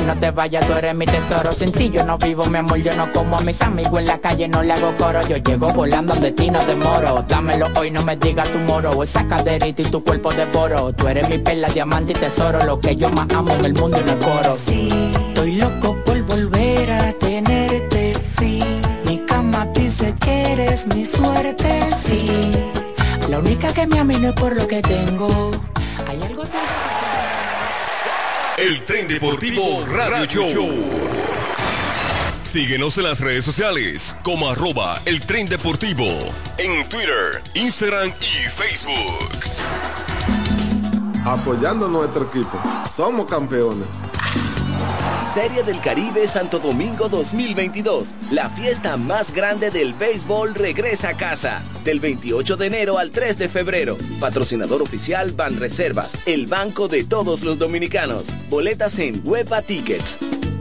no te vayas, tú eres mi tesoro. Sin ti yo no vivo, mi amor, yo no como. A mis amigos en la calle no le hago coro. Yo llego volando donde ti no demoro. Dámelo hoy, no me digas tu moro. Esa caderita y tu cuerpo devoro. Tú eres mi perla, diamante y tesoro. Lo que yo más amo en el mundo y no el coro. Sí, estoy loco por volver a tenerte. Sí, mi cama dice que eres mi suerte. Sí, la única que me ama y no es por lo que tengo. Hay algo tuyo que se... El Tren Deportivo Radio Show. Síguenos en las redes sociales como @El Tren Deportivo en Twitter, Instagram y Facebook. Apoyando nuestro equipo. Somos campeones. Serie del Caribe Santo Domingo 2022. La fiesta más grande del béisbol regresa a casa. Del 28 de enero al 3 de febrero. Patrocinador oficial Banreservas, el banco de todos los dominicanos. Boletas en Huepa Tickets.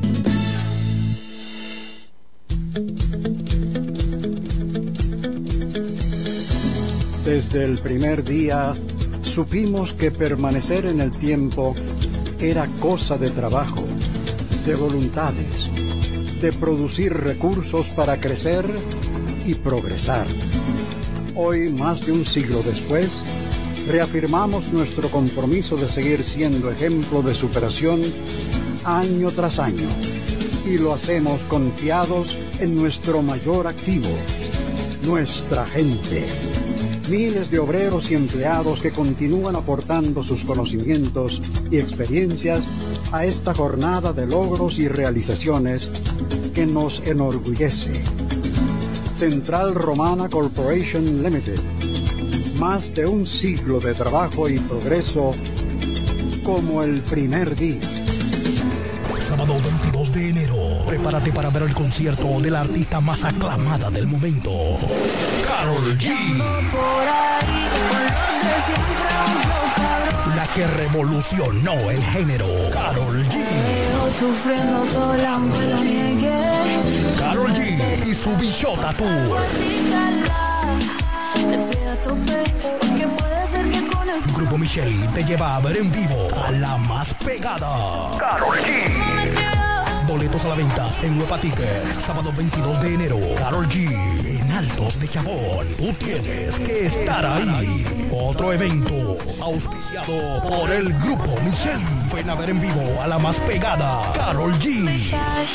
Desde el primer día supimos que permanecer en el tiempo era cosa de trabajo, de voluntades, de producir recursos para crecer y progresar. Hoy, más de un siglo después, reafirmamos nuestro compromiso de seguir siendo ejemplo de superación año tras año, y lo hacemos confiados en nuestro mayor activo, nuestra gente. Miles de obreros y empleados que continúan aportando sus conocimientos y experiencias a esta jornada de logros y realizaciones que nos enorgullece. Central Romana Corporation Limited. Más de un siglo de trabajo y progreso como el primer día. Sábado 22 de enero. Prepárate para ver el concierto de la artista más aclamada del momento, Karol G. La que revolucionó el género, Karol G. Karol G y su Bichota Tour. Grupo Micheli te lleva a ver en vivo a la más pegada, Karol G. Boletos a la venta en Huepa Tickets. Sábado 22 de enero. Karol G en Altos de Chabón. Tú tienes que estar ahí. Otro evento auspiciado por el Grupo Micheli. Ven a ver en vivo a la más pegada, Karol G.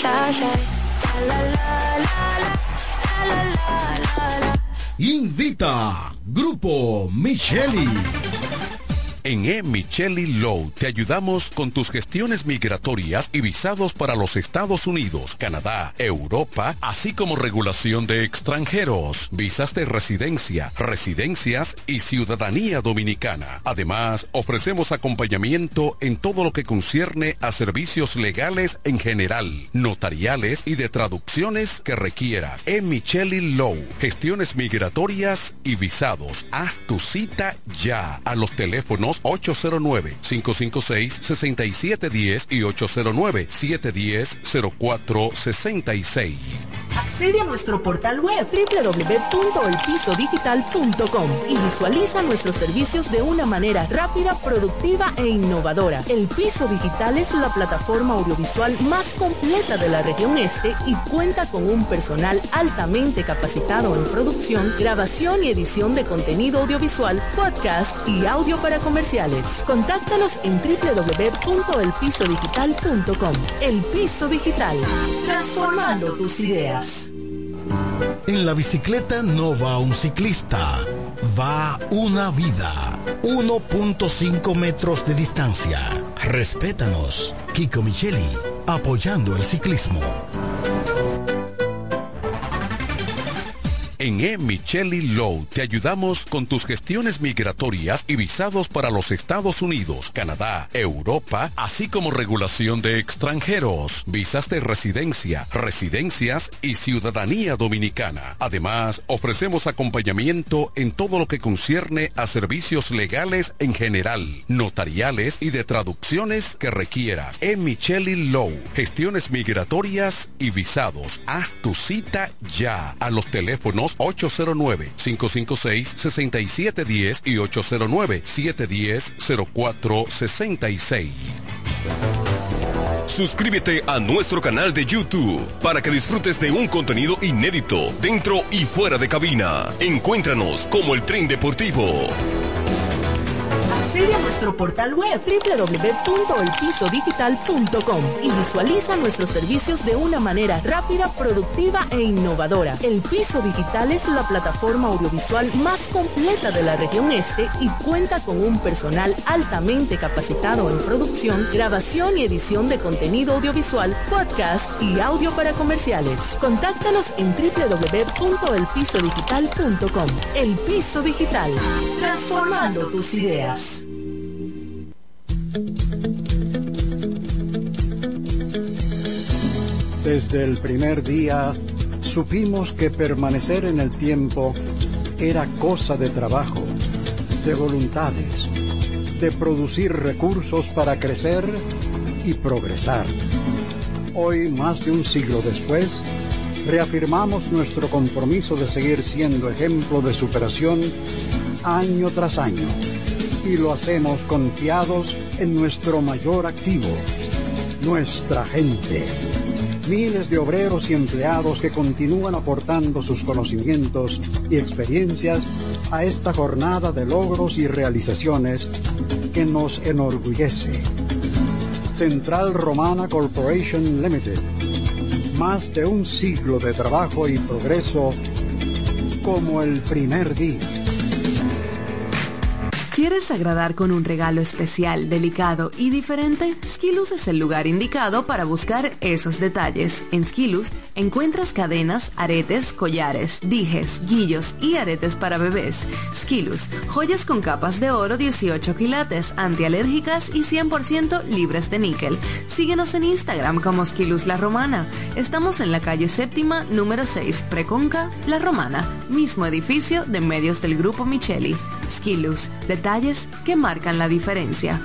Invita Grupo Micheli. En Micheli Law te ayudamos con tus gestiones migratorias y visados para los Estados Unidos, Canadá, Europa, así como regulación de extranjeros, visas de residencia, residencias y ciudadanía dominicana. Además, ofrecemos acompañamiento en todo lo que concierne a servicios legales en general, notariales y de traducciones que requieras. Micheli Law, gestiones migratorias y visados. Haz tu cita ya a los teléfonos 809-556-6710 y 809-710-0466. Accede a nuestro portal web www.elpisodigital.com y visualiza nuestros servicios de una manera rápida, productiva e innovadora. El Piso Digital es la plataforma audiovisual más completa de la región este y cuenta con un personal altamente capacitado en producción, grabación y edición de contenido audiovisual, podcast y audio para comerciales. Contáctanos en www.elpisodigital.com. El Piso Digital, transformando tus ideas. En la bicicleta no va un ciclista, va una vida. 1.5 metros de distancia. Respétanos. Kiko Micheli, apoyando el ciclismo. En Micheli Law te ayudamos con tus gestiones migratorias y visados para los Estados Unidos, Canadá, Europa, así como regulación de extranjeros, visas de residencia, residencias y ciudadanía dominicana. Además, ofrecemos acompañamiento en todo lo que concierne a servicios legales en general, notariales y de traducciones que requieras. Micheli Law, gestiones migratorias y visados. Haz tu cita ya a los teléfonos 809-556-6710 y 809-710-0466. Suscríbete a nuestro canal de YouTube para que disfrutes de un contenido inédito dentro y fuera de cabina. Encuéntranos como El Tren Deportivo. Accede a nuestro portal web www.elpisodigital.com y visualiza nuestros servicios de una manera rápida, productiva e innovadora. El Piso Digital es la plataforma audiovisual más completa de la región este y cuenta con un personal altamente capacitado en producción, grabación y edición de contenido audiovisual, podcast y audio para comerciales. Contáctanos en www.elpisodigital.com. El Piso Digital, transformando tus ideas. Desde el primer día supimos que permanecer en el tiempo era cosa de trabajo, de voluntades, de producir recursos para crecer y progresar. Hoy, más de un siglo después, reafirmamos nuestro compromiso de seguir siendo ejemplo de superación año tras año. Y lo hacemos confiados en nuestro mayor activo, nuestra gente. Miles de obreros y empleados que continúan aportando sus conocimientos y experiencias a esta jornada de logros y realizaciones que nos enorgullece. Central Romana Corporation Limited. Más de un siglo de trabajo y progreso como el primer día. ¿Quieres agradar con un regalo especial, delicado y diferente? Skilus es el lugar indicado para buscar esos detalles. En Skilus encuentras cadenas, aretes, collares, dijes, guillos y aretes para bebés. Skilus, joyas con capas de oro 18 quilates, antialérgicas y 100% libres de níquel. Síguenos en Instagram como Skilus La Romana. Estamos en la calle séptima, número 6, Preconca, La Romana, mismo edificio de medios del Grupo Micheli. Skilus, detalles que marcan la diferencia.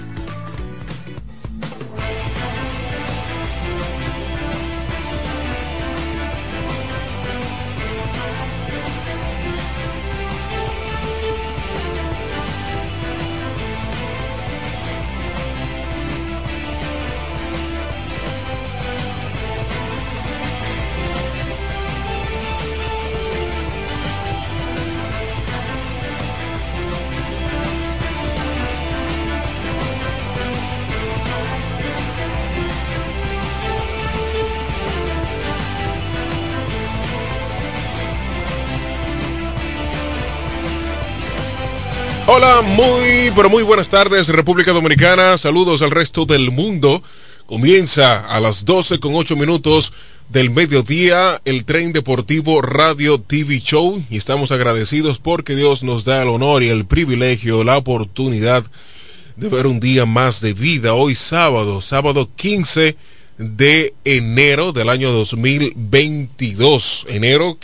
Hola, muy buenas tardes, República Dominicana. Saludos al resto del mundo. Comienza a las 12:08 del mediodía el Tren Deportivo Radio TV Show y estamos agradecidos porque Dios nos da el honor y el privilegio, la oportunidad de ver un día más de vida. Hoy sábado 15 de enero del año 2022. Enero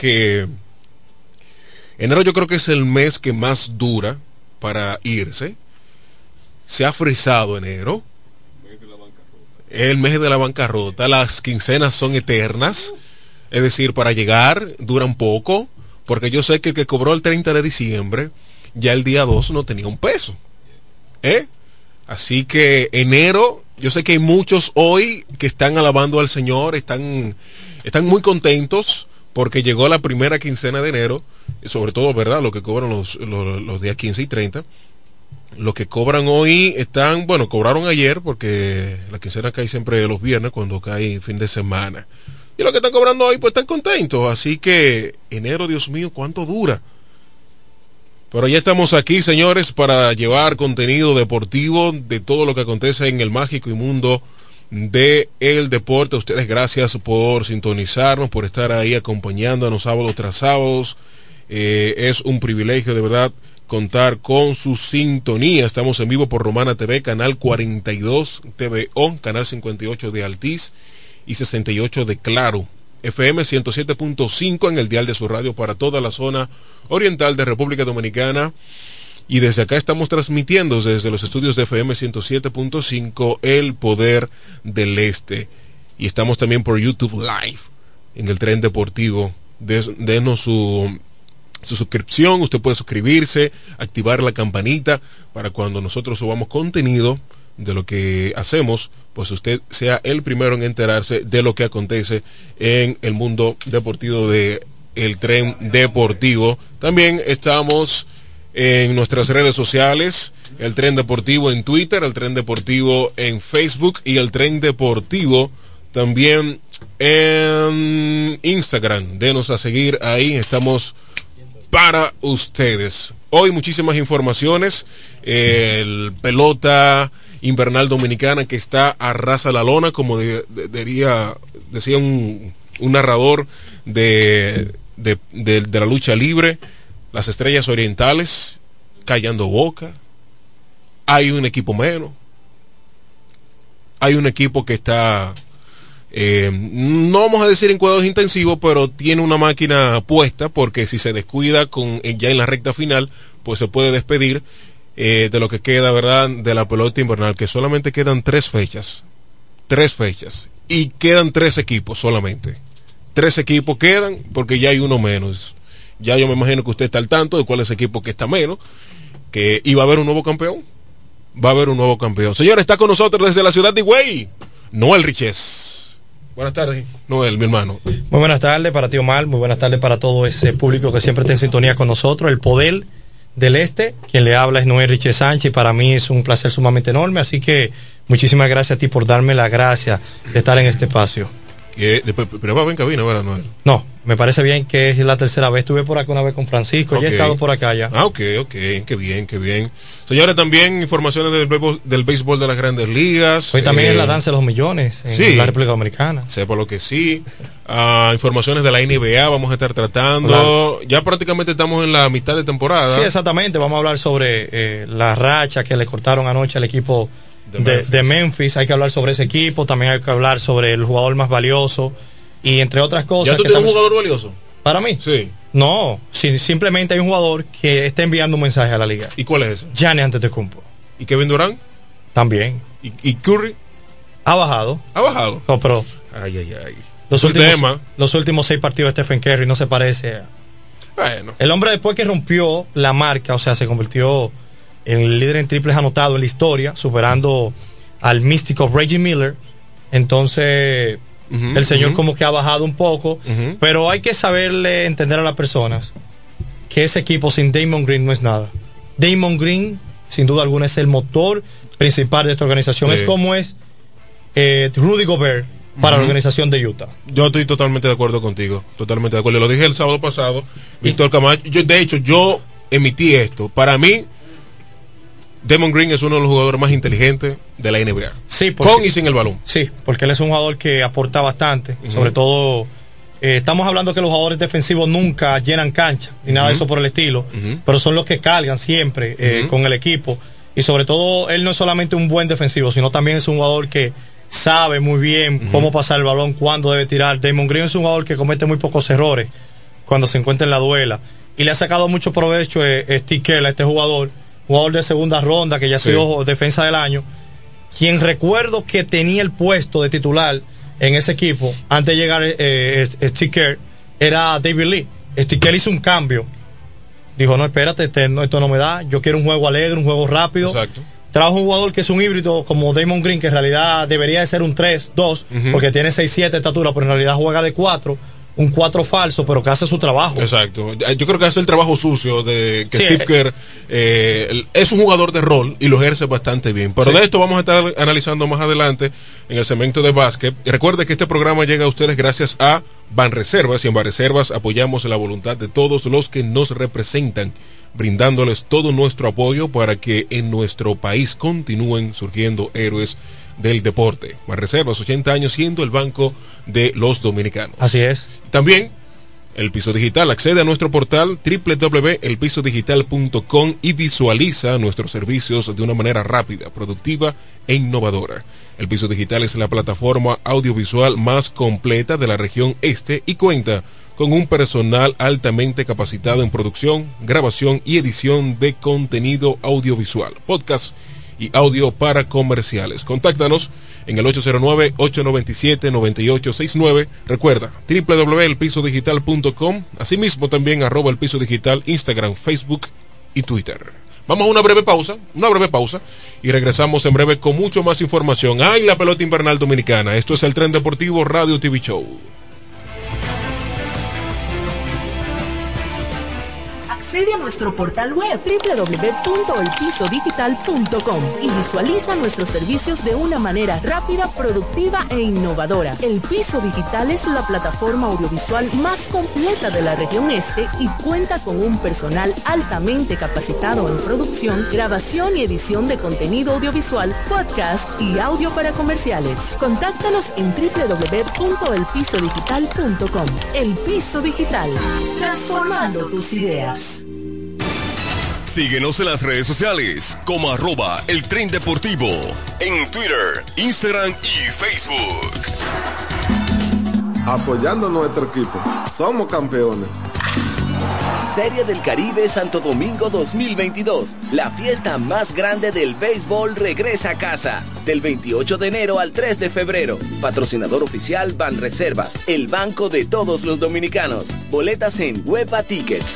yo creo que es el mes que más dura para irse. Se ha frisado enero, el mes de la bancarrota. Las quincenas son eternas, es decir, para llegar duran poco, porque yo sé que el que cobró el 30 de diciembre ya el día 2 no tenía un peso, así que enero, yo sé que hay muchos hoy que están alabando al Señor, están muy contentos porque llegó la primera quincena de enero, sobre todo, ¿verdad?, lo que cobran los días 15 y 30. Los que cobran hoy cobraron ayer porque la quincena cae siempre los viernes cuando cae fin de semana. Y los que están cobrando hoy pues están contentos, así que enero, Dios mío, ¿cuánto dura? Pero ya estamos aquí, señores, para llevar contenido deportivo de todo lo que acontece en el mágico y mundo de el deporte. A ustedes gracias por sintonizarnos, por estar ahí acompañándonos sábados tras sábados. Es un privilegio de verdad contar con su sintonía. Estamos en vivo por Romana TV, canal 42 TVO, canal 58 de Altiz y 68 de Claro, FM 107.5 en el dial de su radio para toda la zona oriental de República Dominicana. Y desde acá estamos transmitiendo desde los estudios de FM 107.5 El Poder del Este. Y estamos también por YouTube Live en el Tren Deportivo. Denos su suscripción, usted puede suscribirse, activar la campanita para cuando nosotros subamos contenido de lo que hacemos, pues usted sea el primero en enterarse de lo que acontece en el mundo deportivo de El Tren Deportivo. También estamos en nuestras redes sociales, El Tren Deportivo en Twitter, El Tren Deportivo en Facebook y El Tren Deportivo también en Instagram. Denos a seguir ahí, estamos para ustedes. Hoy muchísimas informaciones, el pelota invernal dominicana que está a rasa la lona, como decía un narrador de la lucha libre. Las Estrellas Orientales callando boca. Hay un equipo menos. Hay un equipo que está, no vamos a decir en cuidados intensivos, pero tiene una máquina puesta, porque si se descuida ya en la recta final, pues se puede despedir de lo que queda, ¿verdad?, de la pelota invernal, que solamente quedan 3 fechas, y quedan 3 equipos solamente. 3 equipos quedan, porque ya hay uno menos. Ya yo me imagino que usted está al tanto de cuál es el equipo que está menos, y va a haber un nuevo campeón. Señores, está con nosotros desde la ciudad de Higüey, Noel Riches. Buenas tardes, Noel, mi hermano. Muy buenas tardes para ti, Omar. Muy buenas tardes para todo ese público que siempre está en sintonía con nosotros. El poder del este, quien le habla es Noel Riches Sánchez, y para mí es un placer sumamente enorme, así que muchísimas gracias a ti por darme la gracia de estar en este espacio. Pero va en cabina, ¿verdad, Noel? No, me parece bien que es la tercera vez. Estuve por acá una vez con Francisco, okay. Ya he estado por acá ya. Ok, qué bien. Señores, también informaciones del béisbol de las Grandes Ligas. Hoy también es la danza de los millones en la República Dominicana. Sepa lo que sí. Informaciones de la NBA vamos a estar tratando. Claro. Ya prácticamente estamos en la mitad de temporada. Sí, exactamente. Vamos a hablar sobre la racha que le cortaron anoche al equipo de Memphis. Hay que hablar sobre ese equipo, también hay que hablar sobre el jugador más valioso y entre otras cosas. ¿Ya tú tienes un jugador valioso? ¿Para mí? Sí. No, simplemente hay un jugador que está enviando un mensaje a la liga. ¿Y cuál es ese? Giannis Antetokounmpo. ¿Y Kevin Durant? También. ¿Y Curry? Ha bajado. No, pero ay. Los últimos 6 partidos de Stephen Curry no se parece a... Bueno. El hombre, después que rompió la marca, o sea, se convirtió el líder en triples anotado en la historia, superando al místico Reggie Miller. Entonces el señor como que ha bajado un poco, pero hay que saberle entender a las personas que ese equipo sin Draymond Green no es nada. Draymond Green sin duda alguna es el motor principal de esta organización. Sí. Es como es Rudy Gobert para la organización de Utah. Yo estoy totalmente de acuerdo contigo, totalmente de acuerdo. Lo dije el sábado pasado, Víctor Camacho. Yo emití esto. Para mí Draymond Green es uno de los jugadores más inteligentes de la NBA. Sí, con y sin el balón. Sí, porque él es un jugador que aporta bastante. Sobre todo, estamos hablando que los jugadores defensivos nunca llenan cancha, ni nada de eso por el estilo, pero son los que cargan siempre con el equipo. Y sobre todo, él no es solamente un buen defensivo, sino también es un jugador que sabe muy bien cómo pasar el balón, cuándo debe tirar. Draymond Green es un jugador que comete muy pocos errores cuando se encuentra en la duela. Y le ha sacado mucho provecho Steve Kerr a este jugador de segunda ronda, que ya ha sido defensa del año, quien recuerdo que tenía el puesto de titular en ese equipo antes de llegar Steve Kerr, era David Lee. Steve Kerr hizo un cambio, dijo, no, espérate, esto no me da, yo quiero un juego alegre, un juego rápido. Exacto. Trajo un jugador que es un híbrido como Draymond Green, que en realidad debería de ser un 3-2, porque tiene 6'7 de estatura, pero en realidad juega de 4, un 4 falso, pero que hace su trabajo. Exacto. Yo creo que hace el trabajo sucio de que Steve Kerr es un jugador de rol y lo ejerce bastante bien. Pero de esto vamos a estar analizando más adelante en el segmento de básquet. Y recuerde que este programa llega a ustedes gracias a Banreservas, y en Banreservas apoyamos la voluntad de todos los que nos representan, brindándoles todo nuestro apoyo para que en nuestro país continúen surgiendo héroes del deporte. Banreservas, 80 años siendo el banco de los dominicanos. Así es. También El Piso Digital. Accede a nuestro portal www.elpisodigital.com y visualiza nuestros servicios de una manera rápida, productiva e innovadora. El Piso Digital es la plataforma audiovisual más completa de la región este y cuenta con un personal altamente capacitado en producción, grabación y edición de contenido audiovisual, podcast y audio para comerciales. Contáctanos en el 809-897-9869. Recuerda, www.elpisodigital.com. Asimismo también @elpisodigital, Instagram, Facebook y Twitter. Vamos a una breve pausa y regresamos en breve con mucho más información. Hay la pelota invernal dominicana. Esto es el Tren Deportivo Radio TV Show. Accede a nuestro portal web www.elpisodigital.com y visualiza nuestros servicios de una manera rápida, productiva e innovadora. El Piso Digital es la plataforma audiovisual más completa de la región este y cuenta con un personal altamente capacitado en producción, grabación y edición de contenido audiovisual, podcast y audio para comerciales. Contáctanos en www.elpisodigital.com. El Piso Digital, transformando tus ideas. Síguenos en las redes sociales como @El Tren Deportivo en Twitter, Instagram y Facebook. Apoyando a nuestro equipo. Somos campeones. Serie del Caribe Santo Domingo 2022. La fiesta más grande del béisbol regresa a casa. Del 28 de enero al 3 de febrero. Patrocinador oficial Banreservas, el banco de todos los dominicanos. Boletas en Huepa Tickets.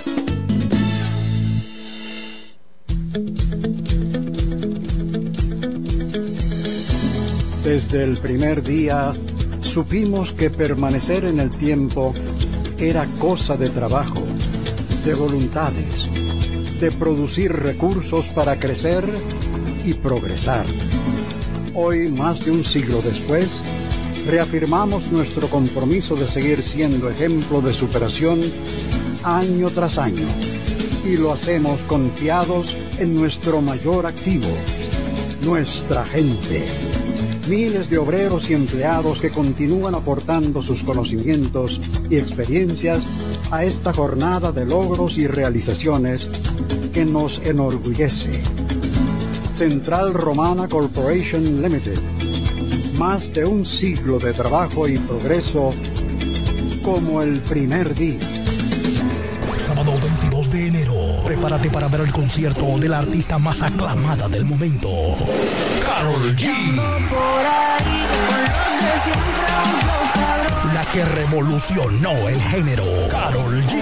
Desde el primer día supimos que permanecer en el tiempo era cosa de trabajo, de voluntades, de producir recursos para crecer y progresar. Hoy, más de un siglo después, reafirmamos nuestro compromiso de seguir siendo ejemplo de superación año tras año, y lo hacemos confiados en nuestro mayor activo, nuestra gente. Miles de obreros y empleados que continúan aportando sus conocimientos y experiencias a esta jornada de logros y realizaciones que nos enorgullece. Central Romana Corporation Limited. Más de un siglo de trabajo y progreso como el primer día. Sábado 22 de enero, prepárate para ver el concierto de la artista más aclamada del momento, Karol G. La que revolucionó el género, Karol G.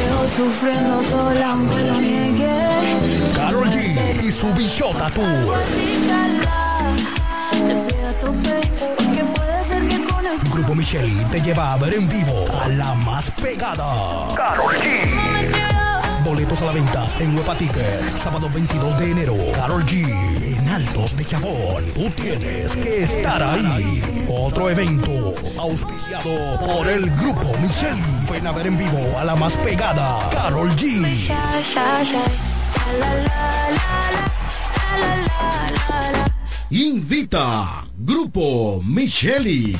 Karol G y su Bichota Tour. Grupo Micheli te lleva a ver en vivo a la más pegada, Karol G. Boletos a la venta en Huepa Tickets. Sábado 22 de enero, Karol G en Altos de Chabón. Tú tienes que estar ahí. Otro evento auspiciado por el Grupo Micheli. Ven a ver en vivo a la más pegada, Karol G. Invita Grupo Micheli.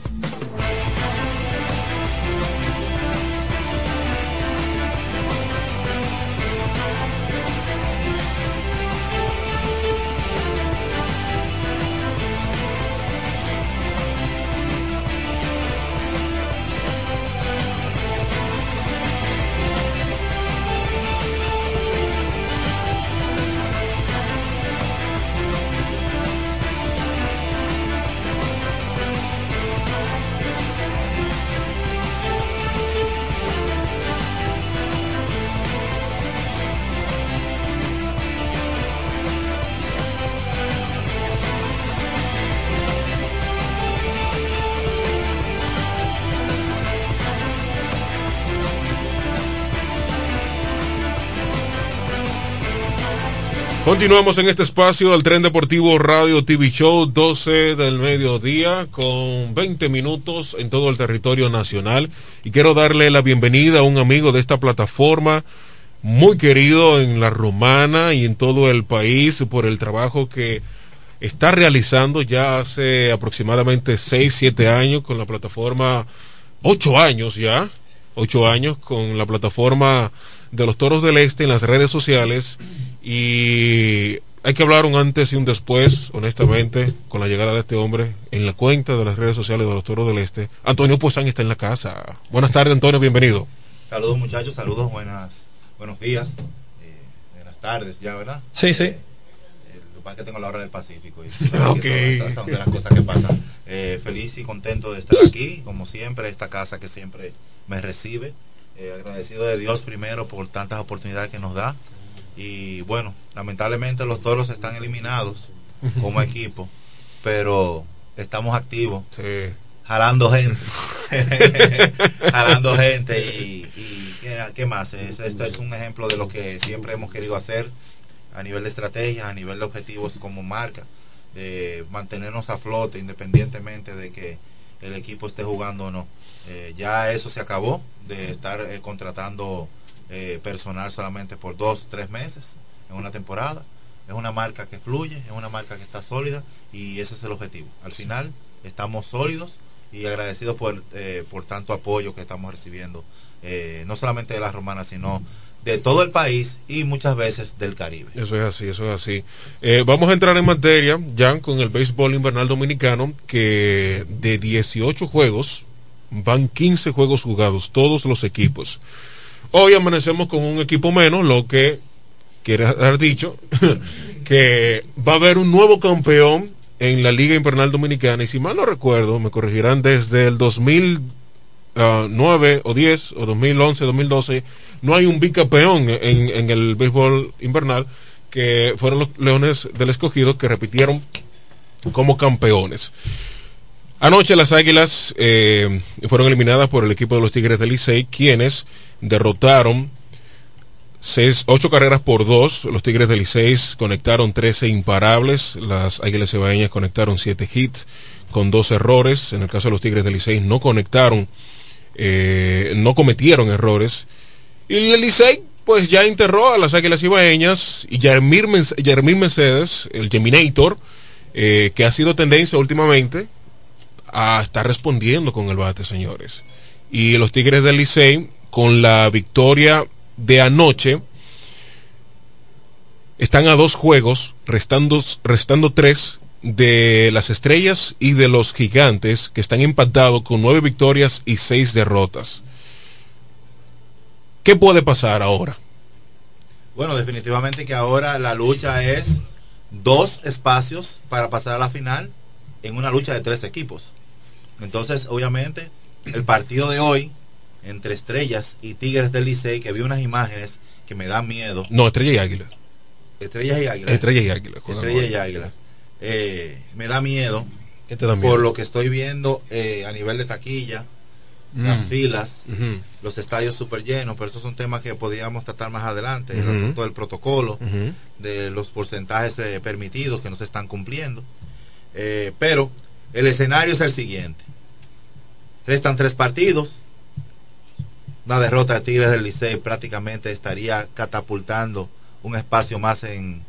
Continuamos en este espacio del Tren Deportivo Radio TV Show, 12 del mediodía con 20 minutos en todo el territorio nacional, y quiero darle la bienvenida a un amigo de esta plataforma muy querido en la Romana y en todo el país por el trabajo que está realizando ya hace aproximadamente 6-7 años con la plataforma, 8 años con la plataforma de los Toros del Este en las redes sociales. Y hay que hablar un antes y un después, honestamente, con la llegada de este hombre en la cuenta de las redes sociales de los Toros del Este. Antonio Pozán está en la casa. Buenas tardes, Antonio, bienvenido. Saludos, muchachos, saludos, buenos días, buenas tardes ya, ¿verdad? Sí. Lo que pasa es que tengo la hora del Pacífico y okay. Son de las cosas que pasan. Feliz y contento de estar aquí, como siempre, esta casa que siempre me recibe. Agradecido de Dios primero por tantas oportunidades que nos da. Y bueno, lamentablemente los Toros están eliminados como equipo, pero estamos activos, jalando gente. Jalando gente y ¿qué más? Esto es un ejemplo de lo que siempre hemos querido hacer a nivel de estrategia, a nivel de objetivos como marca, de mantenernos a flote independientemente de que el equipo esté jugando o no. Ya eso se acabó de estar contratando personal solamente por 2-3 meses en una temporada. Es una marca que fluye, es una marca que está sólida y ese es el objetivo. Al final estamos sólidos y agradecidos por tanto apoyo que estamos recibiendo, no solamente de la Romana, sino de todo el país y muchas veces del Caribe. Eso es así, eso es así. Vamos a entrar en materia ya con el béisbol invernal dominicano, que de 18 juegos van 15 juegos jugados, todos los equipos. Hoy amanecemos con un equipo menos, lo que quiere haber dicho que va a haber un nuevo campeón en la Liga Invernal Dominicana, y si mal no recuerdo, me corregirán, desde el 2009 o 10 o 2011, 2012, no hay un bicampeón en el béisbol invernal, que fueron los Leones del Escogido, que repitieron como campeones. Anoche las Águilas fueron eliminadas por el equipo de los Tigres del Licey, quienes derrotaron 8 carreras por 2. Los Tigres del Licey conectaron 13 imparables. Las Águilas Cibaeñas conectaron 7 hits con 2 errores. En el caso de los Tigres del Licey no cometieron errores. Y el Licey pues ya enterró a las Águilas Cibaeñas, y Yermín Mercedes, el Geminator, que ha sido tendencia últimamente, a estar respondiendo con el bate, señores. Y los Tigres del Licey, con la victoria de anoche, están a 2 juegos, restando 3 de las Estrellas y de los Gigantes, que están empatados con 9 victorias y 6 derrotas. ¿Qué puede pasar ahora? Bueno, definitivamente que ahora la lucha es 2 espacios para pasar a la final en una lucha de 3 equipos. Entonces, obviamente, el partido de hoy entre Estrellas y Tigres del Licey, que vi unas imágenes que me dan miedo. No, Estrella y Águila. Estrellas y Águila. Estrella y Águila. Estrella y Águila. Me da miedo. ¿Qué te da miedo? Por lo que estoy viendo a nivel de taquilla, las filas, los estadios súper llenos, pero estos son temas que podríamos tratar más adelante, el asunto del protocolo, de los porcentajes permitidos que no se están cumpliendo. Pero el escenario es el siguiente: restan 3 partidos. Una derrota de Tigres del Licey prácticamente estaría catapultando un espacio más en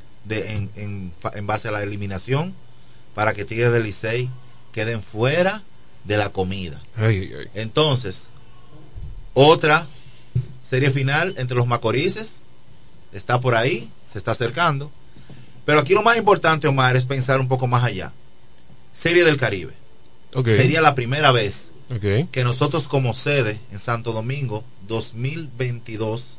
base a la eliminación, para que Tigres del Licey queden fuera de la comida. Entonces, otra serie final entre los Macorices está por ahí, se está acercando. Pero aquí lo más importante, Omar, es pensar un poco más allá. Serie del Caribe. Sería la primera vez que nosotros, como sede en Santo Domingo 2022,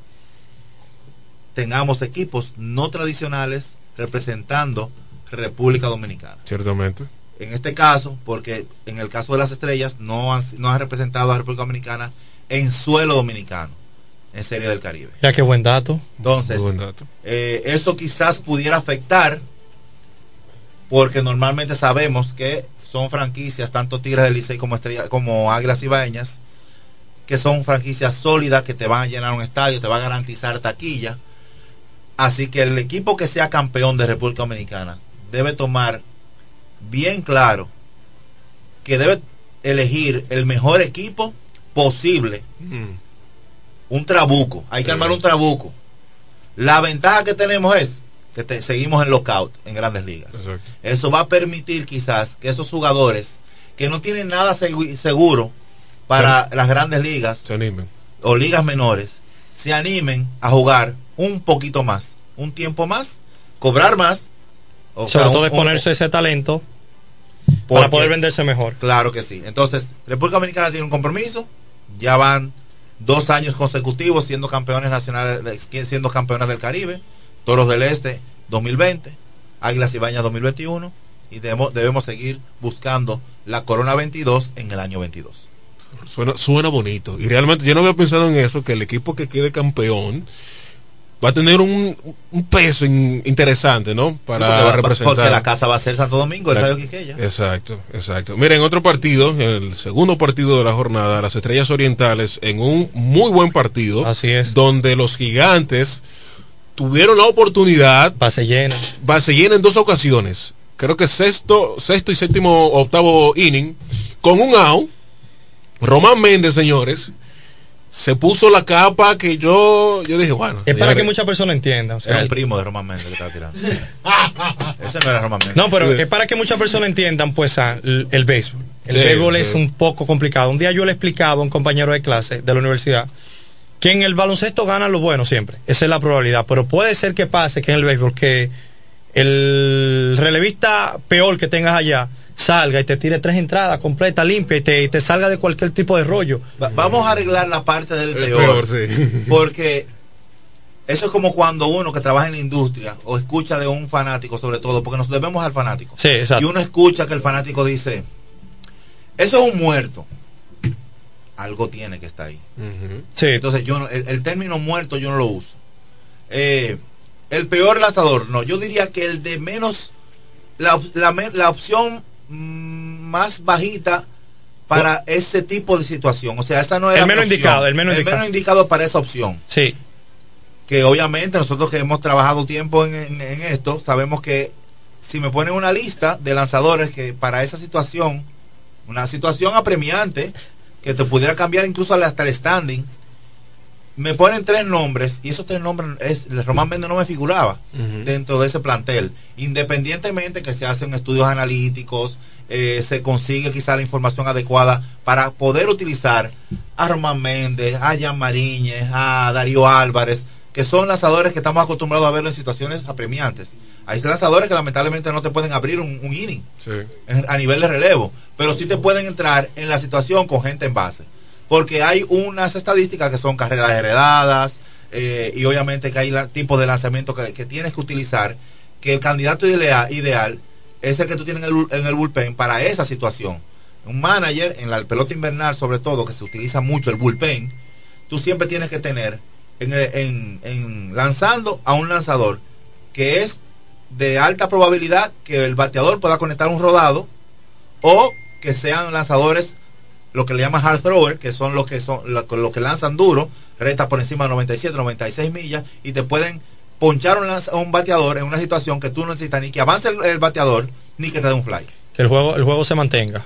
tengamos equipos no tradicionales representando República Dominicana. Ciertamente. En este caso, porque en el caso de las Estrellas no han representado a República Dominicana en suelo dominicano en Serie del Caribe. Ya, qué buen dato. Entonces, eso quizás pudiera afectar, porque normalmente sabemos que son franquicias, tanto Tigres del Licey como Águilas Cibaeñas, que son franquicias sólidas, que te van a llenar un estadio, te va a garantizar taquilla. Así que el equipo que sea campeón de República Dominicana debe tomar bien claro que debe elegir el mejor equipo posible. Un trabuco, hay que armar un trabuco. La ventaja que tenemos es que seguimos en lockout en Grandes Ligas. Exacto. Eso va a permitir quizás que esos jugadores que no tienen nada seguro para las Grandes Ligas se animen, o ligas menores, se animen a jugar un poquito más, un tiempo más, cobrar más, sobre todo exponerse ese talento para poder venderse mejor. Claro que sí. Entonces, República Dominicana tiene un compromiso. Ya van 2 años consecutivos siendo campeones nacionales, siendo campeones del Caribe. Toros del Este 2020, Águilas Cibaeñas 2021, y debemos seguir buscando la Corona 22 en el año 22. Suena bonito, y realmente yo no había pensado en eso, que el equipo que quede campeón va a tener un peso interesante, ¿no? Para representar. Porque la casa va a ser Santo Domingo, el Estadio Quiqueya. Exacto. Miren, otro partido, el segundo partido de la jornada, las Estrellas Orientales, en un muy buen partido. Así es. Donde los Gigantes tuvieron la oportunidad. Base llena en 2 ocasiones. Creo que sexto y séptimo, octavo inning, con un out. Román Méndez, señores, se puso la capa que yo dije, bueno. Es para que muchas personas entiendan. O sea, era el primo de Román Méndez que estaba tirando. Ese no era Román Méndez. No, pero es para que muchas personas entiendan, pues, el béisbol. El béisbol es un poco complicado. Un día yo le explicaba a un compañero de clase de la universidad que en el baloncesto ganan los buenos siempre. Esa es la probabilidad. Pero puede ser que pase que en el béisbol que el relevista peor que tengas allá salga y te tire 3 entradas completas, limpia, y te salga de cualquier tipo de rollo. Vamos a arreglar la parte del peor, sí. Porque eso es como cuando uno que trabaja en la industria o escucha de un fanático, sobre todo, porque nos debemos al fanático. Sí, exacto. Y uno escucha que el fanático dice, eso es un muerto. Algo tiene que estar ahí. Sí. Entonces el término muerto yo no lo uso. El peor lanzador, no, yo diría que el de menos, la opción más bajita para ese tipo de situación. O sea, esa no era el menos indicado, el menos indicado para esa opción. Sí. Que obviamente nosotros que hemos trabajado tiempo en esto, sabemos que si me ponen una lista de lanzadores que para esa situación, una situación apremiante, que te pudiera cambiar incluso hasta el standing, me ponen 3 nombres, y esos 3 nombres, Román Méndez no me figuraba dentro de ese plantel, independientemente que se hacen estudios analíticos, se consigue quizá la información adecuada para poder utilizar a Román Méndez, a Jan Mariñez, a Darío Álvarez, que son lanzadores que estamos acostumbrados a verlo en situaciones apremiantes. Hay lanzadores que lamentablemente no te pueden abrir un inning a nivel de relevo, pero sí te pueden entrar en la situación con gente en base. Porque hay unas estadísticas que son carreras heredadas, y obviamente que hay tipos de lanzamiento que tienes que utilizar, que el candidato ideal es el que tú tienes en el bullpen para esa situación. Un manager, en la pelota invernal sobre todo, que se utiliza mucho el bullpen, tú siempre tienes que tener en lanzando a un lanzador que es de alta probabilidad que el bateador pueda conectar un rodado, o que sean lanzadores lo que le llaman hard thrower, que son los que lanzan duro, recta por encima de 97, 96 millas, y te pueden ponchar un bateador en una situación que tú no necesitas ni que avance el bateador, ni que te dé un fly. Que el juego se mantenga.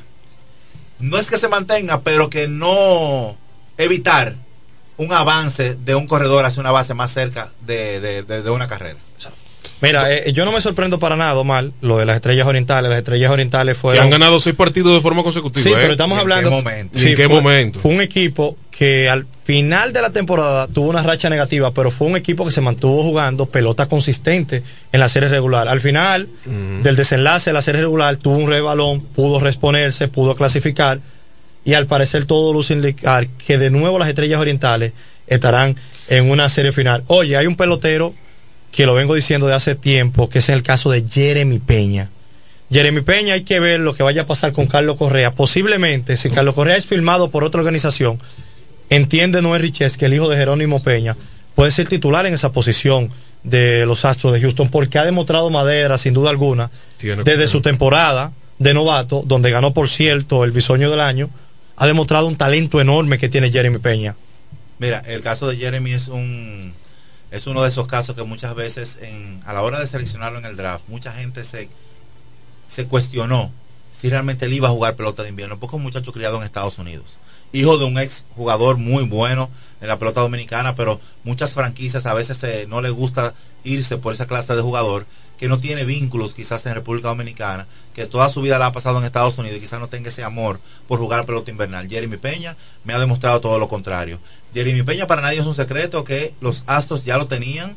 No es que se mantenga, pero que no evitar un avance de un corredor hacia una base más cerca de una carrera. Mira, yo no me sorprendo para nada, Omar, lo de las Estrellas Orientales. Las Estrellas Orientales fueron... Que han ganado 6 partidos de forma consecutiva. Sí, pero estamos hablando... ¿En qué momento? Fue un equipo que al final de la temporada tuvo una racha negativa, pero fue un equipo que se mantuvo jugando pelota consistente en la serie regular. Al final del desenlace de la serie regular tuvo un rebalón, pudo reponerse, pudo clasificar, y al parecer todo luce indicar que de nuevo las Estrellas Orientales estarán en una serie final. Oye, hay un pelotero que lo vengo diciendo de hace tiempo, que es el caso de Jeremy Peña. Jeremy Peña, hay que ver lo que vaya a pasar con Carlos Correa. Posiblemente, si Carlos Correa es firmado por otra organización, entiende Noé Richez que el hijo de Jerónimo Peña puede ser titular en esa posición de los Astros de Houston, porque ha demostrado madera, sin duda alguna, desde su temporada de novato, donde ganó, por cierto, el bisoño del año. Ha demostrado un talento enorme que tiene Jeremy Peña. Mira, el caso de Jeremy es uno de esos casos que muchas veces a la hora de seleccionarlo en el draft, mucha gente se cuestionó si realmente él iba a jugar pelota de invierno, porque es un muchacho criado en Estados Unidos, hijo de un ex jugador muy bueno en la pelota dominicana, pero muchas franquicias a veces no les gusta irse por esa clase de jugador que no tiene vínculos quizás en República Dominicana, que toda su vida la ha pasado en Estados Unidos y quizás no tenga ese amor por jugar pelota invernal. Jeremy Peña me ha demostrado todo lo contrario. Jeremy Peña, para nadie es un secreto que los Astros ya lo tenían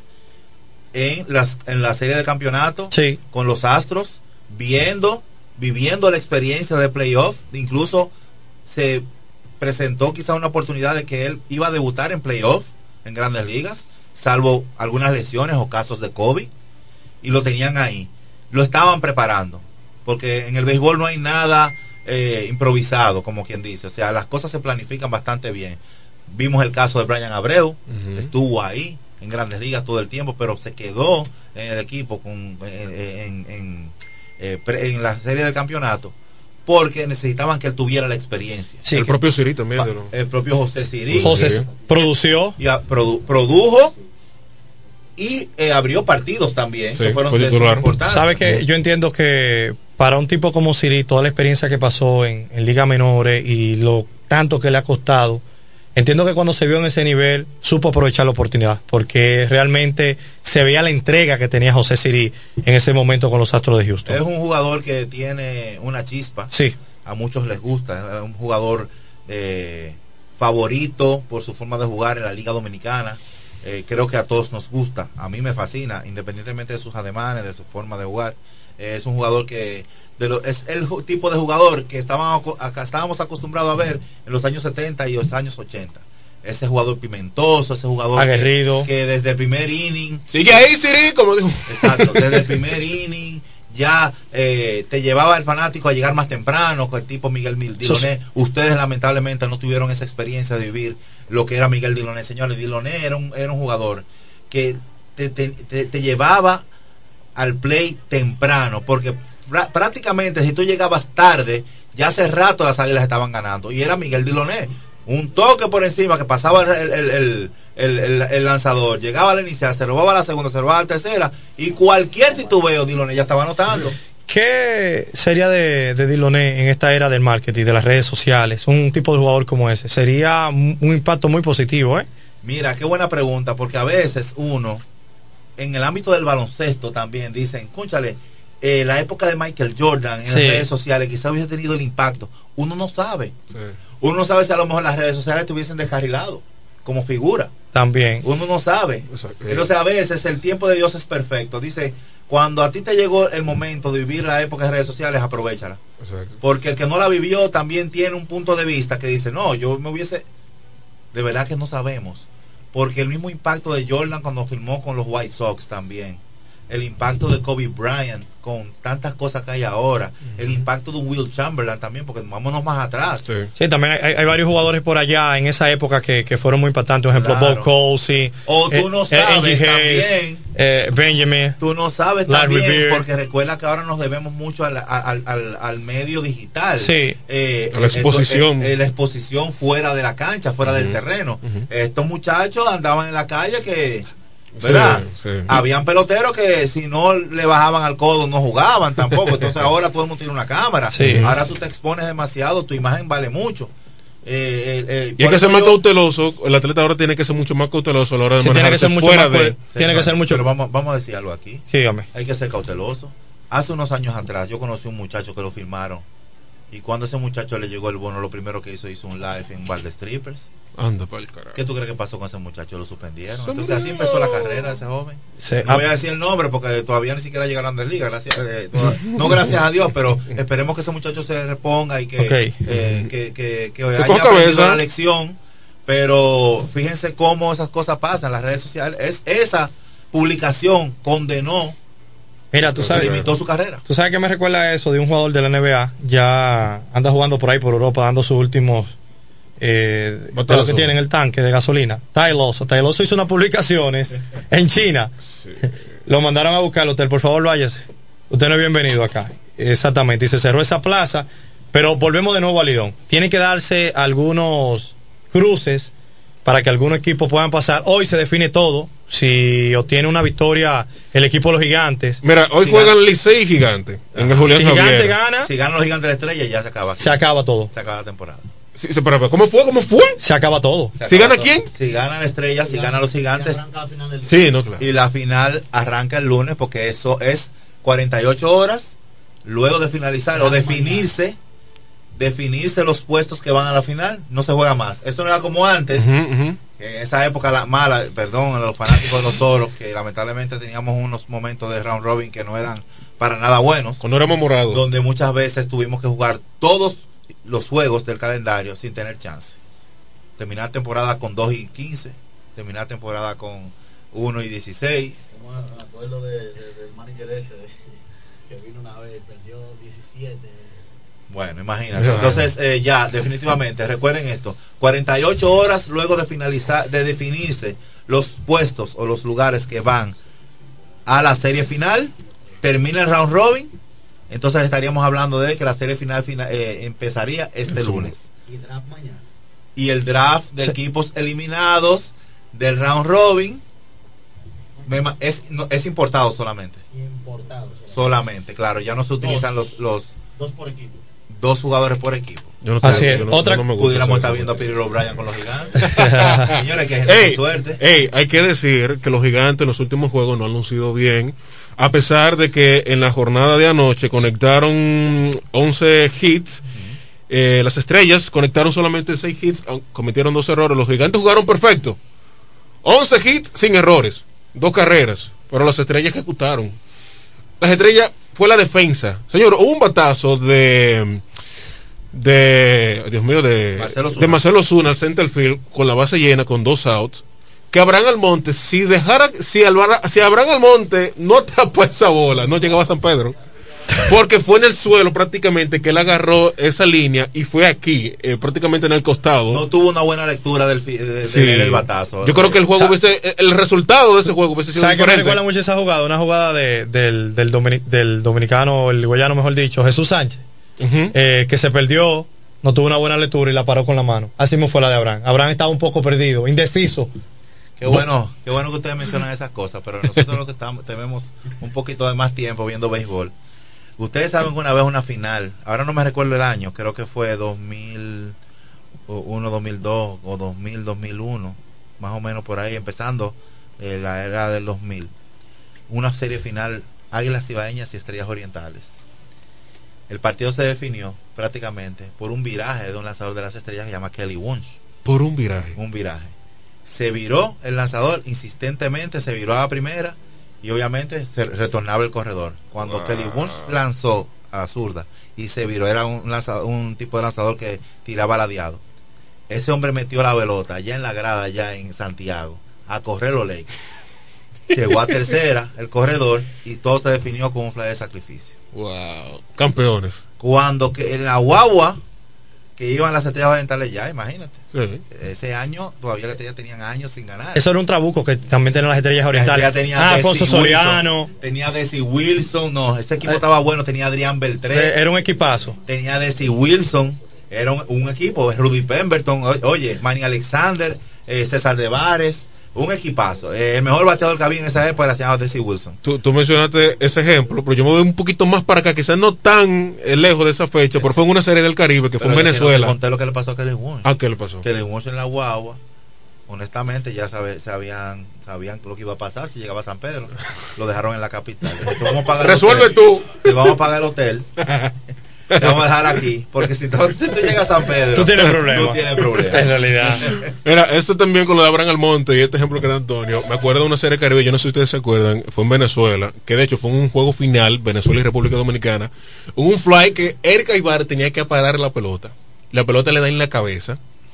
en la serie de campeonato, con los Astros, viviendo la experiencia de playoff. Incluso se presentó quizá una oportunidad de que él iba a debutar en playoff en Grandes Ligas, salvo algunas lesiones o casos de COVID, y lo tenían ahí, lo estaban preparando, porque en el béisbol no hay nada improvisado, como quien dice, o sea, las cosas se planifican bastante bien. Vimos el caso de Brian Abreu, estuvo ahí, en Grandes Ligas todo el tiempo, pero se quedó en el equipo en la serie del campeonato porque necesitaban que él tuviera la experiencia. Sí, el propio Siri también. El propio José Siri. José produció. Y produjo y abrió partidos también, que fueron de suma importancia. Sabe que yo entiendo que para un tipo como Siri, toda la experiencia que pasó en ligas menores y lo tanto que le ha costado, entiendo que cuando se vio en ese nivel supo aprovechar la oportunidad, porque realmente se veía la entrega que tenía José Siri en ese momento con los Astros de Houston. Es un jugador que tiene una chispa. Sí. A muchos les gusta. Es un jugador favorito por su forma de jugar en la Liga Dominicana. Creo que a todos nos gusta. A mí me fascina, independientemente de sus ademanes, de su forma de jugar. Es un jugador que es el tipo de jugador que estábamos acostumbrados a ver en los años 70 y los años 80. Ese jugador pimentoso, ese jugador aguerrido, que desde el primer inning sigue ahí, Siri, como dijo. Exacto, desde el primer inning ya te llevaba el fanático a llegar más temprano, con el tipo Miguel Diloné. Ustedes lamentablemente no tuvieron esa experiencia de vivir lo que era Miguel Diloné. Señores, Diloné era un jugador que te llevaba al play temprano, porque prácticamente si tú llegabas tarde, ya hace rato las Águilas estaban ganando, y era Miguel Diloné. Un toque por encima que pasaba el lanzador, llegaba al inicial, se robaba la segunda, se robaba la tercera, y cualquier titubeo Diloné ya estaba anotando. ¿Qué sería de Diloné en esta era del marketing, de las redes sociales? Un tipo de jugador como ese sería un impacto muy positivo, ¿eh? Mira, qué buena pregunta, porque a veces uno en el ámbito del baloncesto también dicen, cónchale, la época de Michael Jordan en las redes sociales quizás hubiese tenido el impacto. Uno no sabe. Sí. Uno no sabe si a lo mejor las redes sociales estuviesen descarrilado como figura. También. Uno no sabe. Entonces a veces el tiempo de Dios es perfecto. Dice, cuando a ti te llegó el momento de vivir la época de redes sociales, aprovéchala. Exacto. Porque el que no la vivió también tiene un punto de vista que dice, no, yo me hubiese... De verdad que no sabemos. Porque el mismo impacto de Jordan cuando firmó con los White Sox también, el impacto de Kobe Bryant con tantas cosas que hay ahora, el impacto de Will Chamberlain también, porque vámonos más atrás. Sí, también hay varios jugadores por allá en esa época que fueron muy impactantes, por ejemplo, Bob Cousy, o tú no sabes también, Benjamin, tú no sabes también, Revere, porque recuerda que ahora nos debemos mucho al medio digital, la exposición, la exposición fuera de la cancha, fuera del terreno. Estos muchachos andaban en la calle que... ¿verdad? Sí. Habían peloteros que si no le bajaban al codo no jugaban tampoco. Entonces ahora todo el mundo tiene una cámara. Ahora tú te expones demasiado, tu imagen vale mucho. Y hay que ser más cauteloso. El atleta ahora tiene que ser mucho más cauteloso a la hora de manejarse tiene que ser mucho. Pero vamos a decir algo aquí. Dígame. Hay que ser cauteloso. Hace unos años atrás yo conocí un muchacho que lo firmaron, y cuando ese muchacho le llegó el bono, lo primero que hizo un live en Bar de Strippers. Anda pa'l carajo. ¿Qué tú crees que pasó con ese muchacho? Lo suspendieron. Entonces así empezó la carrera de ese joven. No voy a decir el nombre porque todavía ni siquiera llega a Grandes Ligas, no gracias a Dios, pero esperemos que ese muchacho se reponga y que haya aprendido la lección. Pero fíjense cómo esas cosas pasan en las redes sociales. Esa publicación condenó. Mira, tú sabes, limitó su carrera. ¿Tú sabes qué me recuerda eso de un jugador de la NBA? Ya anda jugando por ahí por Europa, dando sus últimos de lo que tiene en el tanque de gasolina. Tyloso hizo unas publicaciones en China. Sí. Lo mandaron a buscar al hotel. Por favor, váyase. Usted no es bienvenido acá. Exactamente. Y se cerró esa plaza. Pero volvemos de nuevo a Lidón. Tienen que darse algunos cruces para que algunos equipos puedan pasar. Hoy se define todo. Si obtiene una victoria el equipo de los Gigantes. Mira, hoy juegan Licey y Gigante en el Julián Javier. Gigante gana. Si ganan los Gigantes de la Estrella, ya se acaba. Se acaba todo. Se acaba la temporada. Sí, pero ¿cómo fue? Se acaba todo. ¿Si gana quién? Si gana la Estrella, si gana los Gigantes. Sí, no, claro. Y la final arranca el lunes, porque eso es 48 horas luego de finalizar o definirse los puestos que van a la final. No se juega más. Eso no era como antes. Que en esa época los fanáticos de los Toros, que lamentablemente teníamos unos momentos de round robin que no eran para nada buenos. Cuando éramos morados. Donde muchas veces tuvimos que jugar todos los juegos del calendario sin tener chance. Terminar temporada con 2-15, terminar temporada con 1-16. Me acuerdo del manager ese que vino una vez, perdió 17 Bueno, imagínate. Entonces, ya, definitivamente, recuerden esto, 48 horas luego de definirse los puestos o los lugares que van a la serie final, termina el round robin, entonces estaríamos hablando de que la serie final empezaría este lunes. Y draft mañana. Y el draft de equipos eliminados del round robin es importado solamente. Solamente, claro, ya no se utilizan los dos por equipo. 2 jugadores por equipo. Yo no sé, Así es. Otra no pudiéramos estar viendo a Pirilo O'Brien con los gigantes. Señores, que es suerte. Hay que decir que los gigantes en los últimos juegos no han lucido bien, a pesar de que en la jornada de anoche conectaron 11 hits. Las estrellas conectaron solamente 6 hits, cometieron 2 errores. Los gigantes jugaron perfecto. 11 hits sin errores, 2 carreras, pero las estrellas ejecutaron. Las estrellas fue la defensa. Señor, hubo un batazo de Marcelo Zuna al center field con la base llena con 2 outs, que Abraham Almonte, si Abraham Almonte no atrapó esa bola, no llegaba a San Pedro, porque fue en el suelo prácticamente que él agarró esa línea y fue aquí, prácticamente en el costado. No tuvo una buena lectura del batazo. Yo creo que el resultado de ese juego hubiese sido diferente. ¿Sabes que me recuerda mucho esa jugada? Una jugada del dominicano, el guayano mejor dicho, Jesús Sánchez, que se perdió, no tuvo una buena lectura y la paró con la mano. Así mismo fue la de Abraham. Abraham estaba un poco perdido, indeciso. Qué bueno que ustedes mencionan esas cosas, pero nosotros lo que tenemos un poquito de más tiempo viendo béisbol. Ustedes saben que una vez una final, ahora no me recuerdo el año, creo que fue 2001, 2002 o 2000, 2001, más o menos por ahí, empezando la era del 2000. Una serie final, Águilas Cibaeñas y Estrellas Orientales. El partido se definió prácticamente por un viraje de un lanzador de las Estrellas que se llama Kelly Wunsch. Por un viraje. Un viraje. Se viró el lanzador insistentemente, se viró a la primera y obviamente se retornaba el corredor. Cuando Kelly Wunsch lanzó a zurda y se viró, era un tipo de lanzador que tiraba ladeado. Ese hombre metió la pelota allá en la grada, allá en Santiago, a correr los Lakers. Llegó a tercera el corredor y todo se definió con un fly de sacrificio. Wow, campeones. Cuando que en la guagua que iban las Estrellas Orientales ya, imagínate. Sí. Ese año todavía las Estrellas tenían años sin ganar. Eso era un trabuco que también tenían las Estrellas Orientales. Alfonso Soriano. Tenía Desi Wilson, no, ese equipo estaba bueno, tenía Adrián Beltré. Era un equipazo. Tenía Desi Wilson, era un equipo, Rudy Pemberton, oye, Manny Alexander, César de Vares. Un equipazo. El mejor bateador que había en esa época era se llamaba Desi Wilson. Tú mencionaste ese ejemplo, pero yo me voy un poquito más para acá, quizás no tan lejos de esa fecha, pero fue en una serie del Caribe que fue en Venezuela. No conté lo que le pasó a Kelly Wunsch. ¿Qué le pasó? Kelly Wunsch en la guagua, honestamente ya sabían lo que iba a pasar si llegaba a San Pedro. Lo dejaron en la capital. Vamos a pagar resuelve tú. Te vamos a pagar el hotel. Te vamos a dejar aquí, porque si tú llegas a San Pedro, tú tienes problemas. Tú tienes problemas. En realidad. Mira, esto también con lo de Abraham Almonte y este ejemplo que da Antonio, me acuerdo de una serie Caribe, yo no sé si ustedes se acuerdan, fue en Venezuela, que de hecho fue un juego final, Venezuela y República Dominicana, un fly que Erika Ibar tenía que parar la pelota le da en la cabeza,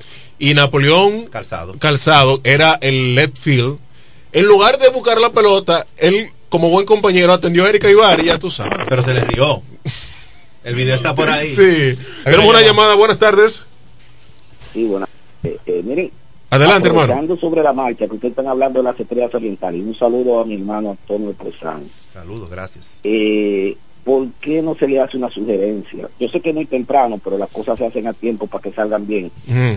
y Napoleón Calzado era el left field. En lugar de buscar la pelota, él como buen compañero atendió a Erika Ibar y ya tú sabes. Pero se le rió. El video está por ahí. Sí. Tenemos una llamada. Buenas tardes. Sí, buenas. Miren. Adelante, hermano. Hablando sobre la marcha, que ustedes están hablando de las Estrellas Orientales. Un saludo a mi hermano Antonio Presán. Saludos, gracias. ¿Por qué no se le hace una sugerencia? Yo sé que es muy temprano, pero las cosas se hacen a tiempo para que salgan bien.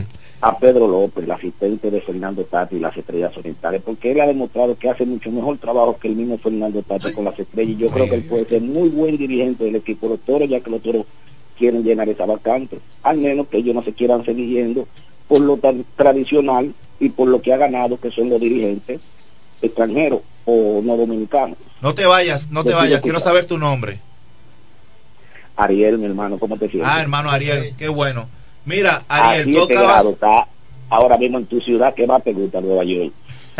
A Pedro López, el asistente de Fernando Tati y las Estrellas Orientales, porque él ha demostrado que hace mucho mejor trabajo que el mismo Fernando Tati con las Estrellas, y yo creo que él puede ser muy buen dirigente del equipo de los Toros, ya que los Toros quieren llenar esa vacante, al menos que ellos no se quieran seguir yendo por lo tradicional y por lo que ha ganado, que son los dirigentes extranjeros o no dominicanos. No te vayas, quiero saber tu nombre. Ariel, mi hermano, ¿cómo te sientes? Hermano Ariel, qué bueno. Mira, Ariel, está ahora mismo en tu ciudad, ¿qué más te gusta, Nueva York?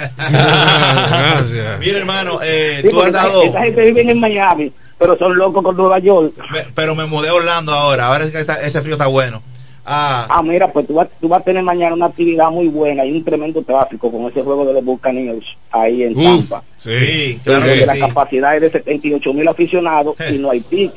Gracias. Mira, hermano, sí, tú has dado... Esta gente vive en Miami, pero son locos con Nueva York. Pero me mudé a Orlando ahora es que ese frío está bueno. Mira, pues tú vas a tener mañana una actividad muy buena y un tremendo tráfico con ese juego de los Buccaneers ahí en Tampa. Sí, claro que la capacidad es de 78,000 aficionados y no hay pique.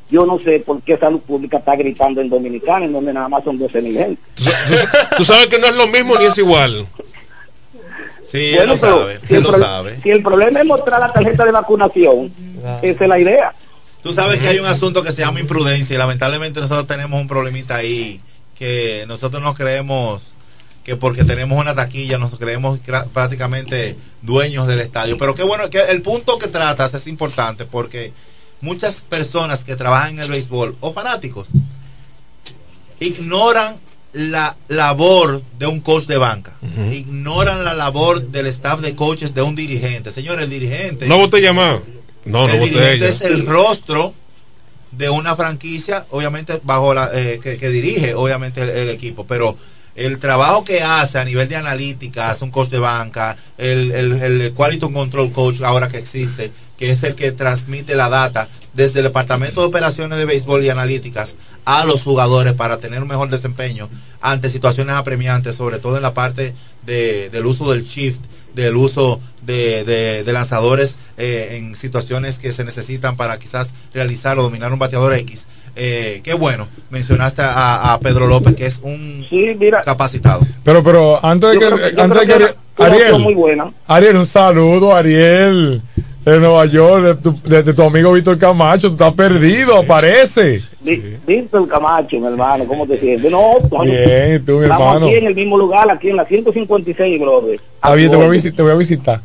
yo no sé por qué Salud Pública está gritando en Dominicana, en donde nada más son 12,000 gente. Tú sabes que no es lo mismo ni es igual. Sí, Bueno, él lo sabe, él lo sabe. Si el problema es mostrar la tarjeta de vacunación, esa es la idea. Tú sabes que hay un asunto que se llama imprudencia y lamentablemente nosotros tenemos un problemita ahí, que nosotros nos creemos que porque tenemos una taquilla nos creemos prácticamente dueños del estadio. Pero qué bueno, que el punto que tratas es importante porque muchas personas que trabajan en el béisbol o fanáticos ignoran la labor de un coach de banca, ignoran la labor del staff de coaches de un dirigente. Señor, el dirigente no botella más. No, el dirigente es el rostro de una franquicia, obviamente bajo la que dirige obviamente el equipo, pero el trabajo que hace a nivel de analítica, hace un coach de banca, el quality control coach ahora que existe, que es el que transmite la data desde el departamento de operaciones de béisbol y analíticas a los jugadores para tener un mejor desempeño ante situaciones apremiantes, sobre todo en la parte del uso del shift, del uso de lanzadores en situaciones que se necesitan para quizás realizar o dominar un bateador X. Qué bueno, mencionaste a Pedro López, que es un capacitado. Pero antes de que Ariel, muy buena. Ariel, un saludo, Ariel, de Nueva York, de tu amigo Víctor Camacho. Tú estás perdido, aparece. Víctor Camacho, mi hermano, ¿cómo te sientes? No, bien, tú, mi hermano. Estamos aquí en el mismo lugar, aquí en la 156, brother. Ah, bien, te voy a visitar.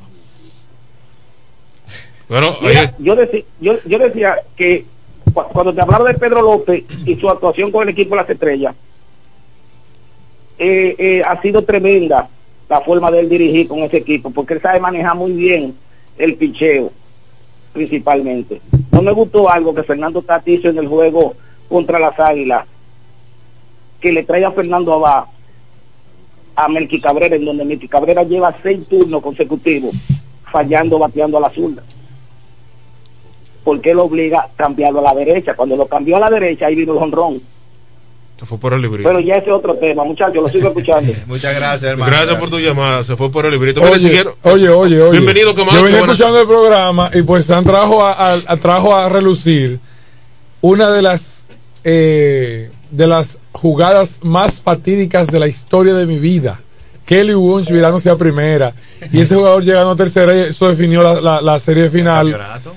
Bueno, mira, yo decía que cuando te hablaba de Pedro López y su actuación con el equipo de las Estrellas, ha sido tremenda la forma de él dirigir con ese equipo, porque él sabe manejar muy bien el picheo, principalmente. No me gustó algo que Fernando Tatis hizo en el juego contra las Águilas, que le trae a Fernando Abad a Melqui Cabrera, en donde Melqui Cabrera lleva 6 turnos consecutivos fallando, bateando a la zurda, porque él obliga a cambiarlo a la derecha. Cuando lo cambió a la derecha, ahí vino el jonrón. Se fue por el librito. Pero ya ese es otro tema, muchachos, lo sigo escuchando. Muchas gracias, hermano. Gracias por tu llamada, se fue por el librito. Oye. Bienvenido, Camacho. Yo venía escuchando el programa y pues trajo a relucir una de las jugadas más fatídicas de la historia de mi vida. Kelly Wunsch virándose a primera y ese jugador llegando a tercera, y eso definió la serie final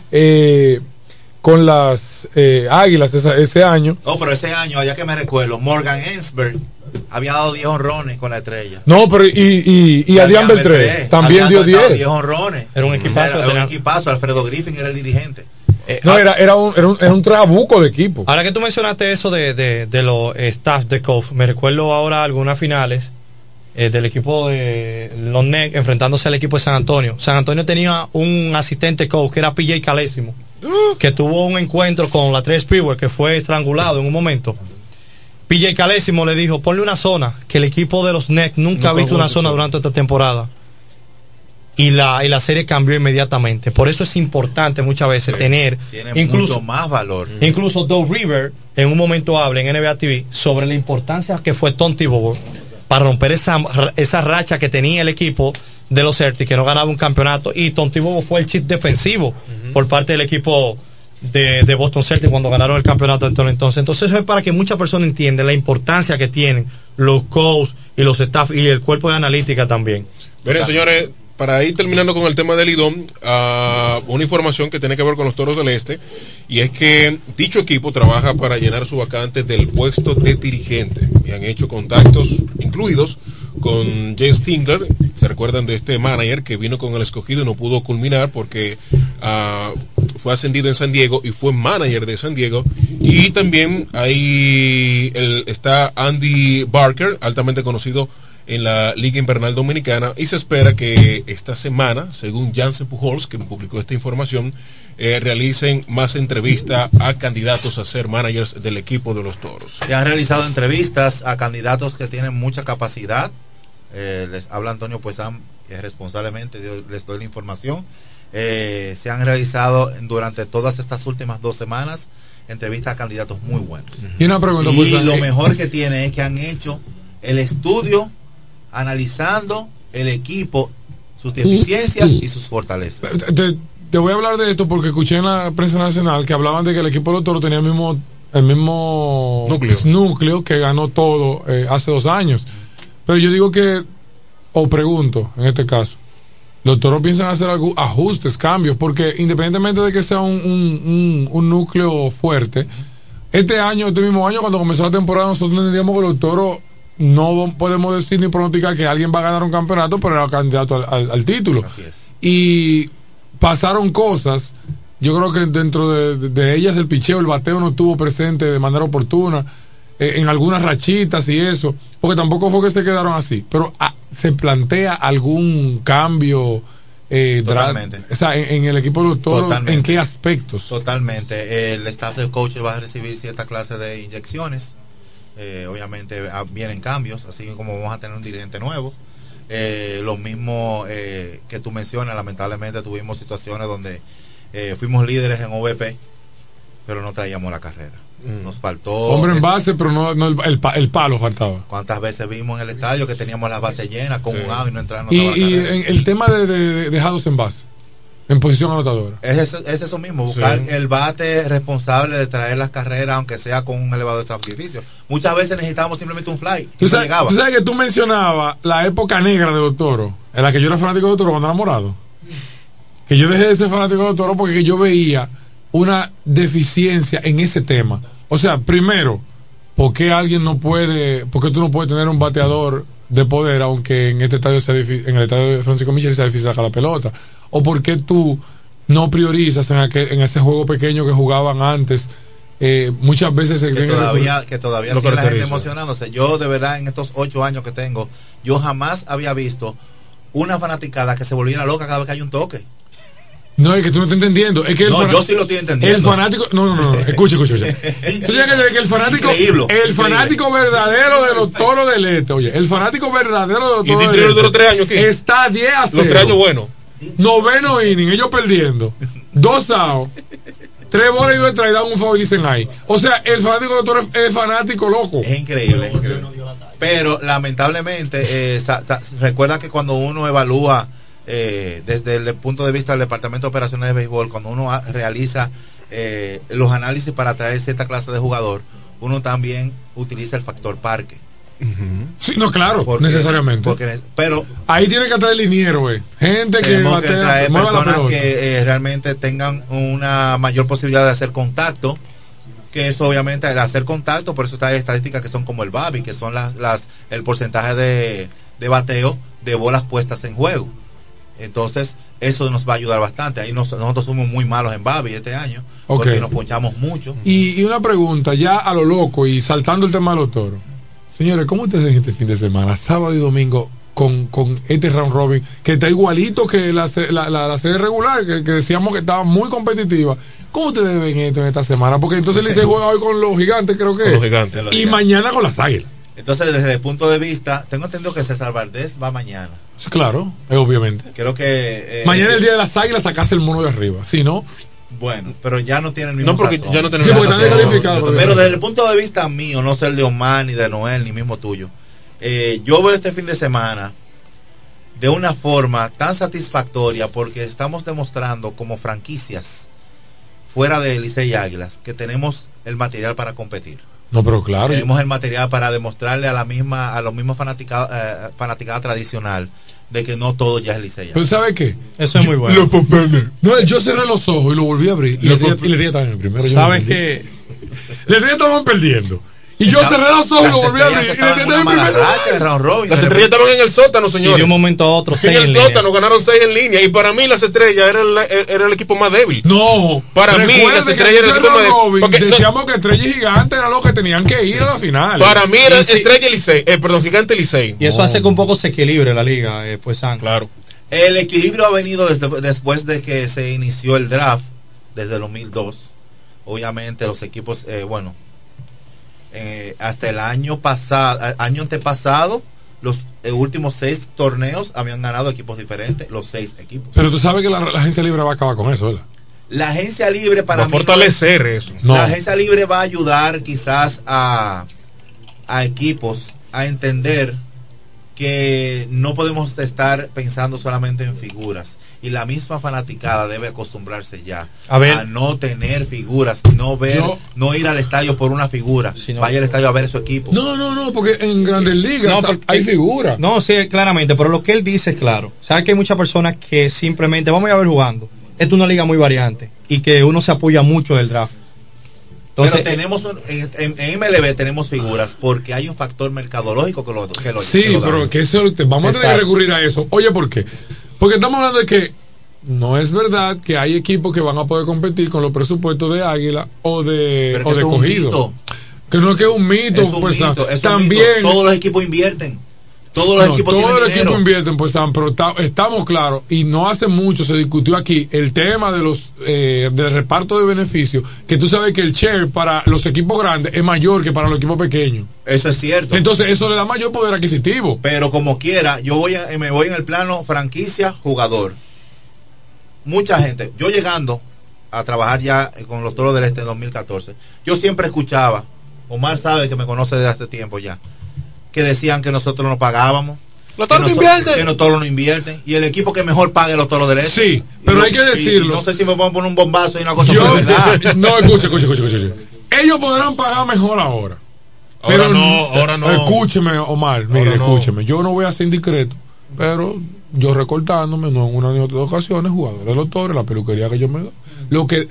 con las Águilas ese año. No, pero ese año, allá que me recuerdo, Morgan Ensberg había dado 10 honrones con la Estrella. No, pero y Adrián Beltré también dio 10 honrones. Era un equipazo. Era un equipazo. Alfredo Griffin era el dirigente. No, era un trabuco de equipo. Ahora que tú mencionaste eso de los staffs de coach, me recuerdo ahora algunas finales del equipo de los Nets enfrentándose al equipo de San Antonio. San Antonio tenía un asistente coach que era PJ Calésimo, que tuvo un encuentro con la Tres Sprewell, que fue estrangulado en un momento. PJ Calésimo le dijo: ponle una zona, que el equipo de los Nets nunca ha visto una zona durante esta temporada. Y la serie cambió inmediatamente. Por eso es importante muchas veces tener mucho más valor. Incluso Doug River en un momento habla en NBA TV sobre la importancia que fue Tom Thibodeau para romper esa racha que tenía el equipo de los Celtics, que no ganaba un campeonato, y Tom Thibodeau fue el chief defensivo por parte del equipo de Boston Celtics cuando ganaron el campeonato de entonces. Entonces eso es para que muchas personas entiendan la importancia que tienen los coaches y los staff y el cuerpo de analítica también. Miren, señores, para ir terminando con el tema del Lidón, una información que tiene que ver con los Toros del Este, y es que dicho equipo trabaja para llenar su vacante del puesto de dirigente, y han hecho contactos incluidos con Jay Stingler. Se recuerdan de este manager que vino con el Escogido y no pudo culminar porque fue ascendido en San Diego y fue manager de San Diego. Y también ahí está Andy Barker, altamente conocido en la Liga Invernal Dominicana, y se espera que esta semana, según Jansen Pujols, que publicó esta información, realicen más entrevistas a candidatos a ser managers del equipo de los Toros. Se han realizado entrevistas a candidatos que tienen mucha capacidad. Les habla Antonio Puesán, responsablemente les doy la información. Se han realizado durante todas estas últimas 2 semanas entrevistas a candidatos muy buenos. Y una pregunta, y lo mejor que tiene es que han hecho el estudio analizando el equipo, sus deficiencias y sus fortalezas. te voy a hablar de esto porque escuché en la prensa nacional que hablaban de que el equipo de los Toros tenía el mismo núcleo que ganó todo hace 2 años. Pero yo digo que, o pregunto en este caso, los Toros piensan hacer algún ajustes, cambios, porque independientemente de que sea un núcleo fuerte, este mismo año, cuando comenzó la temporada, nosotros entendíamos que los Toros no podemos decir ni pronosticar que alguien va a ganar un campeonato, pero era candidato al título. Así es. Y pasaron cosas. Yo creo que dentro de ellas el picheo, el bateo no estuvo presente de manera oportuna, en algunas rachitas y eso, porque tampoco fue que se quedaron así, pero se plantea algún cambio totalmente. O sea, en el equipo de los Toros. Totalmente. ¿En qué aspectos? Totalmente. El staff de coach va a recibir cierta clase de inyecciones. Obviamente vienen cambios, así como vamos a tener un dirigente nuevo. Lo mismo que tú mencionas, lamentablemente tuvimos situaciones donde fuimos líderes en OVP, pero no traíamos la carrera. Nos faltó hombre en base, pero no el palo faltaba. ¿Cuántas veces vimos en el estadio que teníamos las bases llenas con un out y no entraron? Y el tema de dejados en base, en posición anotadora, es eso mismo, buscar el bate responsable de traer las carreras, aunque sea con un elevado sacrificio. Muchas veces necesitábamos simplemente un fly y no llegaba. Tú sabes que tú mencionabas la época negra de los Toros, en la que yo era fanático de los Toros cuando era morado, que yo dejé de ser fanático de los Toros porque yo veía una deficiencia en ese tema. O sea, primero, ¿por qué tú no puedes tener un bateador de poder, aunque en este estadio en el estadio de Francisco Micheli sea difícil sacar la pelota? ¿O por qué tú no priorizas en ese juego pequeño que jugaban antes? Muchas veces que todavía sigue la gente emocionándose. Yo de verdad en estos 8 años que tengo, yo jamás había visto una fanaticada que se volviera loca cada vez que hay un toque. No, es que tú no estás entendiendo. Es que yo sí lo estoy entendiendo. El fanático, no, escucha. Tú tienes que el fanático, fanático verdadero de los Toros del Este, oye, el fanático verdadero de los Toros del Este, de los 3 años, ¿qué? Está 10 a 0. Los 3 años buenos. 9º inning, ellos perdiendo. 2 outs, 3 bolas y 2 entradas, y dan un favor y dicen ahí. O sea, el fanático de los Toros es fanático loco. Es increíble. Pero lamentablemente, recuerda que cuando uno evalúa desde el punto de vista del Departamento de Operaciones de Béisbol, cuando uno realiza los análisis para traer cierta clase de jugador, uno también utiliza el factor parque. Sí, no, claro, necesariamente. Pero ahí tiene que traer liniero, gente que traer personas que realmente tengan una mayor posibilidad de hacer contacto. Que eso obviamente el hacer contacto, por eso está hay estadísticas que son como el BABI, que son el porcentaje de bateo de bolas puestas en juego. Entonces eso nos va a ayudar bastante. Ahí nosotros somos muy malos en Babi este año, porque nos ponchamos mucho. Y una pregunta ya a lo loco y saltando el tema de los Toros, señores, ¿cómo ustedes ven este fin de semana, sábado y domingo, con este round robin que está igualito que la serie regular, que decíamos que estaba muy competitiva? ¿Cómo ustedes ven esto en esta semana? Porque entonces el Licey juega hoy con los Gigantes, creo que con los Gigantes, y mañana con las Águilas. Entonces, desde el punto de vista, tengo entendido que César Valdés va mañana. Sí, claro, obviamente. Creo que mañana el día de las Águilas sacase el mono de arriba. Si no, bueno, pero ya no tiene el mismo. No, porque sazón. ya no tenemos. Sí, porque están descalificados. Pero desde el punto de vista mío, no sé el de Omar, ni de Noel, ni mismo tuyo. Yo veo este fin de semana de una forma tan satisfactoria porque estamos demostrando como franquicias fuera de Licey y Águilas que tenemos el material para competir. No, pero claro. Tenemos el material para demostrarle a los mismos fanaticada tradicional de que no todo ya es Licey. ¿Pero sabe qué? Eso es muy bueno. No, yo cerré los ojos y lo volví a abrir. Y le dije también el primero. ¿Sabes qué? Le dije estaban perdiendo. Y yo cerré los ojos y lo volví a abrir. Las estrellas estaban en el sótano, señores. Y de un momento a otro, en el sótano ganaron 6 en línea. Y para mí las estrellas era el equipo más débil. No. Para mí las estrellas era el equipo más débil. Decíamos que Estrella y Gigante eran los que tenían que ir a la final. Para mí era Estrella y Licey. Gigante y Licey. Y eso hace que un poco se equilibre la liga, pues San. Claro. El equilibrio ha venido después de que se inició el draft, desde el 2002. Obviamente los equipos, hasta el año antepasado, los últimos 6 torneos habían ganado equipos diferentes, los 6 equipos. Pero tú sabes que la agencia libre va a acabar con eso, ¿verdad? La agencia libre va a fortalecer eso. La agencia libre va a ayudar quizás a equipos a entender que no podemos estar pensando solamente en figuras y la misma fanaticada debe acostumbrarse ya a no tener figuras, no ir al estadio por una figura, vaya al estadio a ver su equipo. No, porque en Grandes Ligas hay figuras. No, sí, claramente, pero lo que él dice es claro. Sabes que hay muchas personas que simplemente vamos a ver jugando. Esto es una liga muy variante y que uno se apoya mucho del draft. Entonces, pero tenemos en MLB tenemos figuras porque hay un factor mercadológico que lo sí, que lo pero que eso vamos a tener que recurrir a eso. Oye, ¿por qué? Porque estamos hablando de que no es verdad que hay equipos que van a poder competir con los presupuestos de Águila o de Cogido. Que no es que es un mito, es un pues, mito, también un mito. Todos los equipos invierten. Todos los equipos invierten, pues, pero estamos claros, y no hace mucho se discutió aquí el tema de los del reparto de beneficios, que tú sabes que el share para los equipos grandes es mayor que para los equipos pequeños. Eso es cierto. Entonces eso le da mayor poder adquisitivo. Pero como quiera, me voy en el plano franquicia, jugador. Mucha gente, yo llegando a trabajar ya con los Toros del Este en 2014, yo siempre escuchaba, Omar sabe que me conoce desde hace tiempo ya, que decían que nosotros no pagábamos, los Toros invierten, que los Toros no invierten, y el equipo que mejor pague los Toros del Este. Sí, pero hay que decirlo. No sé si me van a poner un bombazo y una cosa de verdad. No, escuche. Ellos podrán pagar mejor ahora. Pero ahora no. Escúcheme, Omar, mire, escúcheme. Yo no voy a ser indiscreto, pero yo recortándome, no en una ni otra ocasiones, jugadores de los Toros, la peluquería que yo me... Lo que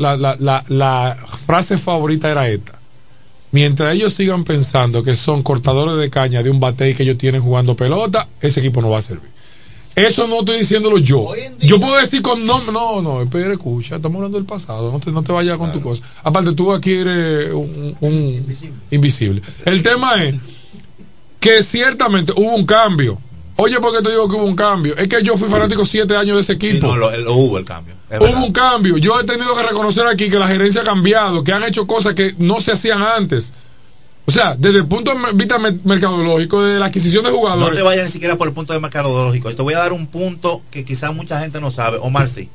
la frase favorita era esta: mientras ellos sigan pensando que son cortadores de caña de un batey que ellos tienen jugando pelota, ese equipo no va a servir. Eso no estoy diciéndolo yo. Yo puedo decir con no, pero escucha, estamos hablando del pasado, no te vayas con tu cosa. Aparte, tú aquí eres un invisible. El tema es que ciertamente hubo un cambio. Oye, ¿por qué te digo que hubo un cambio? Es que yo fui fanático 7 años de ese equipo. Sí, no, hubo el cambio. Hubo un cambio. Yo he tenido que reconocer aquí que la gerencia ha cambiado, que han hecho cosas que no se hacían antes. O sea, desde el punto de vista mercadológico, de la adquisición de jugadores. No te vayas ni siquiera por el punto de mercadológico. Yo te voy a dar un punto que quizás mucha gente no sabe. Omar, sí.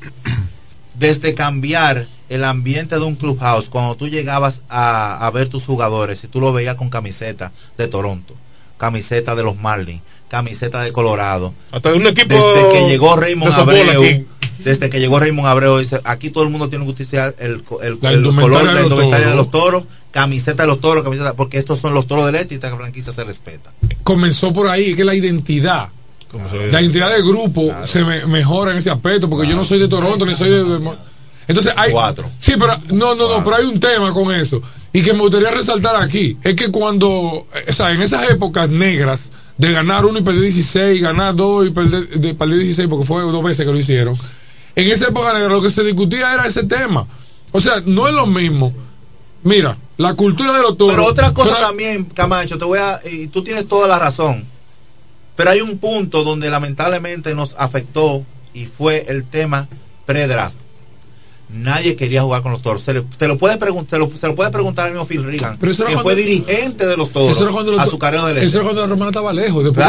Desde cambiar el ambiente de un clubhouse, cuando tú llegabas a ver tus jugadores, si tú lo veías con camiseta de Toronto, camiseta de los Marlins, camiseta de Colorado, hasta de un equipo desde que llegó Raymond Abreu, dice, aquí todo el mundo tiene que utilizar el color de la indumentaria de los Toros, camiseta de los Toros, camiseta, porque estos son los Toros del Este y esta franquicia se respeta. Comenzó por ahí, que la identidad del grupo se mejora en ese aspecto, porque yo no soy de Toronto ni soy de entonces hay sí, pero pero hay un tema con eso, y que me gustaría resaltar aquí, es que cuando, o sea, en esas épocas negras de ganar 1 y perder 16, ganar 2 y perder 16, porque fue 2 veces que lo hicieron, en esa época negra lo que se discutía era ese tema. O sea, no es lo mismo. Mira, la cultura de los Toros. Pero otra cosa también, Camacho, y tú tienes toda la razón, pero hay un punto donde lamentablemente nos afectó, y fue el tema pre-draft. Nadie quería jugar con los Toros. Se lo puede preguntar al mismo Phil Regan, que fue dirigente de los Toros azucarero del Este. Eso era cuando la Romana estaba lejos. Después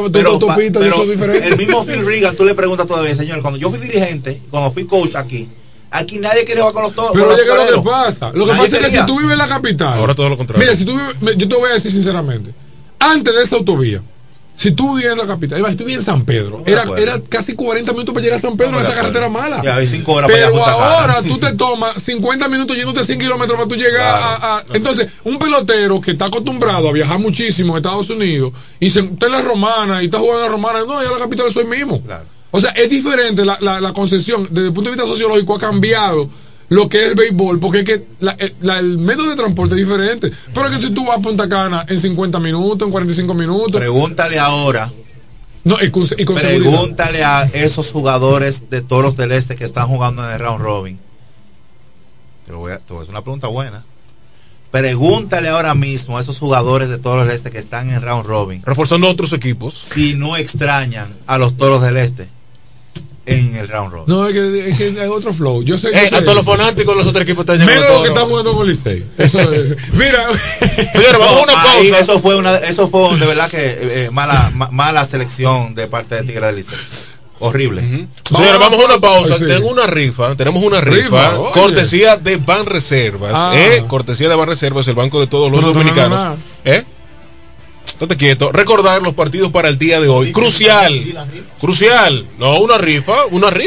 el mismo Phil Regan, tú le preguntas todavía, señor, cuando yo fui dirigente, cuando fui coach aquí nadie quería jugar con los Toros. Pero oye, ¿qué lo que pasa? Lo que pasa es que si tú vives en la capital, ahora todo lo contrario. Mira, si tú vives, yo te voy a decir sinceramente, antes de esa autovía, si tú vivías en la capital, si tú vivías en San Pedro, era casi 40 minutos para llegar a San Pedro, en esa carretera mala. Ya, hay 5 horas pero para allá, ahora tú te tomas 50 minutos yéndote 100 kilómetros para tú llegar Entonces, un pelotero que está acostumbrado a viajar muchísimo en Estados Unidos y está en la Romana y está jugando en la Romana, no, yo en la capital soy mismo. Claro. O sea, es diferente la concepción, desde el punto de vista sociológico ha cambiado lo que es el béisbol, porque es que el método de transporte es diferente. Pero es que si tú vas a Punta Cana en 50 minutos, en 45 minutos. Pregúntale ahora. No, y con pregúntale a esos jugadores de Toros del Este que están jugando en el round robin. Te voy a hacer una pregunta buena. Pregúntale ahora mismo a esos jugadores de Toros del Este que están en round robin, reforzando otros equipos, si no extrañan a los Toros del Este en el round robin. No, es que hay otro flow. Yo sé a todos los fanáticos de los otros equipos están llamando. Mira lo que están jugando con Licey. Eso es. Mira, señores, vamos a una pausa. Eso fue de verdad que mala selección de parte de Tigre del Licey. Horrible. Señores, vamos a una pausa. Tenemos una rifa cortesía de Banreservas. Cortesía de Banreservas, el banco de todos los dominicanos. Estate quieto. Recordar los partidos para el día de hoy. Crucial. No, una rifa.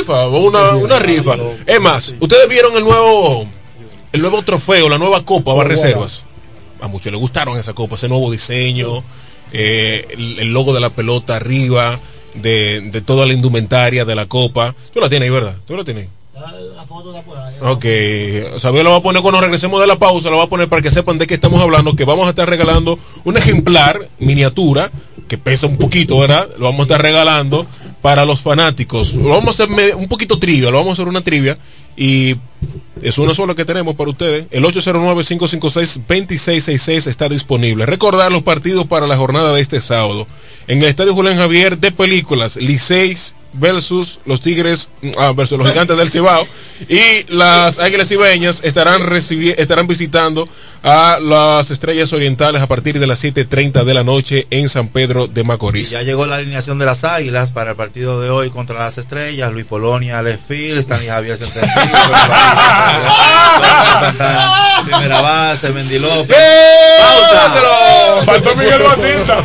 Es más, ustedes vieron el nuevo trofeo, la nueva copa Banreservas. A muchos les gustaron esa copa, ese nuevo diseño, el logo de la pelota arriba, de toda la indumentaria de la copa. Tú la tienes ahí, ¿verdad? Tú la tienes. La foto está por ahí. Ok, Xavier lo va a poner cuando regresemos de la pausa, lo va a poner para que sepan de qué estamos hablando, que vamos a estar regalando un ejemplar miniatura que pesa un poquito, ¿verdad? Lo vamos a estar regalando para los fanáticos. Lo vamos a hacer un poquito trivia, lo vamos a hacer una trivia y es una sola que tenemos para ustedes. El 809-556-2666 está disponible. Recordar los partidos para la jornada de este sábado. En el Estadio Julián Javier de películas, Licey versus los Tigres, versus los Gigantes del Cibao, y las Águilas Cibaeñas estarán visitando a las Estrellas Orientales a partir de las 7:30 de la noche en San Pedro de Macorís. Y ya llegó la alineación de las Águilas para el partido de hoy contra las Estrellas. Luis Polonia, Lefil, Stanley Javier Centenfil, Santana, primera base, Mendy López. ¡Pausa! Faltó Miguel Batista.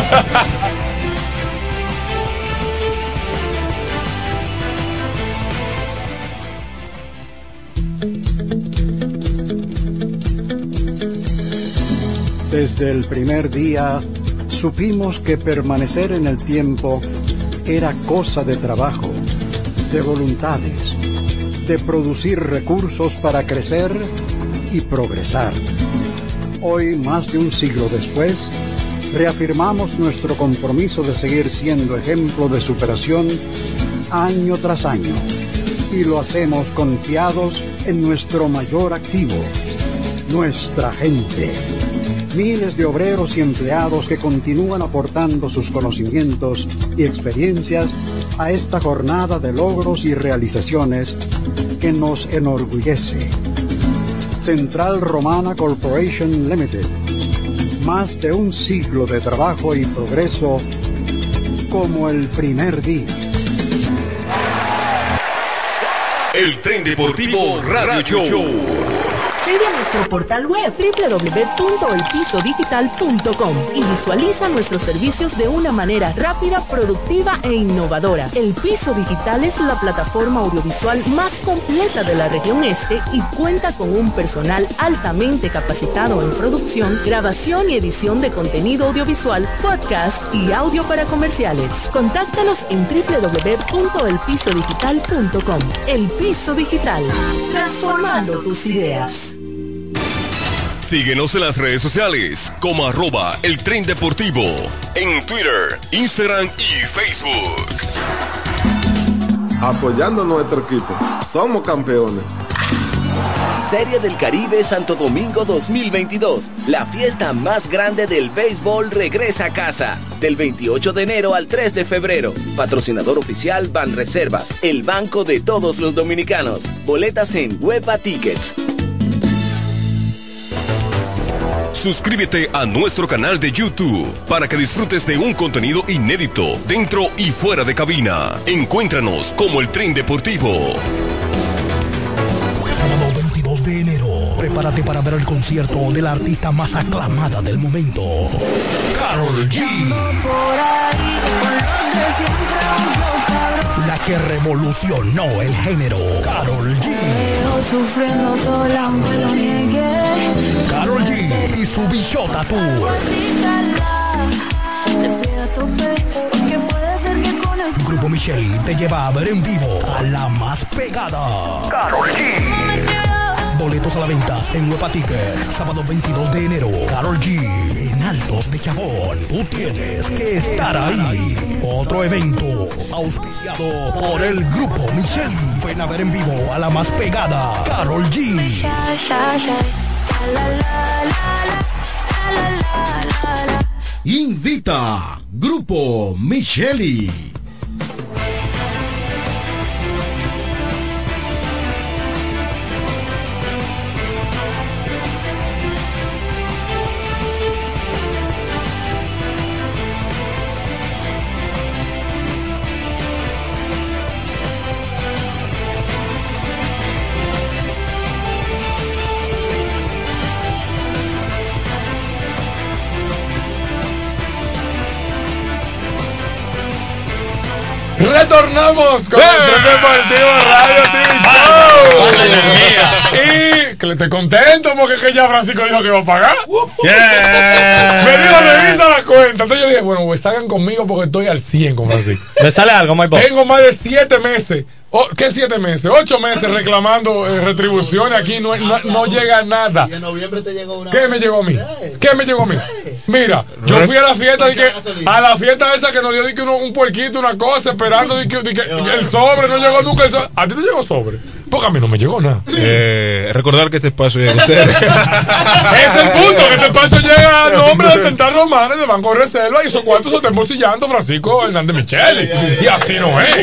Desde el primer día supimos que permanecer en el tiempo era cosa de trabajo, de voluntades, de producir recursos para crecer y progresar. Hoy, más de un siglo después, reafirmamos nuestro compromiso de seguir siendo ejemplo de superación año tras año, y lo hacemos confiados en nuestro mayor activo, nuestra gente. Miles de obreros y empleados que continúan aportando sus conocimientos y experiencias a esta jornada de logros y realizaciones que nos enorgullece. Central Romana Corporation Limited. Más de un siglo de trabajo y progreso como el primer día. El Tren Deportivo Radio Show. Accede a nuestro portal web www.elpisodigital.com y visualiza nuestros servicios de una manera rápida, productiva e innovadora. El Piso Digital es la plataforma audiovisual más completa de la región este y cuenta con un personal altamente capacitado en producción, grabación y edición de contenido audiovisual, podcast y audio para comerciales. Contáctanos en www.elpisodigital.com. El Piso Digital, transformando tus ideas. Síguenos en las redes sociales como @El Tren Deportivo en Twitter, Instagram y Facebook. Apoyando a nuestro equipo. Somos campeones. Serie del Caribe Santo Domingo 2022. La fiesta más grande del béisbol regresa a casa. Del 28 de enero al 3 de febrero. Patrocinador oficial Banreservas, el banco de todos los dominicanos. Boletas en Huepa Tickets. Suscríbete a nuestro canal de YouTube para que disfrutes de un contenido inédito dentro y fuera de cabina. Encuéntranos como El Tren Deportivo. Sábado 22 de enero, prepárate para ver el concierto de la artista más aclamada del momento, Karol G. La que revolucionó el género, Karol G. Karol G y su Bichota Tour. Grupo Micheli te lleva a ver en vivo a la más pegada, Karol G. Boletos a la venta en Huepa Tickets, sábado 22 de enero. Karol G en Altos de Chabón. Tú tienes que estar ahí. Otro evento auspiciado por el Grupo Micheli. Ven a ver en vivo a la más pegada, Karol G. Invita Grupo Micheli. Retornamos con el Tren Deportivo Radio TV Show. Y que le estoy contento porque es que ya Francisco dijo que iba a pagar. Me dijo, revisa la cuenta. Entonces yo dije, bueno, pues salgan conmigo porque estoy al 100 con Francisco. ¿Le sale algo, my boss? Tengo más de 7 meses. ¿Qué 7 meses? 8 meses reclamando retribuciones. Aquí no llega nada. Y en noviembre te llegó una. ¿Qué me llegó a mí? ¿Qué me llegó a mí? Mira, yo fui a la fiesta a la fiesta esa que nos dio un puerquito, una cosa, esperando que el sobre no llegó nunca. ¿A ti te llegó sobre? Porque a mí no me llegó nada. Recordar que este espacio llega a ustedes. Es el punto, que este espacio llega al nombre del Central Romana y del Banco de Reserva, y esos cuantos se están embolsillando Francisco Hernández Micheli. Y así no es.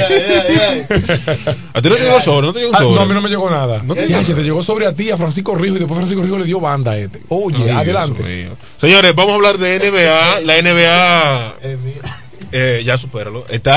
¿A ti no te llegó sobre? ¿No te llegó un sobre? No, a mí no me llegó nada. Te llegó sobre a ti, a Francisco Rijo, y después Francisco Rijo le dio banda a este. Oye, adelante. Señores, vamos a hablar de NBA. La NBA ya supéralo. Está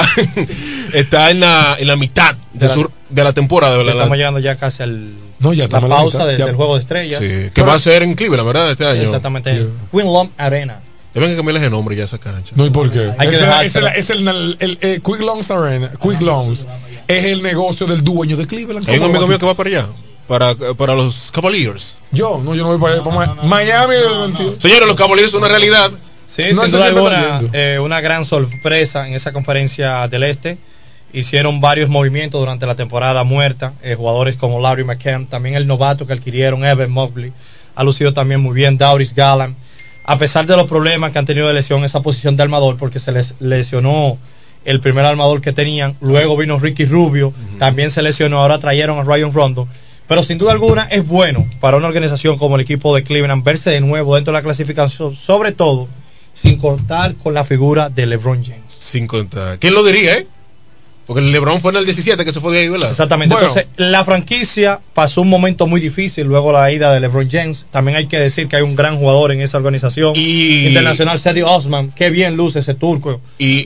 en la mitad de la temporada. Estamos llegando ya casi al la pausa del juego de estrellas. Sí, que va a ser en Cleveland, ¿verdad? Este año. Exactamente. Queen Long Arena. Deben que cambiarles el nombre ya a esa cancha. No, ¿y por qué? Es el Quick Loans Arena. Quick Loans es el negocio del dueño de Cleveland. Hay un amigo mío que va para allá. Para los Cavaliers. Yo no voy para allá. Para Miami. Señores, los Cavaliers son una realidad. Sí, sin duda alguna, una gran sorpresa en esa conferencia del Este. Hicieron varios movimientos durante la temporada muerta. Jugadores como Larry McCann, también el novato que adquirieron, Evan Mobley, ha lucido también muy bien Darius Garland. A pesar de los problemas que han tenido de lesión en esa posición de armador, porque se les lesionó el primer armador que tenían, luego vino Ricky Rubio, también se lesionó, ahora trajeron a Rajon Rondo. Pero sin duda alguna es bueno para una organización como el equipo de Cleveland verse de nuevo dentro de la clasificación, sobre todo sin contar con la figura de LeBron James. Sin contar. ¿Quién lo diría, Porque el LeBron fue en el 17 que se fue de ahí, ¿verdad? Exactamente. Bueno. Entonces, la franquicia pasó un momento muy difícil luego la ida de LeBron James. También hay que decir que hay un gran jugador en esa organización internacional, Sergio Osman. Qué bien luce ese turco.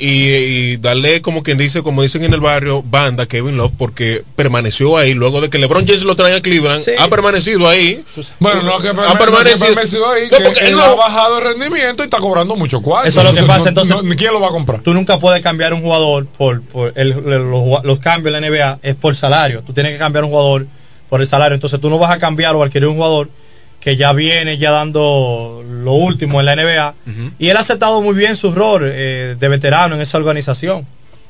Y darle, como quien dice, como dicen en el barrio, banda a Kevin Love, porque permaneció ahí. Luego de que LeBron James lo traía a Cleveland, ha permanecido ahí. Bueno, no, que ha permanecido ahí, que él ha bajado el rendimiento y está cobrando mucho cuarto. Eso es lo que pasa. Entonces, ¿quién lo va a comprar? Tú nunca puedes cambiar un jugador por los cambios en la NBA es por salario. Tú tienes que cambiar un jugador por el salario. Entonces tú no vas a cambiar o adquirir un jugador que ya viene ya dando lo último en la NBA. Y él ha aceptado muy bien su rol de veterano en esa organización.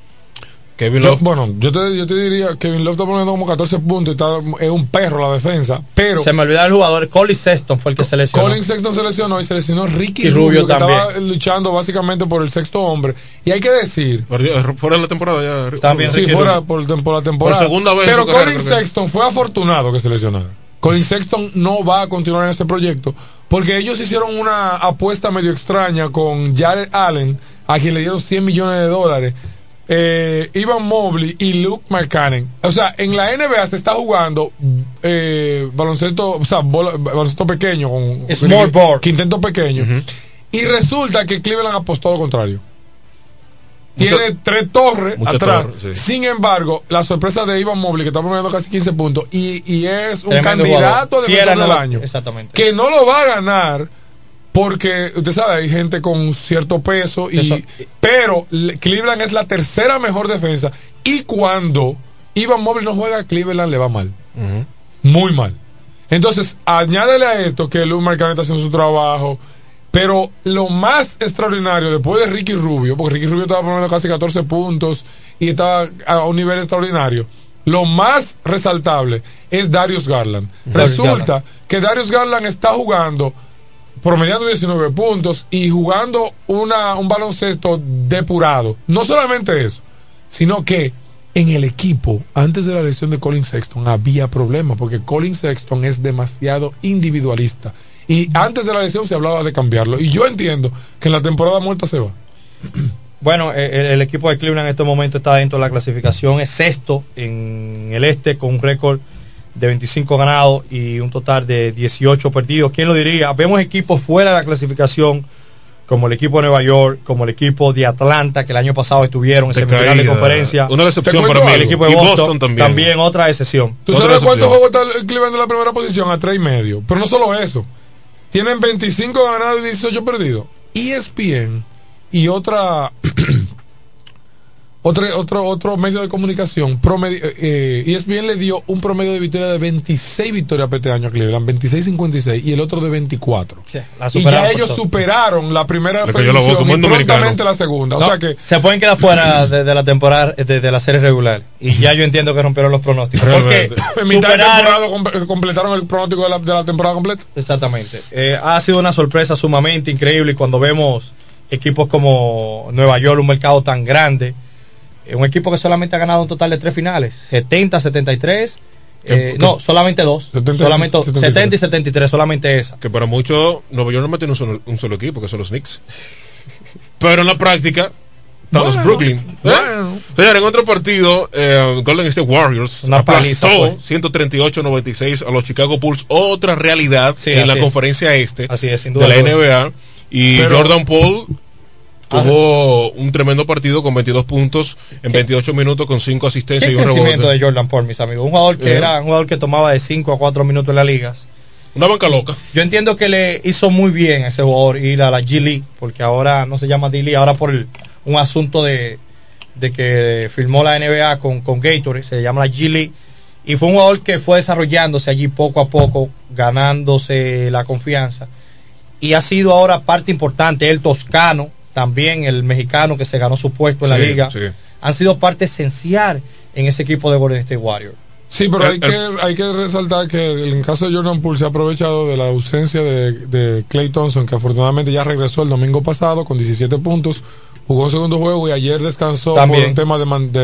Kevin Love. Yo te diría, Kevin Love está poniendo como 14 puntos y es un perro la defensa, pero se me olvidó el jugador. Colin Sexton fue el que se lesionó. Colin Sexton se lesionó y se lesionó Ricky Rubio, que también estaba luchando básicamente por el sexto hombre. Y hay que decir, fuera de la temporada ya. También sí, fuera por la temporada. Por segunda vez. Pero Colin Sexton fue afortunado que se lesionara. Colin Sexton no va a continuar en este proyecto porque ellos hicieron una apuesta medio extraña con Jared Allen, a quien le dieron $100 millones. Evan Mobley y Luke McCann. O sea, en la NBA se está jugando baloncesto, o sea, baloncesto pequeño con small board, quinteto pequeño. Y resulta que Cleveland apostó lo contrario. Tiene 3 torres atrás. Sin embargo, la sorpresa de Evan Mobley, que está poniendo casi 15 puntos, y es un candidato a defensor del año. Exactamente. Que no lo va a ganar. Porque, usted sabe, hay gente con cierto peso, pero Cleveland es la tercera mejor defensa. Y cuando Evan Mobley no juega, Cleveland le va mal. Muy mal. Entonces, añádele a esto que Luke McCann está haciendo su trabajo. Pero lo más extraordinario, después de Ricky Rubio, porque Ricky Rubio estaba poniendo casi 14 puntos y estaba a un nivel extraordinario, lo más resaltable es Darius Garland. Resulta que Darius Garland está jugando promediando 19 puntos y jugando un baloncesto depurado. No solamente eso, sino que en el equipo, antes de la lesión de Colin Sexton, había problemas, porque Colin Sexton es demasiado individualista. Y antes de la lesión se hablaba de cambiarlo. Y yo entiendo que en la temporada muerta se va. Bueno, el equipo de Cleveland en este momento está dentro de la clasificación, es sexto en el este con un récord de 25 ganados y un total de 18 perdidos. ¿Quién lo diría? Vemos equipos fuera de la clasificación como el equipo de Nueva York, como el equipo de Atlanta, que el año pasado estuvieron en semifinal de conferencia. Una excepción para mí. El equipo de Boston también otra excepción. ¿Tú sabes cuántos juegos está el Cleveland en la primera posición? A 3.5. Pero no solo eso. Tienen 25 ganados y 18 perdidos. ESPN y otra Otro medio de comunicación, ESPN le dio un promedio de victoria de 26 victorias para este año a Cleveland, 26-56, y el otro de 24. Y ya ellos superaron la primera predicción y prontamente la segunda. No, o sea que se pueden quedar fuera de la temporada, de la serie regular. Y ya yo entiendo que rompieron los pronósticos. Porque en mitad de temporada completaron el pronóstico de la temporada completa. Exactamente. Ha sido una sorpresa sumamente increíble, y cuando vemos equipos como Nueva York, un mercado tan grande, un equipo que solamente ha ganado un total de 3 finales, 70, 73, no, solamente 2, 70 y 73, solamente esa. Que para muchos Nueva York no tiene un solo equipo, que son los Knicks. Pero en la práctica están los Brooklyn. Señores, en otro partido, Golden State Warriors aplastó 138-96 a los Chicago Bulls, otra realidad en la conferencia este sin duda de la NBA. Y Jordan Poole tuvo un tremendo partido con 22 puntos en 28 minutos, con 5 asistencias y un rebote. ¿Qué crecimiento de Jordan Poole, mis amigos? Un jugador que era un jugador que tomaba de 5 a 4 minutos en las ligas. Una banca loca. Yo entiendo que le hizo muy bien a ese jugador ir a la G League, porque ahora no se llama D League, ahora por un asunto de que firmó la NBA con Gatorade, se llama la G League, y fue un jugador que fue desarrollándose allí poco a poco, ganándose la confianza, y ha sido ahora parte importante. El toscano, también el mexicano que se ganó su puesto en la liga, han sido parte esencial en ese equipo de Golden State Warriors. Sí, pero hay que resaltar que en caso de Jordan Poole se ha aprovechado de la ausencia de Klay Thompson, que afortunadamente ya regresó el domingo pasado con 17 puntos, jugó un segundo juego y ayer descansó por un tema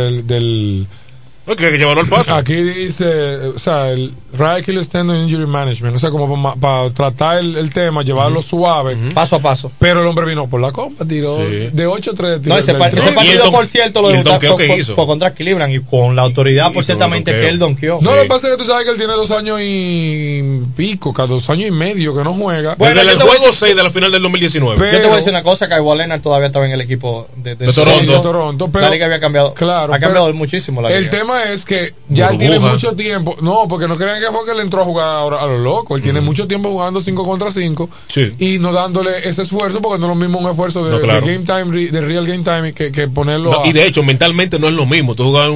del que llevarlo al paso. Aquí dice, o sea, el Right Achilles Tendon Injury Management, o sea, como para tratar el tema, llevarlo suave, paso a paso. Pero el hombre vino por la compa, tiró de 8-3. No, ese partido, por cierto, lo fue contra Cleveland, y con la autoridad, por ciertamente, que él donkeó. No, lo que pasa es que tú sabes que él tiene 2 años y pico, cada 2 años y medio que no juega. Bueno, desde el juego 6 de la final del 2019. Yo te voy a decir una cosa, que Kawhi Leonard todavía estaba en el equipo de Toronto. Pero la liga había cambiado. Claro, ha cambiado muchísimo la liga. El tema es que ya tiene mucho tiempo. No, porque no crean que fue que él entró a jugar ahora a lo loco. Él tiene mucho tiempo jugando 5 contra 5 y no dándole ese esfuerzo, porque no es lo mismo un esfuerzo de game time, de real game time, que ponerlo y de hecho mentalmente no es lo mismo. Tú jugas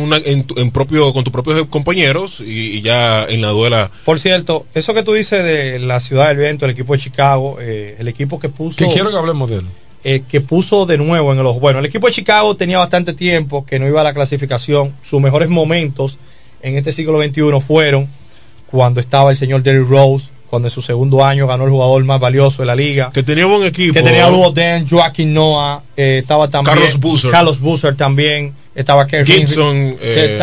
con tus propios compañeros y ya en la duela. Por cierto, eso que tú dices de la ciudad del viento, el equipo de Chicago, el equipo que puso, que quiero que hablemos de él, que puso de nuevo en los... Bueno, el equipo de Chicago tenía bastante tiempo que no iba a la clasificación. Sus mejores momentos en este siglo XXI fueron cuando estaba el señor Derrick Rose, cuando en su segundo año ganó el jugador más valioso de la liga. Que tenía buen equipo. Que tenía Luol Deng, Joaquin Noah, estaba también Carlos Boozer también, estaba Gibson,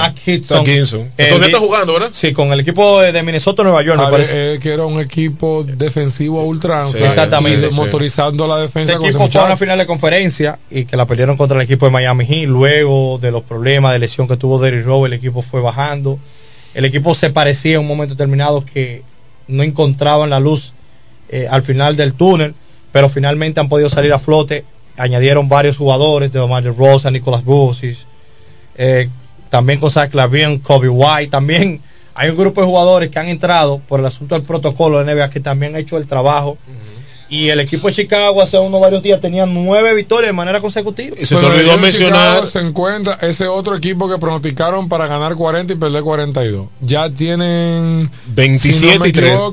Gibson. Todavía está jugando, ¿verdad? Sí, con el equipo de Minnesota, Nueva York, me parece. Que era un equipo defensivo a ultranza. Exactamente. Motorizando la defensa. Ese equipo fue a una final de conferencia y que la perdieron contra el equipo de Miami Heat. Luego de los problemas de lesión que tuvo Derrick Rose, el equipo fue bajando. El equipo se parecía en un momento determinado que no encontraban la luz al final del túnel, pero finalmente han podido salir a flote. Añadieron varios jugadores, de Omar DeRozan, Nicolas Vucevic, también con Zach LaVine, Kobe White. También hay un grupo de jugadores que han entrado por el asunto del protocolo de NBA, que también han hecho el trabajo. Y el equipo de Chicago hace varios días tenía 9 victorias de manera consecutiva. Y se te olvidó mencionar, se encuentra ese otro equipo que pronosticaron para ganar 40 y perder 42. Ya tienen 27 y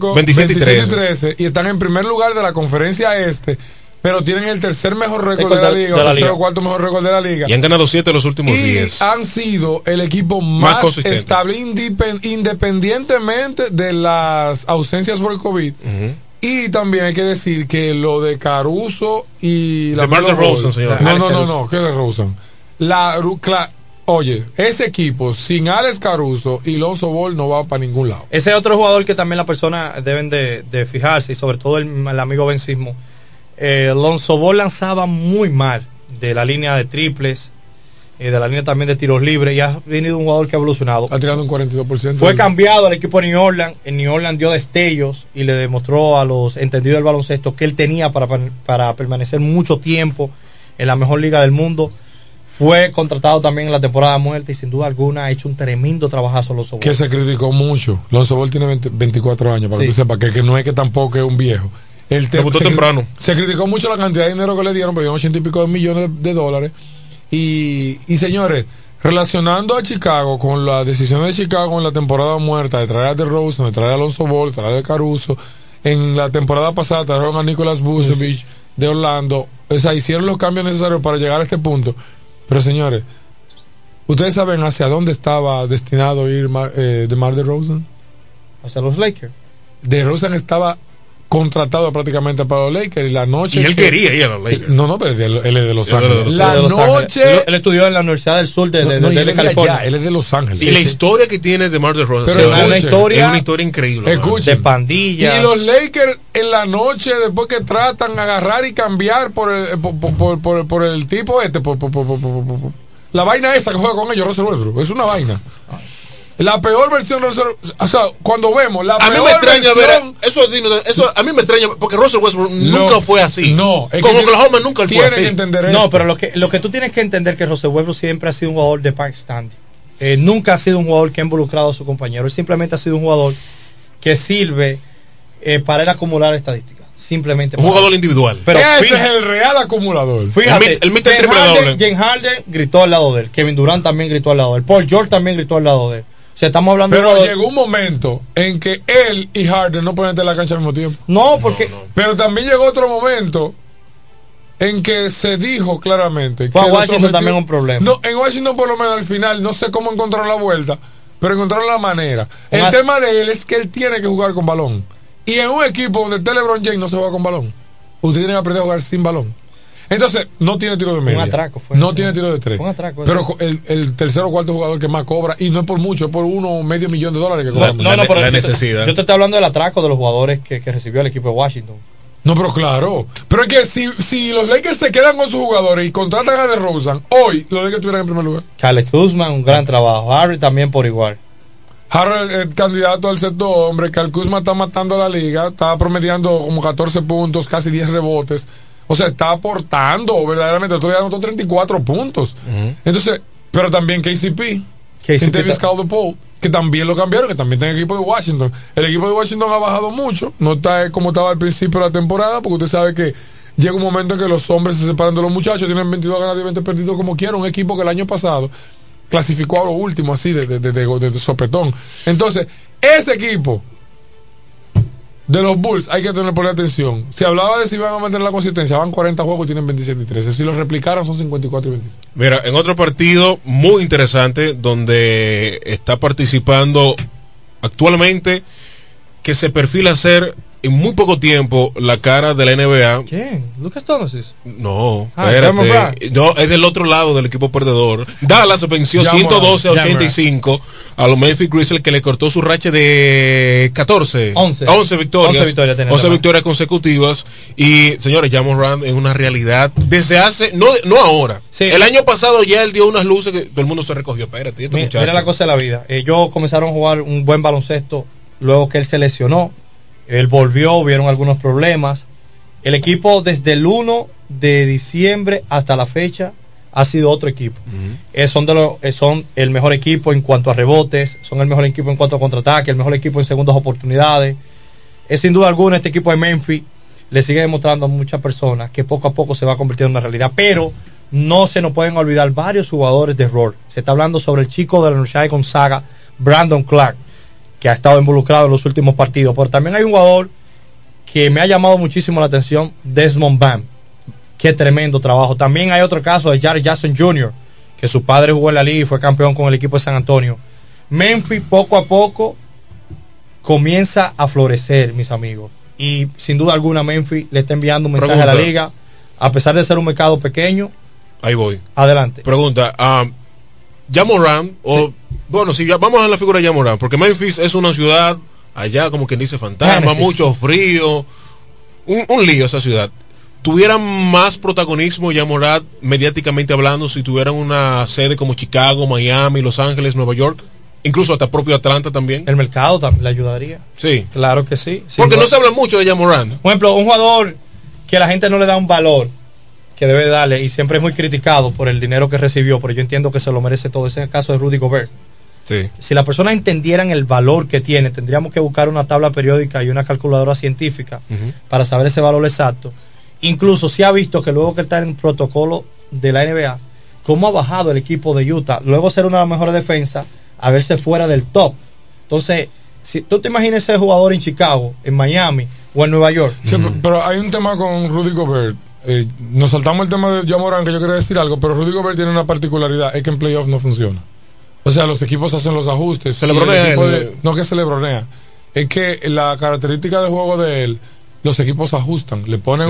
13 y están en primer lugar de la conferencia este, pero tienen el tercer mejor récord de la liga, el tercer o cuarto mejor récord de la liga. Y han ganado 7 de los últimos 10. Han sido el equipo más estable, independientemente de las ausencias por el COVID. Y también hay que decir que lo de Caruso y la de Rosen, señor. No, ¿qué de Rosen? Oye, ese equipo sin Alex Caruso y Lonzo Ball no va para ningún lado. Ese es otro jugador que también las personas deben de fijarse, y sobre todo el amigo Ben Simmons. Lonzo Ball lanzaba muy mal de la línea de triples, de la línea también de tiros libres, y ha venido un jugador que ha evolucionado. Ha tirado un 42%. Fue cambiado al equipo de New Orleans. En New Orleans dio destellos y le demostró a los entendidos del baloncesto que él tenía para permanecer mucho tiempo en la mejor liga del mundo. Fue contratado también en la temporada muerta y sin duda alguna ha hecho un tremendo trabajazo Lonzo Ball. Que se criticó mucho. Lonzo Ball tiene 24 años, para que tú sepas que no es que tampoco es un viejo. Debutó temprano. Se criticó mucho la cantidad de dinero que le dieron, pero dieron 80 y pico de millones de dólares. Y señores, relacionando a Chicago con la decisión de Chicago en la temporada muerta de traer a DeRozan, de traer a Alonso Ball, de traer a Caruso, en la temporada pasada trajeron a Nicolas Vucevic de Orlando, o sea, hicieron los cambios necesarios para llegar a este punto. Pero señores, ¿ustedes saben hacia dónde estaba destinado a ir DeMar DeRozan? Hacia los Lakers. DeRozan estaba contratado prácticamente para los Lakers y la noche y él quería ir a los Lakers. No, pero él es de Los Ángeles. La noche él estudió en la Universidad del Sur de California. Él es de Los Ángeles. Y la historia que tiene de DeMar DeRozan es una historia increíble. Escuchen, de pandillas. Y los Lakers en la noche, después que tratan de agarrar y cambiar por el tipo la vaina esa que juega con ellos, Russell Westbrook, es una vaina. La peor versión de Russell, o sea, cuando vemos la peor versión, eso a mí me extraña porque Russell Westbrook nunca fue así. No, es como Oklahoma nunca fue así. Que entender no, pero lo que tú tienes que entender que Russell Westbrook siempre ha sido un jugador de back standing. Nunca ha sido un jugador que ha involucrado a su compañero. Él simplemente ha sido un jugador que sirve para él acumular estadísticas. Simplemente un jugador individual. Pero ese es el real acumulador. Fíjate, el Mr. Triple Doble. James Harden gritó al lado de él. Kevin Durant también gritó al lado de él. Paul George también gritó al lado de él. O sea, estamos hablando pero llegó un momento en que él y Harden no pueden estar en la cancha al mismo tiempo. No, porque pero también llegó otro momento en que se dijo claramente que Washington también un problema. No, en Washington por lo menos al final no sé cómo encontraron la vuelta, pero encontraron la manera. El tema de él es que él tiene que jugar con balón. Y en un equipo donde está LeBron James no se juega con balón. Usted tiene que aprender a jugar sin balón. Entonces, no tiene tiro de media. Un atraco fue no tiene tiro de tres. Un atraco. Pero el tercer o cuarto jugador que más cobra, y no es por mucho, es por $1.5 million que cobra. No, pero la necesidad. Yo te estoy hablando del atraco de los jugadores que recibió el equipo de Washington. No, pero claro. Pero es que si los Lakers se quedan con sus jugadores y contratan a DeRozan, hoy los Lakers estuvieran en primer lugar. Kyle Kuzma, un gran trabajo. Harry también por igual. Harry, el candidato al sexto hombre. Kyle Kuzma está matando a la liga. Está promediando como 14 puntos, casi 10 rebotes. O sea, está aportando verdaderamente. Todavía anotó 34 puntos. Entonces, pero también KCP Kentavious Caldwell-Pope, que también lo cambiaron, que también está en el equipo de Washington. El equipo de Washington ha bajado mucho. No está como estaba al principio de la temporada, porque usted sabe que llega un momento en que los hombres se separan de los muchachos. Tienen 22 ganados y 20 perdidos como quieran. Un equipo que el año pasado clasificó a lo último, así de sopetón. Entonces, ese equipo de los Bulls hay que tener por atención. Se hablaba de si van a mantener la consistencia, van 40 juegos y tienen 27 y 13. Si lo replicaron son 54 y 26. Mira, en otro partido muy interesante donde está participando actualmente, que se perfila ser en muy poco tiempo la cara de la NBA. ¿Quién? ¿Lucas Doncic? No, espérate. No, es del otro lado del equipo perdedor. Dallas venció 112-85 a los Memphis Grizzlies, que le cortó su racha de 11 victorias. 11 victorias consecutivas. Y señores, Ja Morant es una realidad desde hace, no ahora. Sí, el año pasado ya él dio unas luces que todo el mundo se recogió. Espérate, mira la cosa de la vida. Ellos comenzaron a jugar un buen baloncesto luego que él se lesionó. Él volvió, hubieron algunos problemas. El equipo desde el 1 de diciembre hasta la fecha ha sido otro equipo. Son el mejor equipo en cuanto a rebotes, son el mejor equipo en cuanto a contraataque, el mejor equipo en segundas oportunidades. Es sin duda alguna este equipo de Memphis le sigue demostrando a muchas personas que poco a poco se va convirtiendo en una realidad, pero no se nos pueden olvidar varios jugadores de rol. Se está hablando sobre el chico de la Universidad de Gonzaga, Brandon Clark, que ha estado involucrado en los últimos partidos. Pero también hay un jugador que me ha llamado muchísimo la atención, Desmond Bam. Qué tremendo trabajo. También hay otro caso de Jaren Jackson Jr., que su padre jugó en la liga y fue campeón con el equipo de San Antonio. Memphis poco a poco comienza a florecer, mis amigos. Y sin duda alguna Memphis le está enviando un mensaje a la liga. A pesar de ser un mercado pequeño. Ahí voy. Adelante. Pregunta, Ja Morant o... Sí. Bueno, si ya vamos a la figura de Ja Morant, porque Memphis es una ciudad allá como quien dice fantasma, mucho frío, un lío esa ciudad. ¿Tuvieran más protagonismo Ja Morant mediáticamente hablando si tuvieran una sede como Chicago, Miami, Los Ángeles, Nueva York? Incluso hasta propio Atlanta también. El mercado también le ayudaría. Sí. Claro que sí. Porque no se habla mucho de Ja Morant. Por ejemplo, un jugador que la gente no le da un valor que debe darle y siempre es muy criticado por el dinero que recibió, pero yo entiendo que se lo merece todo. Ese es el caso de Rudy Gobert. Sí. Si las personas entendieran el valor que tiene, tendríamos que buscar una tabla periódica y una calculadora científica para saber ese valor exacto. Incluso se ha visto que luego que está en el protocolo de la NBA, cómo ha bajado el equipo de Utah. Luego ser una de las mejores defensas, a verse fuera del top. Entonces, si tú te imaginas ese jugador en Chicago, en Miami o en Nueva York. Sí, pero hay un tema con Rudy Gobert. Nos saltamos el tema de Ja Morant, que yo quería decir algo, pero Rudy Gobert tiene una particularidad, es que en playoff no funciona. O sea, los equipos hacen los ajustes. Se le bronea. No que se le bronea. Es que la característica de juego de él, los equipos ajustan. Le ponen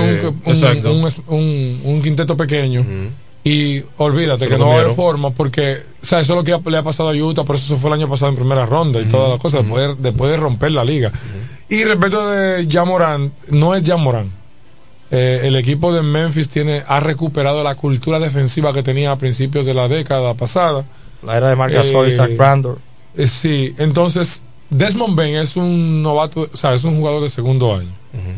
un quinteto pequeño y olvídate que no va a haber forma, porque, o sea, eso es lo que le ha pasado a Utah, por eso fue el año pasado en primera ronda y todas las cosas, después de romper la liga. Y respecto de Ja Morant, no es Ja Morant. El equipo de Memphis ha recuperado la cultura defensiva que tenía a principios de la década pasada. La era de Marc Gasol y Zach Brandon. Sí, entonces Desmond Bain es un novato, o sea, es un jugador de segundo año.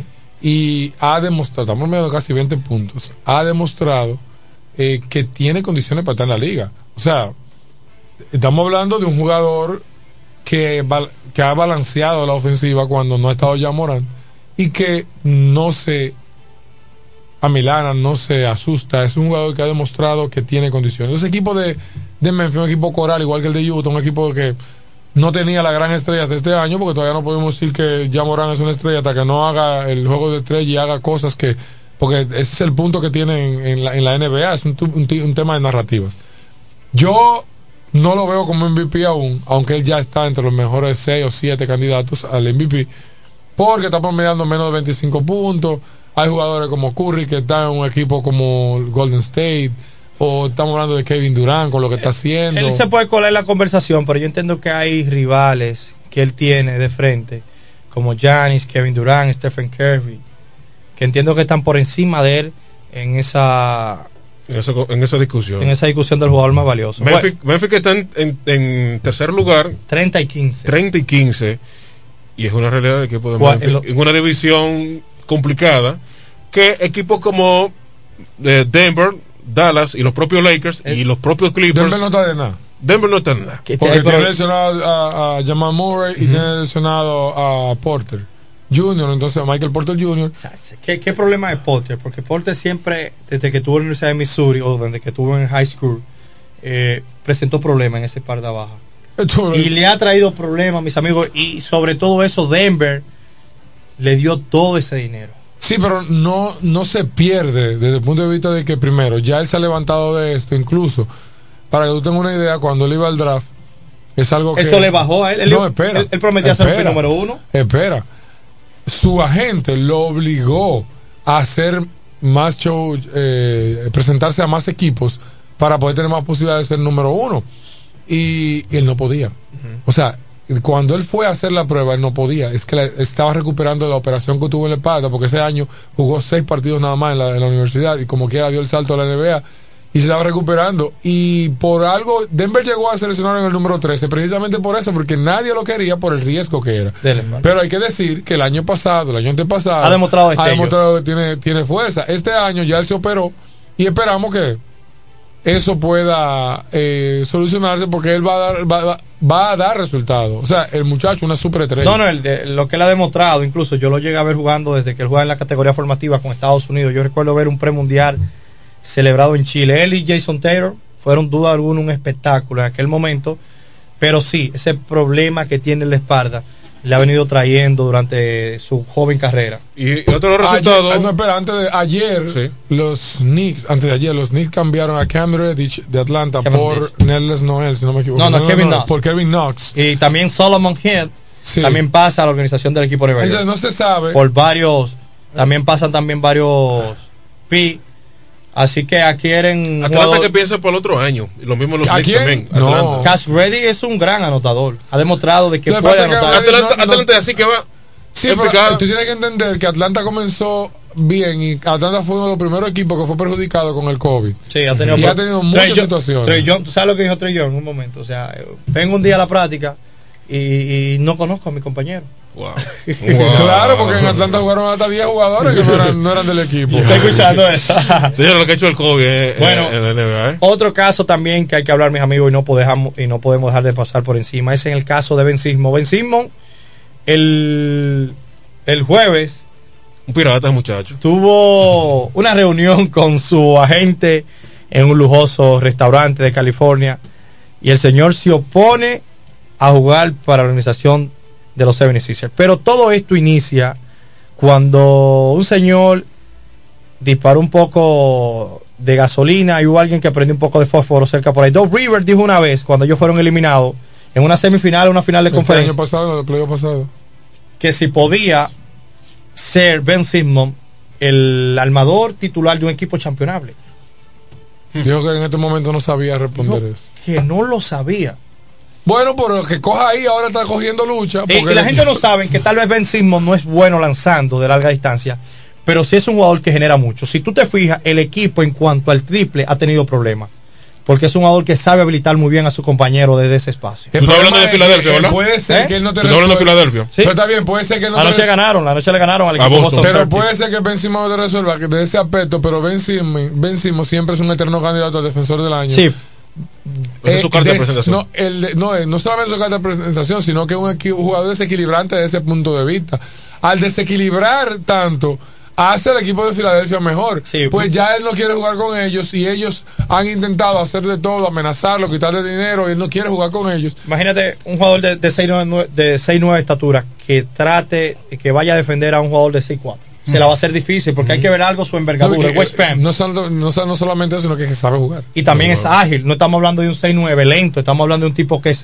Y ha demostrado, estamos medio casi 20 puntos, ha demostrado que tiene condiciones para estar en la liga. O sea, estamos hablando de un jugador que ha balanceado la ofensiva cuando no ha estado Ja Morant y que no se amilana, no se asusta. Es un jugador que ha demostrado que tiene condiciones. Ese equipo de Memphis, un equipo coral igual que el de Utah, un equipo que no tenía la gran estrella de este año, porque todavía no podemos decir que Ja Morant es una estrella hasta que no haga el juego de estrella y haga cosas que, porque ese es el punto que tienen en la NBA, es un tema de narrativas. Yo no lo veo como MVP aún, aunque él ya está entre los mejores 6 o 7 candidatos al MVP, porque está promediando menos de 25 puntos. Hay jugadores como Curry que están en un equipo como Golden State, o estamos hablando de Kevin Durant con lo que está haciendo. Él se puede colar en la conversación, pero yo entiendo que hay rivales que él tiene de frente, como Giannis, Kevin Durant, Stephen Curry, que entiendo que están por encima de él en esa discusión. En esa discusión del jugador más valioso. Memphis que está en tercer lugar. 30 y 15. 30 y 15. Y es una realidad del equipo de Memphis. En una división complicada, que equipos como Denver, Dallas y los propios Lakers y los propios Clippers. Denver no está de nada. Denver no está de nada. Porque tiene lesionado a Jamal Murray y tiene lesionado a Porter Jr., entonces Michael Porter Jr. ¿Qué problema es Porter? Porque Porter siempre, desde que tuvo en la Universidad de Missouri o desde que tuvo en high school, presentó problemas en ese par de baja. Y le ha traído problemas, mis amigos, y sobre todo eso Denver le dio todo ese dinero. Sí, pero no se pierde desde el punto de vista de que primero, ya él se ha levantado de esto, incluso, para que tú tengas una idea, cuando él iba al draft, es algo que... Eso le bajó a él. No, espera. Él prometía ser el número 1. Espera. Su agente lo obligó a hacer más show, presentarse a más equipos para poder tener más posibilidades de ser número 1. Y él no podía. O sea, cuando él fue a hacer la prueba, él no podía. Es que estaba recuperando la operación que tuvo en la espalda, porque ese año jugó 6 partidos nada más en la universidad y como quiera dio el salto a la NBA y se estaba recuperando. Y por algo, Denver llegó a seleccionar en el número 13, precisamente por eso, porque nadie lo quería por el riesgo que era. Pero hay que decir que el año antepasado, ha demostrado que tiene fuerza. Este año ya él se operó y esperamos que eso pueda solucionarse, porque él va a dar resultados. O sea, el muchacho, una superestrella. No, lo que él ha demostrado, incluso yo lo llegué a ver jugando desde que él juega en la categoría formativa con Estados Unidos. Yo recuerdo ver un premundial celebrado en Chile. Él y Jason Taylor fueron, duda alguna, un espectáculo en aquel momento. Pero sí, ese problema que tiene en la espalda le ha venido trayendo durante su joven carrera. Y otro resultado. Ayer los Knicks cambiaron a Cam Reddish de Atlanta por Nerlens Noel, si no me equivoco. Kevin Knox. Por Kevin Knox. Y también Solomon Hill también pasa a la organización del equipo de Nueva York. No se sabe. Por varios, también pasan varios P. Así que adquieren Atlanta que piensa por el otro año. Y lo mismo los Knicks también. No. Cash Reddy es un gran anotador. Ha demostrado de que puede anotar. Atlanta así que va. Sí, pero tú tienes que entender que Atlanta comenzó bien y Atlanta fue uno de los primeros equipos que fue perjudicado con el COVID. Sí, ha tenido muchas situaciones. ¿Tú sabes lo que dijo Trey Young en un momento? O sea, vengo un día a la práctica y no conozco a mi compañero. Wow. Claro, porque en Atlanta jugaron hasta 10 jugadores que no eran del equipo. Estoy escuchando eso. Señor, lo que ha hecho el COVID bueno, en la NBA. Otro caso también que hay que hablar, mis amigos, y no podemos dejar de pasar por encima, es en el caso de Ben Simmons. Ben Simmons, el jueves, un pirata, muchacho, tuvo una reunión con su agente en un lujoso restaurante de California, y el señor se opone a jugar para la organización de los 76ers. Pero todo esto inicia cuando un señor disparó un poco de gasolina y hubo alguien que prendió un poco de fósforo cerca por ahí. Doc Rivers dijo una vez, cuando ellos fueron eliminados en una semifinal, una final de conferencia, año pasado, el playoff pasado, que si podía ser Ben Simmons el armador titular de un equipo championable. Dijo que en este momento no sabía responder eso. Que no lo sabía. Bueno, pero que coja ahí, ahora está cogiendo lucha. Y la gente no sabe que tal vez Ben Simmons no es bueno lanzando de larga distancia, pero sí es un jugador que genera mucho. Si tú te fijas, el equipo en cuanto al triple ha tenido problemas, porque es un jugador que sabe habilitar muy bien a su compañero desde ese espacio. Tú estás hablando de Filadelfia, ¿verdad? Puede ser que él no te resuelva. Hablando de Filadelfia. Sí. Pero está bien, puede ser que no la noche le ganaron al equipo Boston. Pero puede ser que Ben Simmons te resuelva que de ese aspecto, pero Ben Simmons siempre es un eterno candidato a defensor del año. Sí. Esa es su carta de presentación. No solamente su carta de presentación, sino que es un jugador desequilibrante desde ese punto de vista. Al desequilibrar tanto, hace el equipo de Filadelfia mejor. Sí, pues ya él no quiere jugar con ellos y ellos han intentado hacer de todo, amenazarlo, quitarle dinero y él no quiere jugar con ellos. Imagínate un jugador de 6'9 de estatura que trate, que vaya a defender a un jugador de 6'4. Se la va a hacer difícil porque hay que ver algo su envergadura. No solamente eso, sino que sabe jugar. Y también es ágil. No estamos hablando de un 6'9 lento, estamos hablando de un tipo que es...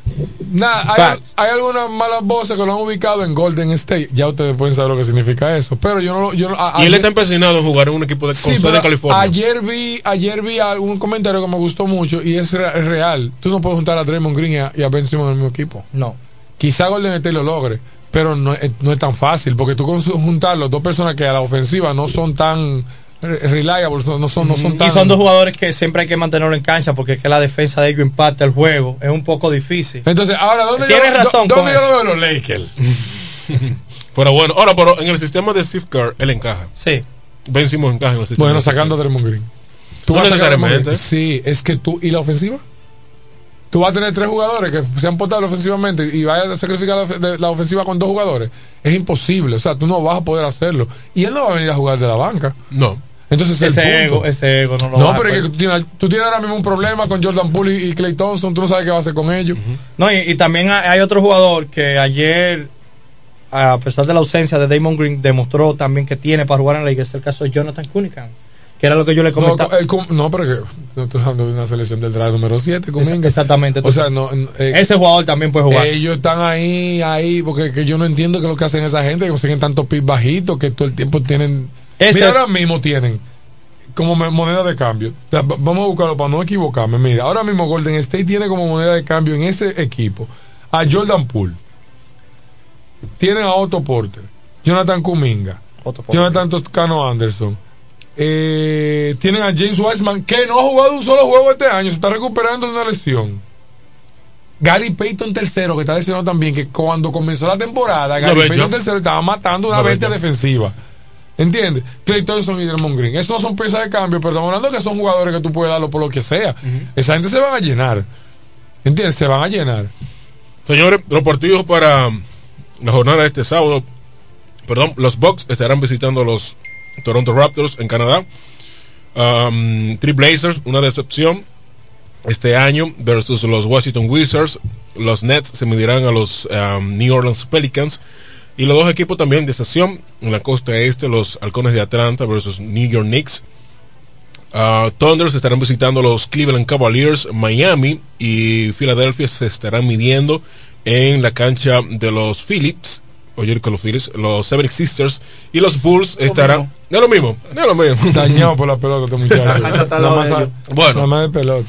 Hay algunas malas voces que lo han ubicado en Golden State. Ya ustedes pueden saber lo que significa eso. Pero y él está empecinado en jugar en un equipo de California. Ayer vi algún comentario que me gustó mucho y es real. Tú no puedes juntar a Draymond Green y a Ben Simmons en el mismo equipo. No. Quizá Golden State lo logre, pero no es tan fácil, porque tú juntar los dos personas que a la ofensiva no son tan reliable, no son tan... Y son dos jugadores que siempre hay que mantenerlo en cancha, porque es que la defensa de ellos impacta el juego, es un poco difícil. Entonces, ahora, ¿dónde yo lo veo los Lakers? Pero bueno, ahora pero en el sistema de Steve Kerr, él encaja. Sí. Ben Simmons encaja en el sistema. Bueno, sacando a Draymond Green. ¿Tú vas necesariamente? Sí, es que tú... ¿Y la ofensiva? Tú vas a tener 3 jugadores que sean potables ofensivamente y vayas a sacrificar la ofensiva con 2 jugadores. Es imposible, o sea, tú no vas a poder hacerlo. Y él no va a venir a jugar de la banca. No. Entonces ese ego no lo va a hacer. No, pero tú tienes ahora mismo un problema con Jordan Poole y Klay Thompson, tú no sabes qué va a hacer con ellos. No, y también hay otro jugador que ayer, a pesar de la ausencia de Draymond Green, demostró también que tiene para jugar en la liga, es el caso de Jonathan Cunningham, que era lo que yo le comentaba. No, pero que no estoy hablando de una selección del draft número 7. Exactamente. O sea, ese jugador también puede jugar. Ellos están ahí, porque que yo no entiendo qué es lo que hacen esa gente, que consiguen tantos picks bajitos, que todo el tiempo tienen... Mira, ahora mismo tienen como moneda de cambio. O sea, vamos a buscarlo para no equivocarme. Mira, ahora mismo Golden State tiene como moneda de cambio en ese equipo a Jordan Poole. Tienen a Otto Porter, Jonathan Kuminga, Jonathan Toscano Anderson. Tienen a James Wiseman, que no ha jugado un solo juego este año, se está recuperando de una lesión. Gary Payton tercero, que está lesionado también, que cuando comenzó la temporada Gary Payton tercero estaba matando una bestia defensiva. ¿Entiendes? Klay Thompson y Draymond Green, esos no son piezas de cambio, pero estamos hablando que son jugadores que tú puedes darlo por lo que sea. Esa gente se van a llenar, ¿entiendes? Se van a llenar. Señores, los partidos para la jornada de este sábado, los Bucks estarán visitando los Toronto Raptors en Canadá. Trail Blazers, una decepción este año, versus los Washington Wizards. Los Nets se medirán a los New Orleans Pelicans. Y los dos equipos también de excepción en la costa este, los Halcones de Atlanta versus New York Knicks. Thunders estarán visitando los Cleveland Cavaliers. Miami y Filadelfia se estarán midiendo en la cancha de los Phillips. Oye, con los Phillies, los 76ers y los Bulls estarán. No es lo mismo. Dañado por la pelota, este muchacho. Bueno, más de pelota.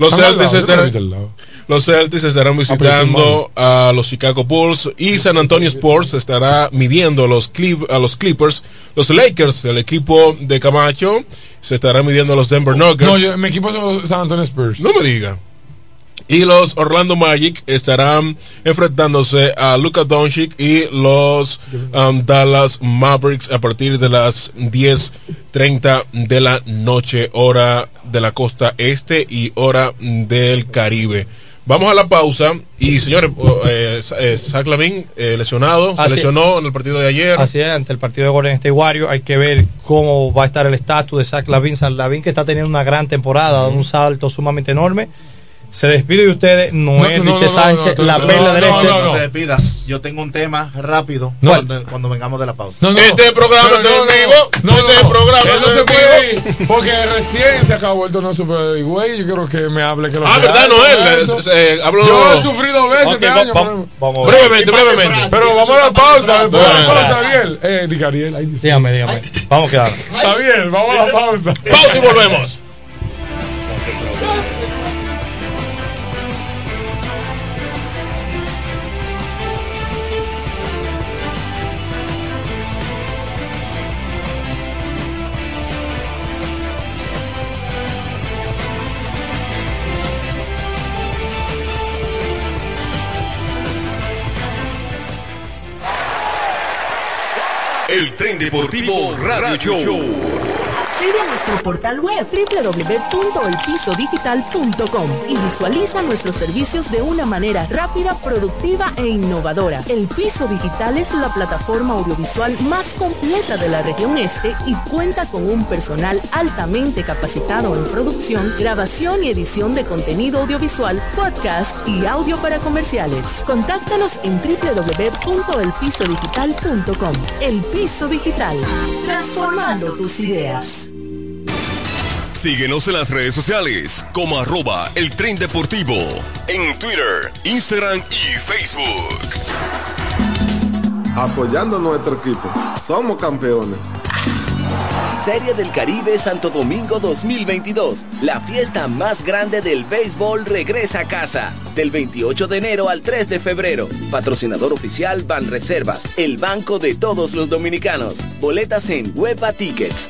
Los Celtics estarán visitando a los Chicago Bulls y San Antonio Spurs estará midiendo a los Clippers. Los Lakers, el equipo de Camacho, se estará midiendo a los Denver Nuggets. No, mi equipo es los San Antonio Spurs. No me diga. Y los Orlando Magic estarán enfrentándose a Luka Doncic y los Dallas Mavericks a partir de las 10:30 de la noche, hora de la costa este y hora del Caribe. Vamos a la pausa y señores, Zach LaVine lesionado, se lesionó en el partido de ayer. Así es, ante el partido de Golden State Warriors. Hay que ver cómo va a estar el estatus de Zach LaVine. Zach LaVine, que está teniendo una gran temporada, dando un salto sumamente enorme. Se despide de ustedes, Noel Sánchez, la perla del este. No te despidas, yo tengo un tema rápido cuando vengamos de la pausa. Este programa es en vivo. Este programa no se puede ir, porque recién se acabó el torneo Super de güey. Yo quiero que me hable que lo verdad, Noel. Yo he sufrido veces este año. Brevemente. Pero vamos a la pausa. Después Ariel. Dígame. Vamos a quedar. Xavier, vamos a la pausa. Pausa y volvemos. El Tren Deportivo Radio Show. Accede a nuestro portal web www.elpisodigital.com y visualiza nuestros servicios de una manera rápida, productiva e innovadora. El Piso Digital es la plataforma audiovisual más completa de la región este y cuenta con un personal altamente capacitado en producción, grabación y edición de contenido audiovisual, podcast y audio para comerciales. Contáctanos en www.elpisodigital.com. El Piso Digital, transformando tus ideas. Síguenos en las redes sociales como @El Tren Deportivo en Twitter, Instagram y Facebook. Apoyando a nuestro equipo. Somos campeones. Serie del Caribe Santo Domingo 2022. La fiesta más grande del béisbol regresa a casa. Del 28 de enero al 3 de febrero. Patrocinador oficial Banreservas, el banco de todos los dominicanos. Boletas en Huepa Tickets.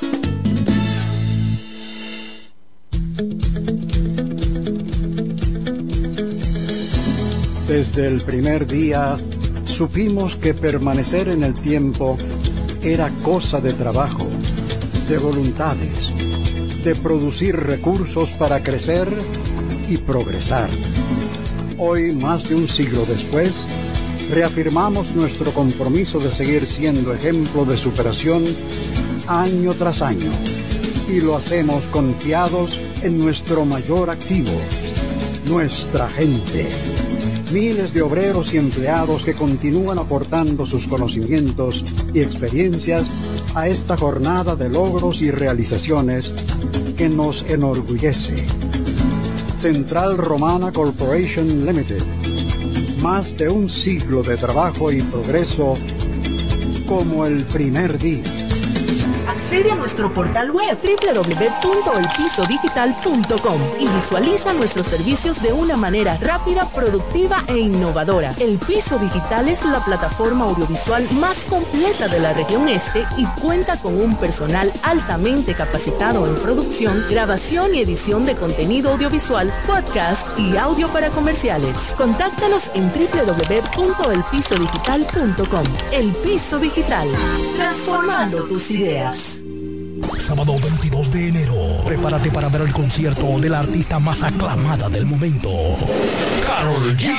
Desde el primer día supimos que permanecer en el tiempo era cosa de trabajo, de voluntades, de producir recursos para crecer y progresar. Hoy, más de un siglo después, reafirmamos nuestro compromiso de seguir siendo ejemplo de superación año tras año, y lo hacemos confiados en nuestro mayor activo, nuestra gente. Miles de obreros y empleados que continúan aportando sus conocimientos y experiencias a esta jornada de logros y realizaciones que nos enorgullece. Central Romana Corporation Limited. Más de un siglo de trabajo y progreso como el primer día. Accede a nuestro portal web www.elpisodigital.com y visualiza nuestros servicios de una manera rápida, productiva e innovadora. El Piso Digital es la plataforma audiovisual más completa de la región este y cuenta con un personal altamente capacitado en producción, grabación y edición de contenido audiovisual, podcast y audio para comerciales. Contáctanos en www.elpisodigital.com. El Piso Digital, transformando tus ideas. Sábado 22 de enero, prepárate para ver el concierto de la artista más aclamada del momento, Karol G.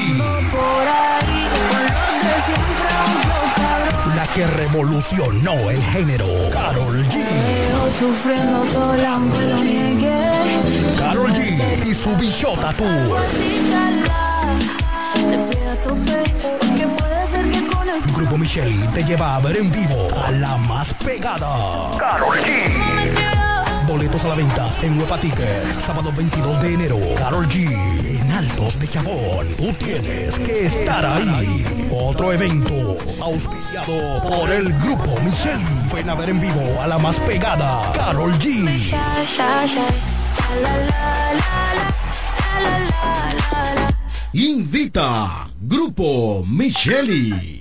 La que revolucionó el género, Karol G. Karol G y su Bichota Tour. Grupo Micheli te lleva a ver en vivo a la más pegada, Karol G. Boletos a la venta en Huepa Tickets. Sábado 22 de enero, Karol G en Altos de Chabón. Tú tienes que estar ahí. Otro evento auspiciado por el Grupo Micheli. Ven a ver en vivo a la más pegada, Karol G. Invita Grupo Micheli.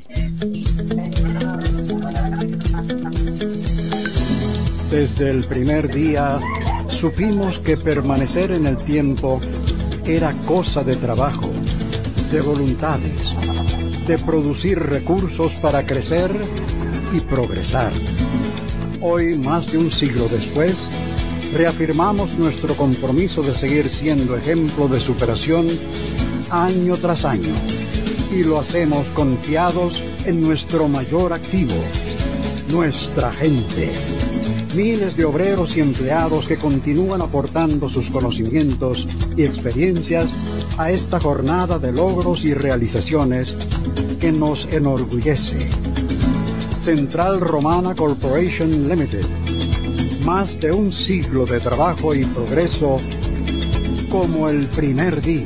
Desde el primer día supimos que permanecer en el tiempo era cosa de trabajo, de voluntades, de producir recursos para crecer y progresar. Hoy, más de un siglo después, reafirmamos nuestro compromiso de seguir siendo ejemplo de superación año tras año. Y lo hacemos confiados en nuestro mayor activo, nuestra gente. Miles de obreros y empleados que continúan aportando sus conocimientos y experiencias a esta jornada de logros y realizaciones que nos enorgullece. Central Romana Corporation Limited. Más de un siglo de trabajo y progreso como el primer día.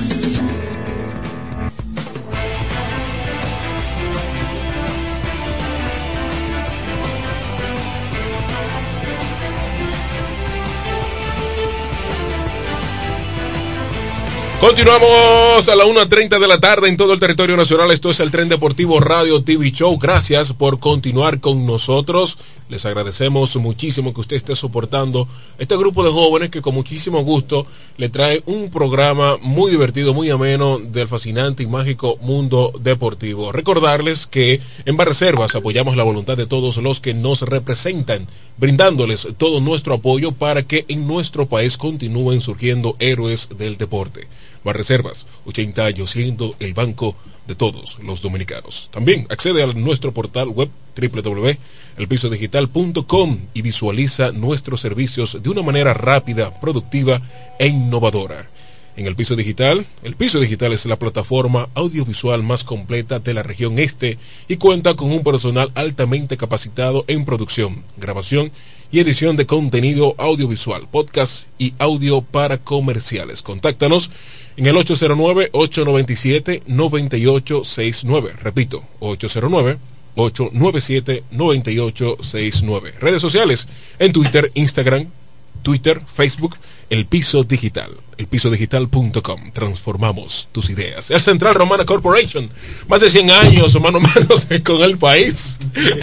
Continuamos a la 1:30 de la tarde en todo el territorio nacional. Esto es el Tren Deportivo Radio TV Show. Gracias por continuar con nosotros. Les agradecemos muchísimo que usted esté soportando este grupo de jóvenes que con muchísimo gusto le trae un programa muy divertido, muy ameno del fascinante y mágico mundo deportivo. Recordarles que en Banreservas apoyamos la voluntad de todos los que nos representan, brindándoles todo nuestro apoyo para que en nuestro país continúen surgiendo héroes del deporte. Banreservas, 80 años siendo el banco de todos los dominicanos. También accede a nuestro portal web www.elpisodigital.com y visualiza nuestros servicios de una manera rápida, productiva e innovadora. En El Piso Digital es la plataforma audiovisual más completa de la región este y cuenta con un personal altamente capacitado en producción, grabación y edición de contenido audiovisual, podcast y audio para comerciales. Contáctanos en el 809-897-9869. Repito, 809-897-9869. Redes sociales en Twitter, Instagram, Facebook, El Piso Digital, elpisodigital.com. Transformamos tus ideas. El Central Romana Corporation, más de 100 años mano a mano con el país,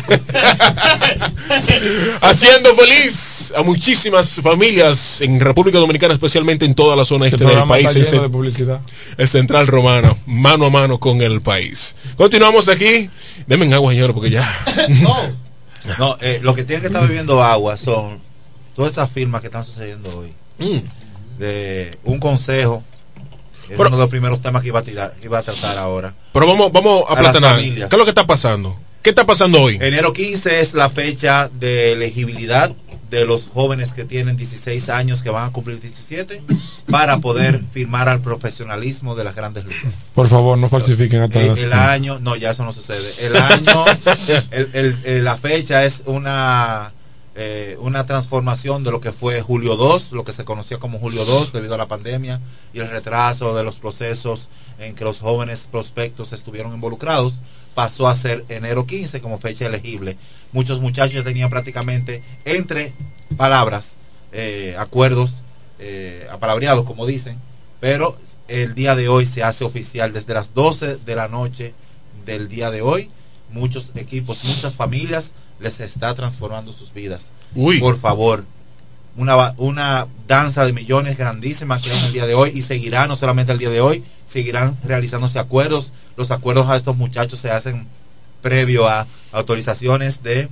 haciendo feliz a muchísimas familias en República Dominicana, especialmente en toda la zona este del país. El Central Romano, mano a mano con el país. Continuamos aquí. Denme agua, señor, porque ya no, lo que tienen que estar bebiendo agua son todas esas firmas que están sucediendo hoy. De un consejo es uno de los primeros temas que iba a tratar ahora. Pero vamos a platanar. ¿Qué es lo que está pasando? ¿Qué está pasando hoy? Enero 15 es la fecha de elegibilidad de los jóvenes que tienen 16 años, que van a cumplir 17, para poder firmar al profesionalismo de las grandes ligas. Por favor, no falsifiquen el año. No, ya eso no sucede. El año, la fecha es una transformación de lo que fue Julio 2, lo que se conocía como Julio 2 debido a la pandemia y el retraso de los procesos en que los jóvenes prospectos estuvieron involucrados. Pasó a ser enero 15 como fecha elegible. Muchos muchachos ya tenían prácticamente, entre palabras, acuerdos apalabreados, como dicen, pero el día de hoy se hace oficial. Desde las 12 de la noche del día de hoy, muchos equipos, muchas familias les está transformando sus vidas. Por favor, una danza de millones grandísima que es el día de hoy, y seguirá, no solamente el día de hoy, seguirán realizándose acuerdos. Los acuerdos a estos muchachos se hacen previo a autorizaciones de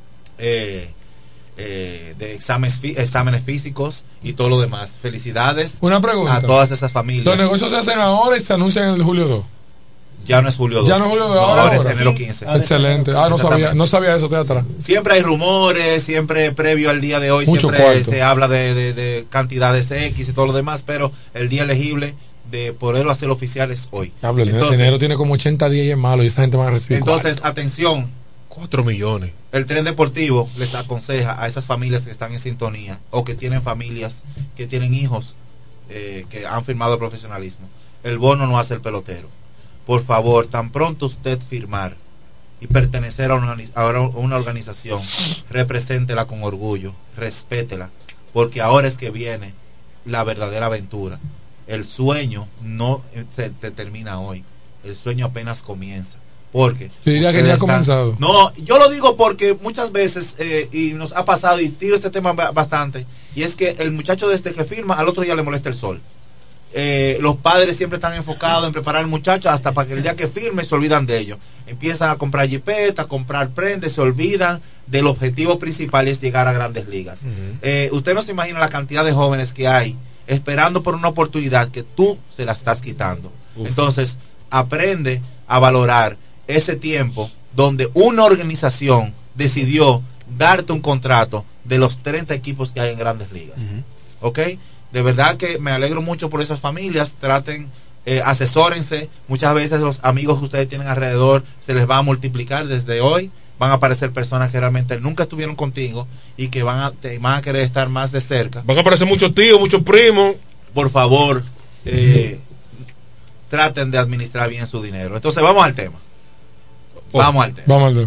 exámenes físicos y todo lo demás. Felicidades. Una pregunta a todas esas familias. Los negocios se hacen ahora y se anuncian en el Julio 2. Ya no es Julio 2. Ya no es Julio 2, ahora es enero 15. Excelente. No sabía eso de atrás. Siempre hay rumores, siempre previo al día de hoy, mucho siempre cuarto. Se habla de cantidades X y todo lo demás, pero el día elegible de poderlo hacer oficial es hoy. Entonces, enero tiene como 80 días y es malo, y esa gente va a recibir. Entonces, atención. 4 millones. El Tren Deportivo les aconseja a esas familias que están en sintonía o que tienen familias, que tienen hijos que han firmado el profesionalismo. El bono no hace el pelotero. Por favor, tan pronto usted firmar y pertenecer a una organización, represéntela con orgullo, respétela, porque ahora es que viene la verdadera aventura. El sueño no se termina hoy, el sueño apenas comienza. Porque yo diría que ya ha comenzado. No, yo lo digo porque muchas veces y nos ha pasado, y tiro este tema bastante, y es que el muchacho desde que firma al otro día le molesta el sol. Los padres siempre están enfocados en preparar al muchacho hasta para que el día que firme se olvidan de ellos. Empiezan a comprar jipetas, a comprar prendas, se olvidan del objetivo principal, es llegar a grandes ligas. Usted no se imagina la cantidad de jóvenes que hay esperando por una oportunidad que tú se la estás quitando. Entonces, aprende a valorar ese tiempo donde una organización decidió darte un contrato de los 30 equipos que hay en Grandes Ligas. ¿Ok? De verdad que me alegro mucho por esas familias. Traten, asesórense. Muchas veces los amigos que ustedes tienen alrededor se les va a multiplicar desde hoy. Van a aparecer personas que realmente nunca estuvieron contigo y que van a querer estar más de cerca. Van a aparecer muchos tíos, muchos primos. Por favor, traten de administrar bien su dinero. Entonces vamos al tema. Vamos al tema.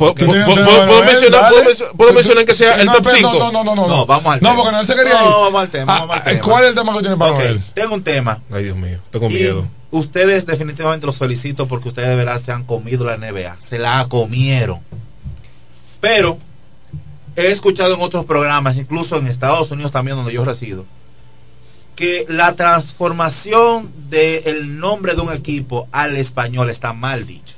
¿Puedo mencionar que sea el top 5? No, vamos al tema. No, porque no se quería ir. No, vamos al tema. ¿Cuál es el tema que tiene para Noel? Tengo un tema. Ay, Dios mío, tengo miedo. Ustedes definitivamente los felicito porque ustedes de verdad se han comido la NBA. Se la comieron. Pero he escuchado en otros programas, incluso en Estados Unidos también, donde yo resido, que la transformación del nombre de un equipo al español está mal dicho.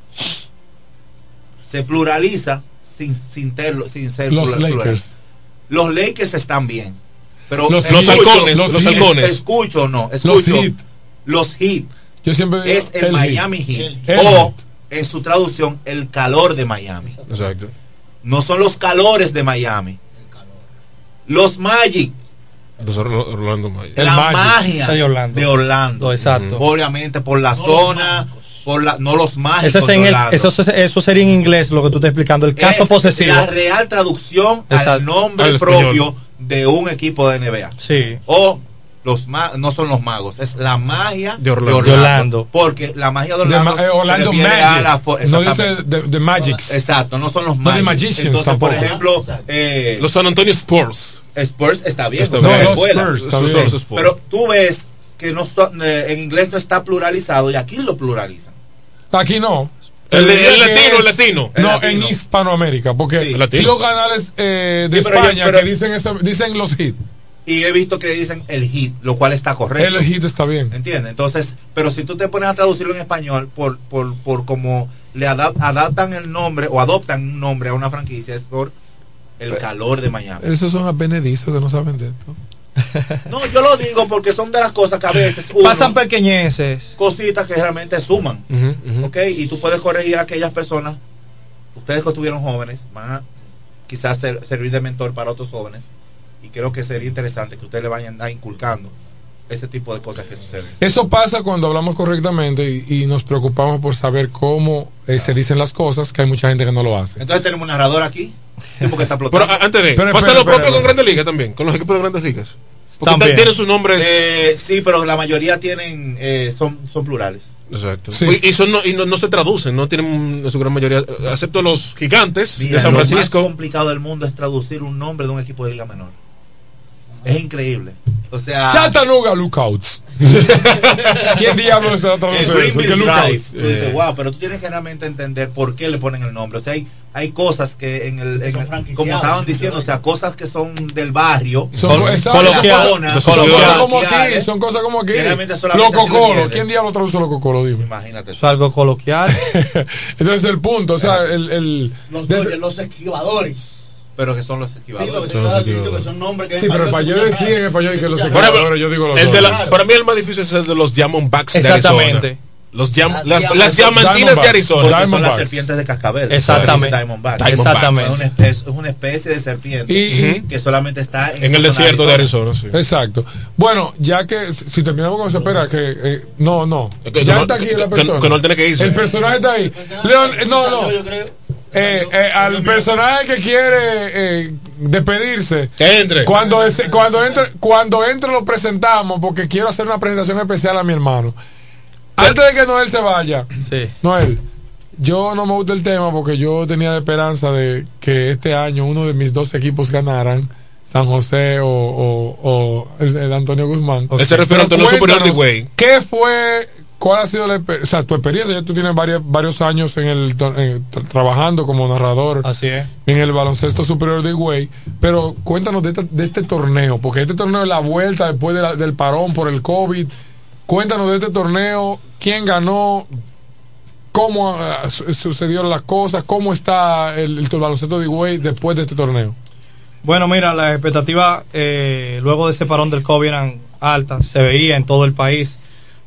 Se pluraliza sin ser los plural. Lakers. Los Lakers están bien, pero los halcones. Escucho o no, los Heat. Yo siempre digo es el Miami Heat, o en su traducción el calor de Miami. Exacto. No son los calores de Miami. Los Magic. Los Orlando Magic. La magia de Orlando. Exacto. Obviamente por la zona, no los mágicos. Eso sería en inglés lo que tú estás explicando, el caso posesivo. La real traducción al nombre propio de un equipo de NBA. Sí. O no son los magos, es la magia de Orlando. Porque la magia de Orlando, Orlando Magic. No dice The Magics. Exacto, no son los Magics. No The Magicians. Entonces, tampoco. por ejemplo, los San Antonio Spurs. Spurs está bien. Pero tú ves que en inglés no está pluralizado y aquí lo pluralizan. Aquí no. El latino. No, en Hispanoamérica. Porque si los canales de España que dicen los Heat. Y he visto que dicen el hit, lo cual está correcto. El hit está bien. ¿Entiendes? Entonces, pero si tú te pones a traducirlo en español por cómo le adaptan el nombre o adoptan un nombre a una franquicia, es por el calor de Miami. Esos son apenedizos que no saben de esto. No, yo lo digo porque son de las cosas que a veces pasan pequeñeces. Cositas que realmente suman. ¿Ok? Y tú puedes corregir a aquellas personas. Ustedes que estuvieron jóvenes van a quizás servir de mentor para otros jóvenes. Y creo que sería interesante que ustedes le vayan a inculcando ese tipo de cosas que suceden. Eso pasa cuando hablamos correctamente y nos preocupamos por saber cómo se dicen las cosas, que hay mucha gente que no lo hace. Entonces tenemos un narrador aquí, tipo que está explotando. Pero antes de pasa lo propio con Grandes Ligas también, con los equipos de Grandes Ligas. Porque tienen sus nombres. Sí, pero la mayoría tienen son plurales. Exacto. Sí. Y no se traducen, no tienen en su gran mayoría, excepto los Gigantes de San Francisco. Lo más complicado del mundo es traducir un nombre de un equipo de liga menor. Es increíble. O sea, Chattanooga Lookouts. ¿Quién diablos está traduciendo eso? Tú dices, wow, pero tú tienes que realmente entender por qué le ponen el nombre. O sea, hay cosas que como estaban diciendo, o sea, cosas que son del barrio, son cosas como aquí. Loco Colo. ¿Quién diablos traduce Loco Colo? Dime. Imagínate. Es algo coloquial. Entonces el punto, o sea, los esquivadores. Pero que son los esquivadores. Que son nombres que pero para yo decir en español que los esquivadores, yo digo los para mí el más difícil es el de los Diamondbacks de Arizona. Las diamantinas de Arizona. Son las serpientes de cascabel. Exactamente. Es una especie de serpiente que solamente está en el desierto de Arizona. Sí. Exacto. Bueno, ya que si terminamos con eso, espera, que no. Ya está aquí la persona. Que no tiene que irse. El personaje está ahí. León, no. Al personaje que quiere despedirse, que entre. Cuando entre lo presentamos, porque quiero hacer una presentación especial a mi hermano. Antes de que Noel se vaya, Noel, yo no me gusta el tema porque yo tenía la esperanza de que este año uno de mis dos equipos ganaran, San José o el Antonio Guzmán. Él se refiere al torneo superior de Güey. ¿Qué fue? ¿Cuál ha sido tu experiencia? Ya tú tienes varios años trabajando como narrador. Así es. En el baloncesto superior de Higüey. Pero cuéntanos de este torneo, porque este torneo es la vuelta después del parón por el COVID. Cuéntanos de este torneo, quién ganó, cómo sucedieron las cosas, cómo está el baloncesto de Higüey después de este torneo. Bueno, mira, las expectativas luego de ese parón del COVID eran altas, se veía en todo el país.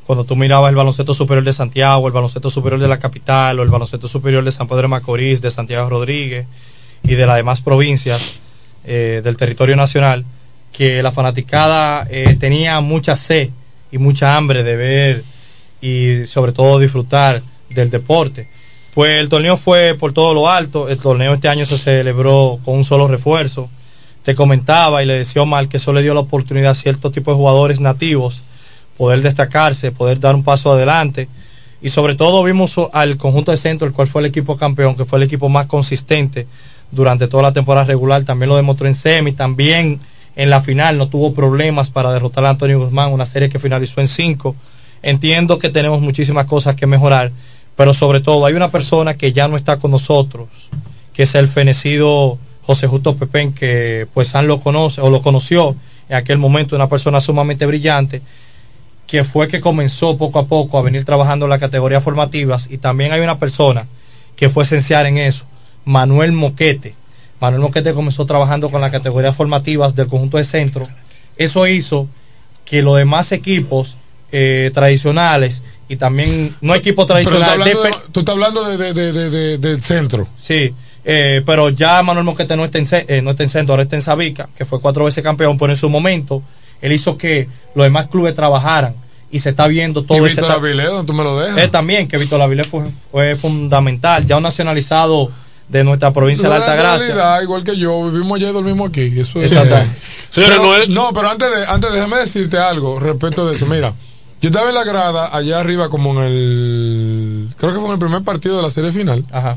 cuando tú mirabas el baloncesto superior de Santiago, el baloncesto superior de la capital, o el baloncesto superior de San Pedro de Macorís, de Santiago Rodríguez y de las demás provincias del territorio nacional, que la fanaticada tenía mucha sed y mucha hambre de ver y sobre todo disfrutar del deporte. Pues el torneo fue por todo lo alto. El torneo este año se celebró con un solo refuerzo. Te comentaba y le decía Omar que eso le dio la oportunidad a ciertos tipos de jugadores nativos poder destacarse, poder dar un paso adelante, y sobre todo vimos al conjunto de centro, el cual fue el equipo campeón, que fue el equipo más consistente durante toda la temporada regular. También lo demostró en semi, también en la final no tuvo problemas para derrotar a Antonio Guzmán, una serie que finalizó en 5. Entiendo que tenemos muchísimas cosas que mejorar, pero sobre todo hay una persona que ya no está con nosotros, que es el fenecido José Justo Pepén, que pues San lo conoce o lo conoció en aquel momento, una persona sumamente brillante, que fue que comenzó poco a poco a venir trabajando en las categorías formativas. Y también hay una persona que fue esencial en eso, Manuel Moquete. Manuel Moquete comenzó trabajando con las categorías formativas del conjunto de centro. Eso hizo que los demás equipos tradicionales y también no equipos tradicionales. Tú estás hablando del centro. Sí, pero ya Manuel Moquete no está en centro, ahora está en Sabica, que fue 4 veces campeón, pero en su momento él hizo que los demás clubes trabajajaran y se está viendo todo. Y Víctor Avilés, tú me lo dejas. También, que Víctor Avilés fue fundamental, ya un nacionalizado de nuestra provincia de la Altagracia. Igual que yo, vivimos allá y dormimos aquí. Eso es. Señores, pero antes déjame decirte algo respecto de eso. Mira, yo estaba en la grada allá arriba como en creo que fue en el primer partido de la serie final. Ajá.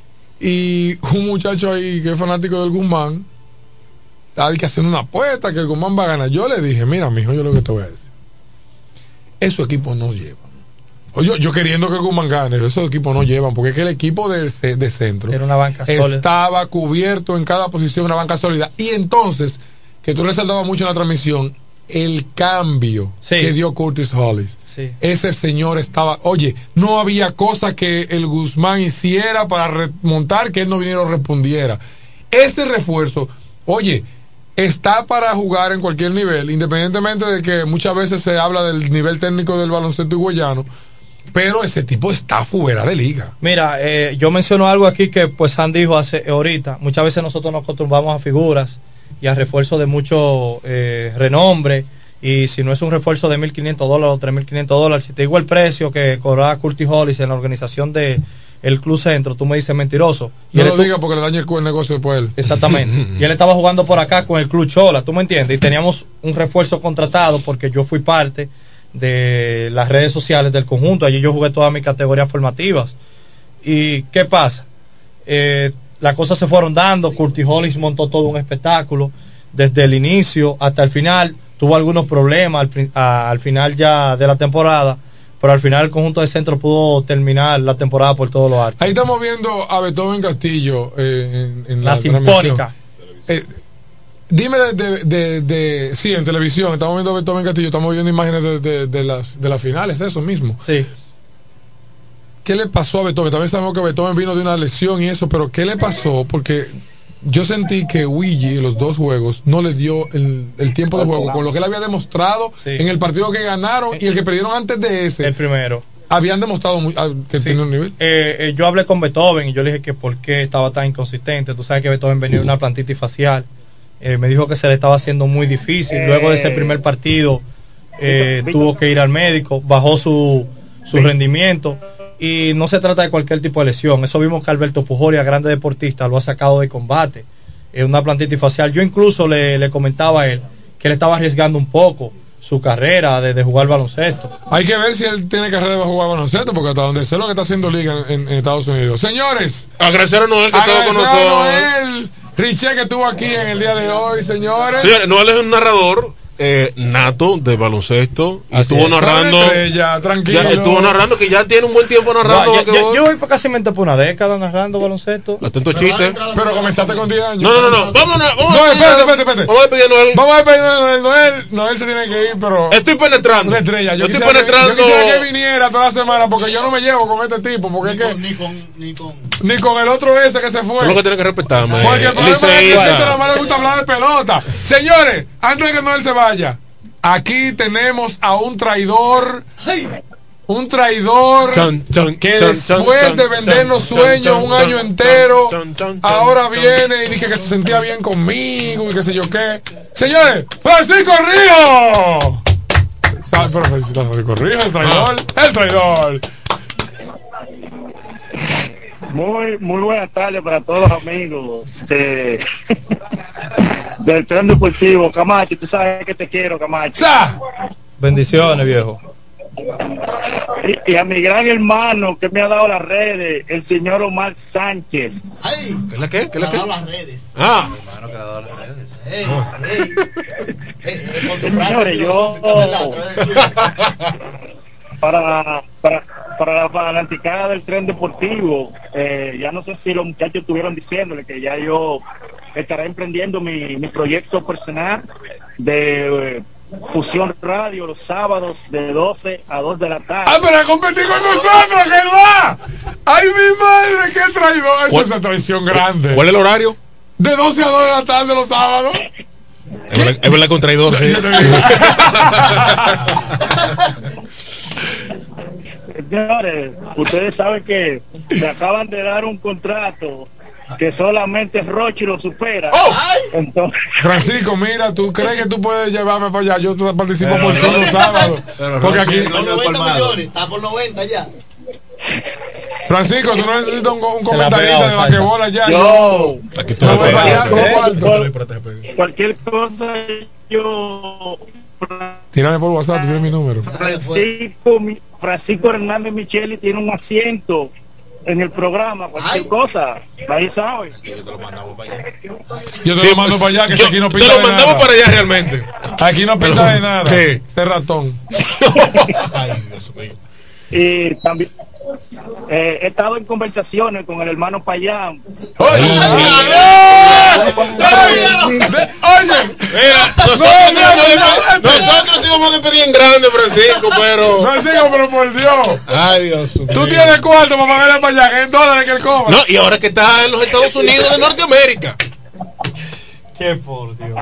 Y un muchacho ahí que es fanático del Guzmán, hay que hacer una apuesta que el Guzmán va a ganar. Yo le dije, mira, mijo, yo lo que te voy a decir, esos equipos no llevan. Yo queriendo que el Guzmán gane, esos equipos no llevan, porque es que el equipo de centro era una banca sólida, estaba cubierto en cada posición, una banca sólida. Y entonces, que tú resaltabas mucho en la transmisión, el cambio que dio Curtis Hollis. Sí. Ese señor estaba, no había cosa que el Guzmán hiciera para remontar que él no viniera o respondiera. Ese refuerzo, está para jugar en cualquier nivel, independientemente de que muchas veces se habla del nivel técnico del baloncesto higüeyano, pero ese tipo está fuera de liga. Mira, yo menciono algo aquí que pues San dijo ahorita. Muchas veces nosotros nos acostumbramos a figuras y a refuerzos de mucho renombre, y si no es un refuerzo de $1,500 o $3,500, si te digo el precio que cobraba Curtis Hollis en la organización de el Club Centro, tú me dices mentiroso. No lo digas porque le daña el negocio después él. Exactamente. Y él estaba jugando por acá con el Club Chola, ¿tú me entiendes? Y teníamos un refuerzo contratado porque yo fui parte de las redes sociales del conjunto. Allí yo jugué todas mis categorías formativas. ¿Y qué pasa? Las cosas se fueron dando. Curtis Hollis montó todo un espectáculo desde el inicio hasta el final. Tuvo algunos problemas al final ya de la temporada, pero al final el conjunto de centro pudo terminar la temporada por todo lo alto. Ahí estamos viendo a Beethoven Castillo en la Sinfónica. Dime sí, en televisión estamos viendo a Beethoven Castillo, estamos viendo imágenes de las finales, eso mismo. Sí. ¿Qué le pasó a Beethoven? También sabemos que Beethoven vino de una lesión y eso, pero ¿qué le pasó? Porque yo sentí que Willy en los 2 juegos no les dio el tiempo de juego, con lo que él había demostrado en el partido que ganaron y el que perdieron antes de ese. El primero. Habían demostrado que tenía un nivel. Yo hablé con Beethoven y yo le dije que por qué estaba tan inconsistente. Tú sabes que Beethoven venía de una plantitis facial. Me dijo que se le estaba haciendo muy difícil. Luego de ese primer partido tuvo que ir al médico, bajó su rendimiento. Y no se trata de cualquier tipo de lesión. Eso vimos que Alberto Pujoria, grande deportista, lo ha sacado de combate. Es una plantitis facial. Yo incluso le comentaba a él que él estaba arriesgando un poco su carrera de jugar baloncesto. Hay que ver si él tiene carrera de jugar baloncesto, porque hasta donde sé lo que está haciendo liga en Estados Unidos. Señores, agradecer a Noel que estuvo con nosotros. Noel Richet que estuvo aquí en el día de hoy, señores. Señores, Noel es un narrador nato de baloncesto y estuvo narrando estuvo narrando que ya tiene un buen tiempo narrando. Yo voy casi por una década narrando baloncesto. Atento chiste. Pero comenzaste con 10 años. No. Vamos a pedir a Noel. Noel se tiene que ir, pero estoy penetrando. Una estrella. Yo estoy penetrando. Yo quisiera que viniera toda la semana, porque yo no me llevo con este tipo, porque ni con el otro ese que se fue. Tú lo que tienes que respetarme. Porque el problema es que a este nada más le gusta hablar de pelota. Señores, antes de que Noel se vaya, Aquí tenemos a un traidor. Un traidor que después de vendernos sueños un año entero, ahora viene y dice que se sentía bien conmigo y qué sé yo qué. Señores, Francisco Ríos. Pero Francisco Ríos, el traidor. El traidor. Muy buenas tardes para todos los amigos del Tren Deportivo. Camacho, tú sabes que te quiero, Camacho. Bendiciones, viejo. Y a mi gran hermano que me ha dado las redes, el señor Omar Sánchez. ¿Qué es la qué? ¿Qué es la qué? Las redes. Ah, mi hermano que le ha dado las redes. Señores, yo para la fanaticada del Tren Deportivo, ya no sé si los muchachos estuvieron diciéndole que ya yo estaré emprendiendo mi proyecto personal de Fusión Radio los sábados de 12 a 2 de la tarde. ¡Ah, pero a competir con nosotros, que va! ¡Ay, mi madre, qué traidor! Esa es una traición grande. ¿Cuál es el horario? De 12 a 2 de la tarde los sábados. Es verdad con traidor, sí. Señores, ustedes saben que me acaban de dar un contrato que solamente Rochi lo supera. Entonces, Francisco, mira, ¿tú crees que tú puedes llevarme para allá? Yo participo por todos los sábados. Porque aquí por 90 millones, está por 90 ya. Francisco, tú no necesitas un comentarista de basquetbol allá. Yo aquí cualquier cosa yo tírame por WhatsApp, tú tienes mi número. Francisco Hernández Micheli tiene un asiento en el programa, cualquier cosa, ahí sabe. Yo te lo mandamos para allá. Yo te lo mando para allá, que aquí no pinta te lo de mandamos nada. para allá realmente. Aquí no pinta de nada. ¿Qué? Este ratón. Ay, Dios mío. Y también he estado en conversaciones con el hermano Payán. Oye, mira, nosotros te íbamos a despedir en grande, Francisco, pero por Dios. Ay, Dios mío. Tú tienes cuarto para pagarle para allá, que en dólares que él cobra. No, y ahora que está en los Estados Unidos de Norteamérica. Qué por Dios.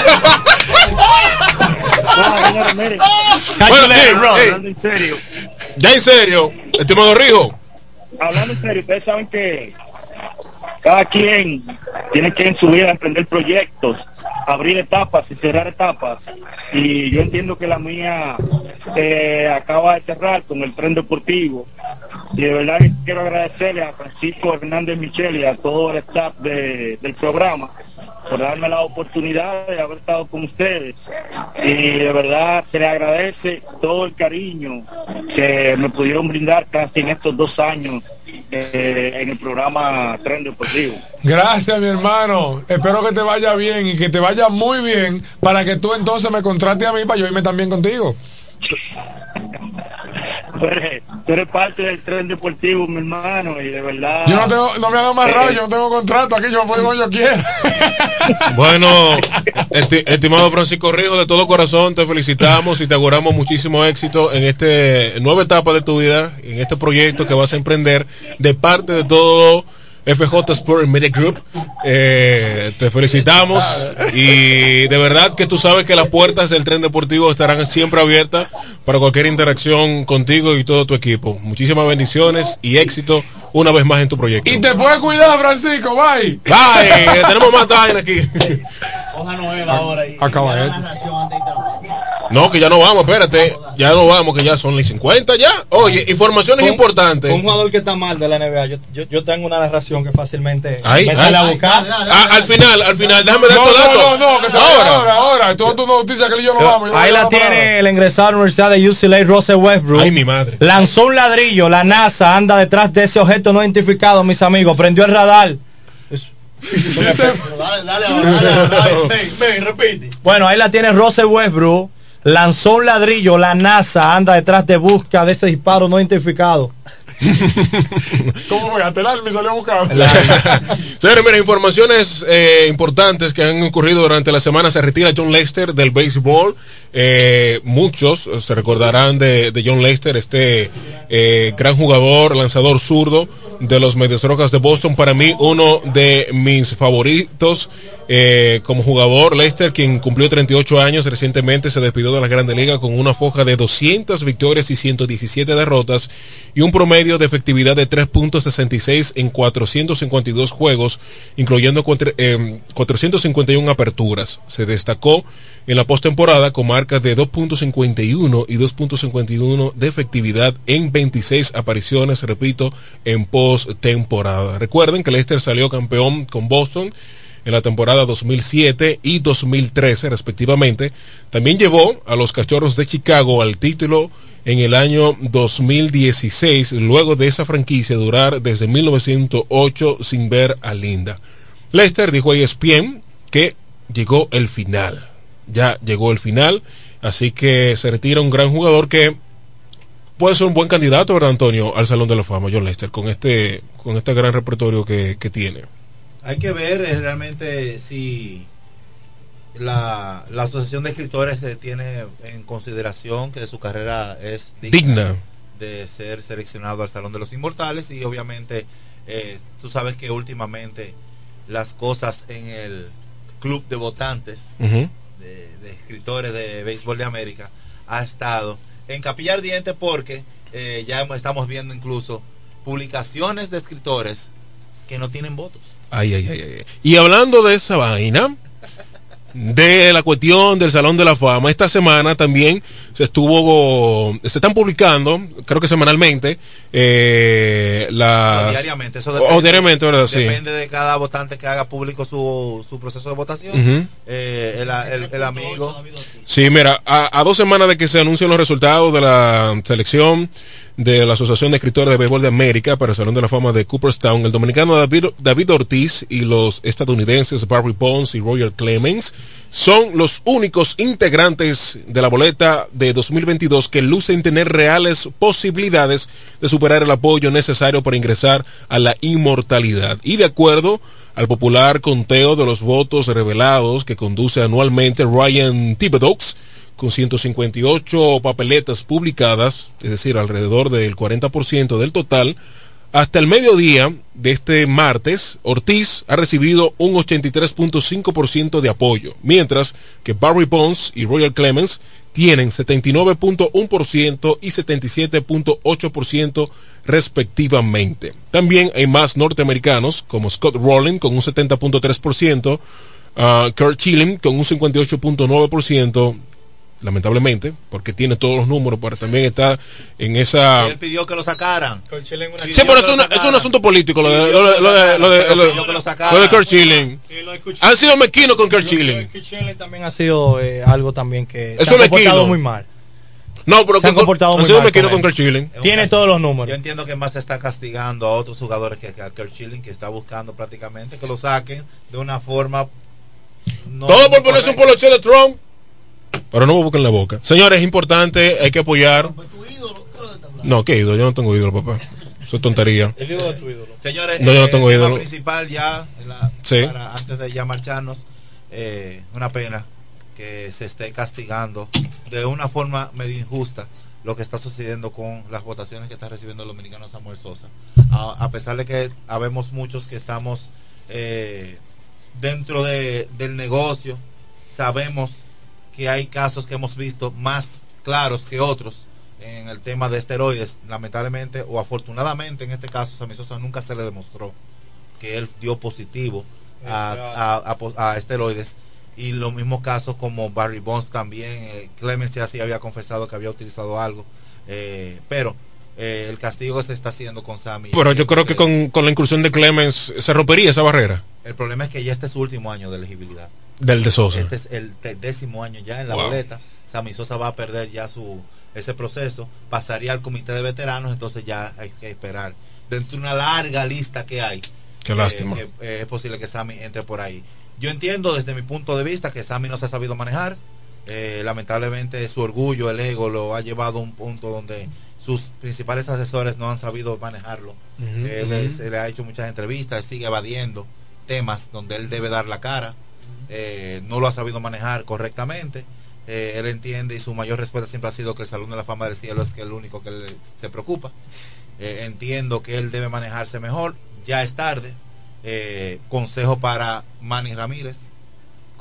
Señores, miren, hablando en serio. Ya en serio, estimado Rijo. Hablando en serio, ustedes saben que cada quien tiene que en su vida emprender proyectos, abrir etapas y cerrar etapas. Y yo entiendo que la mía acaba de cerrar con el Tren Deportivo. Y de verdad que quiero agradecerle a Francisco Hernández Micheli y a todo el staff del programa por darme la oportunidad de haber estado con ustedes, y de verdad se les agradece todo el cariño que me pudieron brindar casi en estos 2 años en el programa Tren Deportivo. Gracias, mi hermano, espero que te vaya bien y que te vaya muy bien, para que tú entonces me contrates a mí para yo irme también contigo. Tú eres parte del Tren Deportivo, mi hermano, y de verdad yo no me han amarrado, yo no tengo contrato aquí, yo me puedo como yo quiera. Bueno, estimado Francisco Rijo, de todo corazón te felicitamos y te auguramos muchísimo éxito en esta nueva etapa de tu vida, en este proyecto que vas a emprender de parte de todo FJ Sport Media Group. Te felicitamos y de verdad que tú sabes que las puertas del Tren Deportivo estarán siempre abiertas para cualquier interacción contigo y todo tu equipo. Muchísimas bendiciones y éxito una vez más en tu proyecto. Y te puedes cuidar, Francisco, bye. Bye, tenemos más time aquí. Hoja Noel ahora y acaba la narración antes de trabajar. No, que ya no vamos, espérate. Ya no vamos, que ya son las 50 ya. Oye, informaciones importantes. Un jugador que está mal de la NBA. Yo tengo una narración que fácilmente me sale a buscar. Al final, déjame dar tu dato. No, que se ahora. Tú tu noticia que yo no vamos. Ahí la tiene el ingresado a la Universidad de UCLA, Russell Westbrook. Ay, mi madre. Lanzó un ladrillo. La NASA anda detrás de ese objeto no identificado, mis amigos. Prendió el radar. Dale, repite. Bueno, ahí la tiene Russell Westbrook. Lanzó un ladrillo, la NASA anda detrás de busca de ese disparo no identificado. ¿Cómo voy a tener? Me salió a buscar. Señores, mira, informaciones importantes que han ocurrido durante la semana. Se retira John Lester del béisbol. Muchos se recordarán de John Lester, este gran jugador, lanzador zurdo de los Medias Rojas de Boston. Para mí, uno de mis favoritos Como jugador, Lester, quien cumplió 38 años recientemente, se despidió de la Grandes Ligas con una foja de 200 victorias y 117 derrotas y un promedio de efectividad de 3.66 en 452 juegos, incluyendo 451 aperturas. Se destacó en la postemporada con marcas de 2.51 y 2.51 de efectividad en 26 apariciones, repito, en postemporada. Recuerden que Lester salió campeón con Boston en la temporada 2007 y 2013 respectivamente. También llevó a los Cachorros de Chicago al título en el año 2016, luego de esa franquicia durar desde 1908 sin ver a Linda. Lester dijo a ESPN que llegó el final, ya llegó el final, así que se retira un gran jugador que puede ser un buen candidato, ¿verdad, Antonio?, al Salón de la Fama, John Lester, con este gran repertorio que tiene. Hay que ver realmente si la Asociación de Escritores tiene en consideración que su carrera es digna de ser seleccionado al Salón de los Inmortales, y obviamente tú sabes que últimamente las cosas en el club de votantes de escritores de béisbol de América ha estado en capilla ardiente, porque ya estamos viendo incluso publicaciones de escritores que no tienen votos. Ay. Y hablando de esa vaina, de la cuestión del Salón de la Fama, esta semana también se están publicando, creo que semanalmente, diariamente, eso depende, diariamente, ¿verdad? Depende de cada votante que haga público su proceso de votación. El amigo. Sí, mira, a 2 semanas de que se anuncien los resultados de la selección de la Asociación de Escritores de Béisbol de América para el Salón de la Fama de Cooperstown, el dominicano David Ortiz y los estadounidenses Barry Bonds y Roger Clemens son los únicos integrantes de la boleta de 2022 que lucen tener reales posibilidades de superar el apoyo necesario para ingresar a la inmortalidad. Y de acuerdo al popular conteo de los votos revelados que conduce anualmente Ryan Thibodeau, con 158 papeletas publicadas, es decir, alrededor del 40% del total, hasta el mediodía de este martes, Ortiz ha recibido un 83.5% de apoyo, mientras que Barry Bonds y Roger Clemens tienen 79.1% y 77.8% respectivamente. También hay más norteamericanos, como Scott Rowland con un 70.3%, Curt Schilling con un 58.9%, lamentablemente, porque tiene todos los números, pero también está en esa... Él pidió que lo sacaran. Sí, pero es un asunto político lo de Curt Schilling. Han sido mezquinos con Curt Schilling. Curt Schilling también ha sido algo también que se ha comportado muy mal. No, pero se han comportado muy mal con Curt Schilling. Tiene todos los números. Yo entiendo que más se está castigando a otros jugadores que a Curt Schilling, que está buscando prácticamente que lo saquen de una forma... Todo por ponerse un poloche de Trump. Pero no me busquen la boca. Señores, es importante, hay que apoyar. No, ¿qué ídolo? Yo no tengo ídolo, papá. Eso es tontería. El ídolo de tu ídolo. Señores, no, yo no tengo ídolo. El tema principal ya, antes de ya marcharnos, una pena que se esté castigando de una forma medio injusta lo que está sucediendo con las votaciones que está recibiendo el dominicano Samuel Sosa. A pesar de que habemos muchos que estamos dentro del negocio, sabemos que hay casos que hemos visto más claros que otros en el tema de esteroides. Lamentablemente o afortunadamente en este caso Sammy Sosa nunca se le demostró que él dio positivo a esteroides, y los mismos casos como Barry Bonds también. Clemens ya sí había confesado que había utilizado algo, pero el castigo que se está haciendo con Sammy, pero yo creo que con la incursión de Clemens se rompería esa barrera. El problema es que ya este es su último año de elegibilidad del de Sosa. Este es el 10º año ya en la boleta. Sammy Sosa va a perder ya ese proceso, pasaría al comité de veteranos, entonces ya hay que esperar dentro de una larga lista que hay. Qué lástima. Es posible que Sammy entre por ahí. Yo entiendo desde mi punto de vista que Sammy no se ha sabido manejar. Lamentablemente su orgullo, el ego lo ha llevado a un punto donde sus principales asesores no han sabido manejarlo. Se le ha hecho muchas entrevistas, él sigue evadiendo temas donde él debe dar la cara. No lo ha sabido manejar correctamente. Él entiende, y su mayor respuesta siempre ha sido que el Salón de la Fama del Cielo es que el único que se preocupa. Entiendo que él debe manejarse mejor. Ya es tarde. Consejo para Manny Ramírez: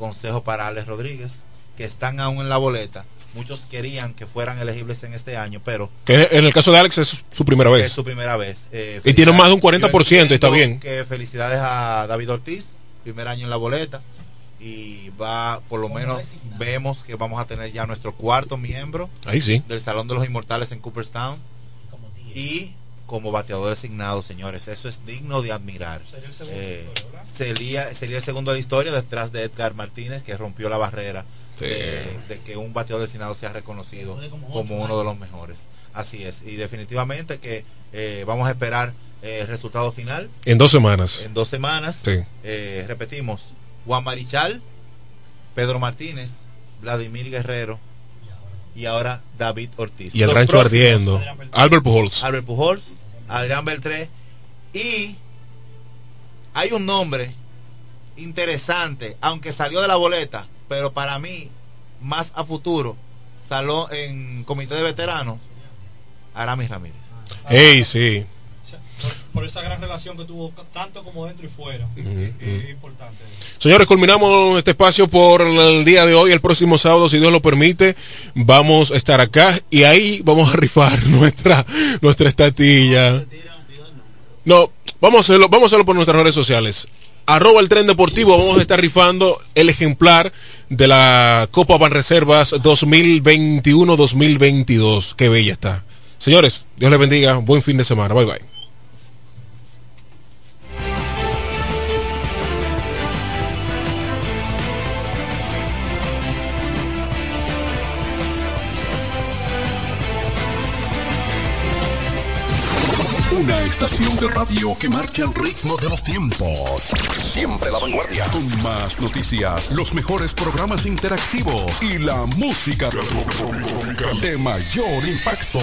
consejo para Alex Rodríguez, que están aún en la boleta. Muchos querían que fueran elegibles en este año, pero... Que en el caso de Alex es su primera vez. Es su primera vez. Y tiene más de un 40%, está bien. Que felicidades a David Ortiz, primer año en la boleta. Y va, por lo menos, vemos que vamos a tener ya nuestro cuarto miembro del Salón de los Inmortales en Cooperstown. Y como bateador designado, señores, eso es digno de admirar. Sería el segundo de la historia, detrás de Edgar Martínez, que rompió la barrera de que un bateador designado sea reconocido como uno de los mejores. Así es, y definitivamente que vamos a esperar el resultado final en 2 semanas. En 2 semanas, repetimos: Juan Marichal, Pedro Martínez, Vladimir Guerrero y ahora David Ortiz. Y el rancho ardiendo. Albert Pujols, Adrián Beltré. Y hay un nombre interesante, aunque salió de la boleta, pero para mí más a futuro, salió en comité de veteranos, Aramis Ramírez. Sí. Por esa gran relación que tuvo tanto como dentro y fuera. Es importante. Señores, culminamos este espacio por el día de hoy. El próximo sábado, si Dios lo permite, vamos a estar acá y ahí vamos a rifar nuestra estatilla. No, vamos a hacerlo por nuestras redes sociales. @el Tren Deportivo. Vamos a estar rifando el ejemplar de la Copa Banreservas 2021-2022. Qué bella está. Señores, Dios les bendiga. Buen fin de semana. Bye bye. Una estación de radio que marcha al ritmo de los tiempos. Siempre a la vanguardia. Con más noticias, los mejores programas interactivos y la música de mayor impacto.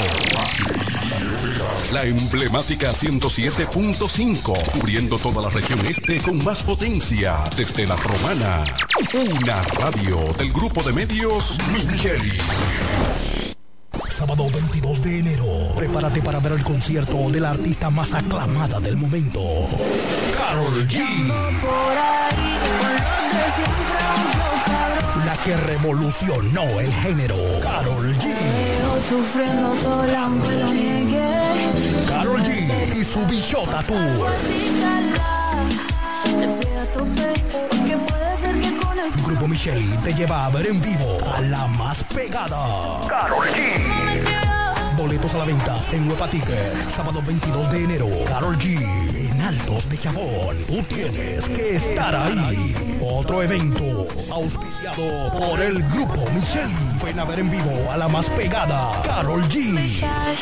La emblemática 107.5, cubriendo toda la región este con más potencia desde La Romana. Una radio del grupo de medios Micheli. Sábado 22 de enero, prepárate para ver el concierto de la artista más aclamada del momento, Karol G. La que revolucionó el género, Karol G. Karol G y su Bichota Tour. Grupo Micheli te lleva a ver en vivo a la más pegada, Karol G. Boletos a la venta en Huepa Tickets. Sábado 22 de enero, Karol G en Altos de Chabón. Tú tienes que estar ahí. Otro evento auspiciado por el Grupo Micheli. Ven a ver en vivo a la más pegada, Karol G.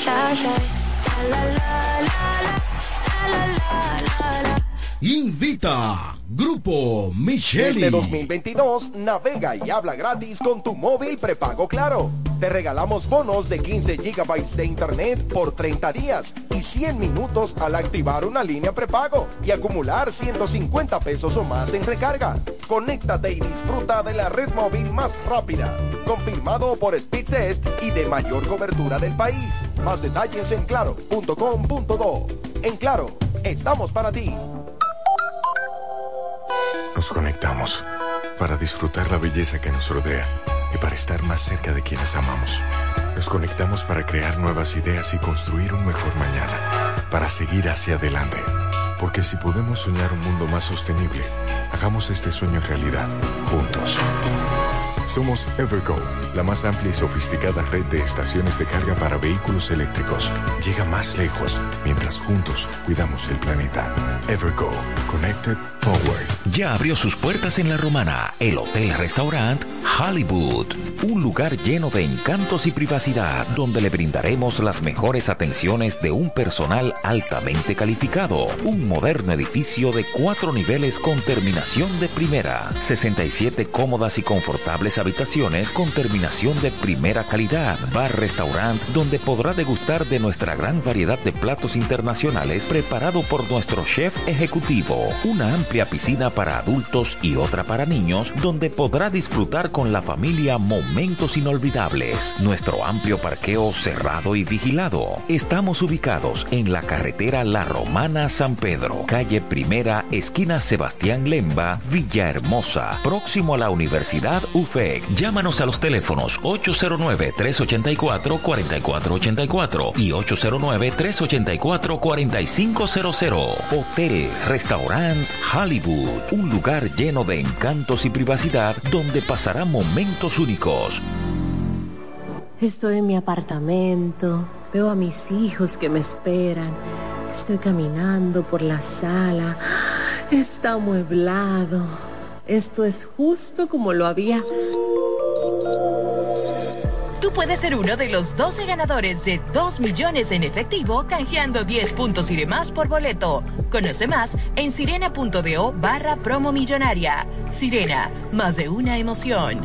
Invita Grupo Micheli. Este 2022 navega y habla gratis con tu móvil prepago Claro. Te regalamos bonos de 15 GB de internet por 30 días y 100 minutos al activar una línea prepago y acumular 150 pesos o más en recarga. Conéctate y disfruta de la red móvil más rápida, confirmado por Speedtest y de mayor cobertura del país. Más detalles en claro.com.do. En Claro, estamos para ti. Nos conectamos para disfrutar la belleza que nos rodea y para estar más cerca de quienes amamos. Nos conectamos para crear nuevas ideas y construir un mejor mañana, para seguir hacia adelante. Porque si podemos soñar un mundo más sostenible, hagamos este sueño realidad, juntos. Somos Evergo, la más amplia y sofisticada red de estaciones de carga para vehículos eléctricos. Llega más lejos mientras juntos cuidamos el planeta. Evergo, Connected Forward. Ya abrió sus puertas en La Romana, el Hotel-Restaurant Hollywood. Un lugar lleno de encantos y privacidad, donde le brindaremos las mejores atenciones de un personal altamente calificado. Un moderno edificio de 4 niveles con terminación de primera. 67 cómodas y confortables habitaciones con terminación de primera calidad. Bar-restaurant donde podrá degustar de nuestra gran variedad de platos internacionales preparado por nuestro chef ejecutivo. Una amplia amplia piscina para adultos y otra para niños, donde podrá disfrutar con la familia momentos inolvidables. Nuestro amplio parqueo cerrado y vigilado. Estamos ubicados en la carretera La Romana San Pedro, calle Primera, esquina Sebastián Lemba, Villahermosa, próximo a la Universidad UFEC. Llámanos a los teléfonos 809-384-4484 y 809-384-4500. Hotel Restaurant Hollywood, un lugar lleno de encantos y privacidad donde pasará momentos únicos. Estoy en mi apartamento, veo a mis hijos que me esperan. Estoy caminando por la sala. Está amueblado. Esto es justo como lo había. Tú puedes ser uno de los 12 ganadores de 2 millones en efectivo canjeando 10 puntos y demás por boleto. Conoce más en sirena.do/promo millonaria. Sirena, más de una emoción.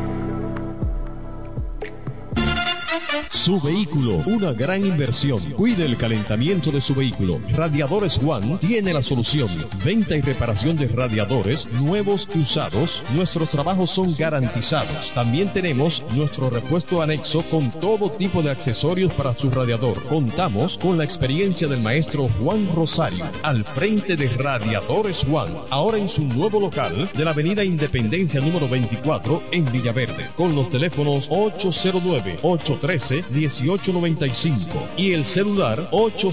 Su vehículo, una gran inversión. Cuide el calentamiento de su vehículo. Radiadores One tiene la solución. Venta y reparación de radiadores nuevos y usados. Nuestros trabajos son garantizados. También tenemos nuestro repuesto anexo con todo tipo de accesorios para su radiador. Contamos con la experiencia del maestro Juan Rosario al frente de Radiadores One. Ahora en su nuevo local de la avenida Independencia número 24 en Villaverde. Con los teléfonos 809-813-1895 y el celular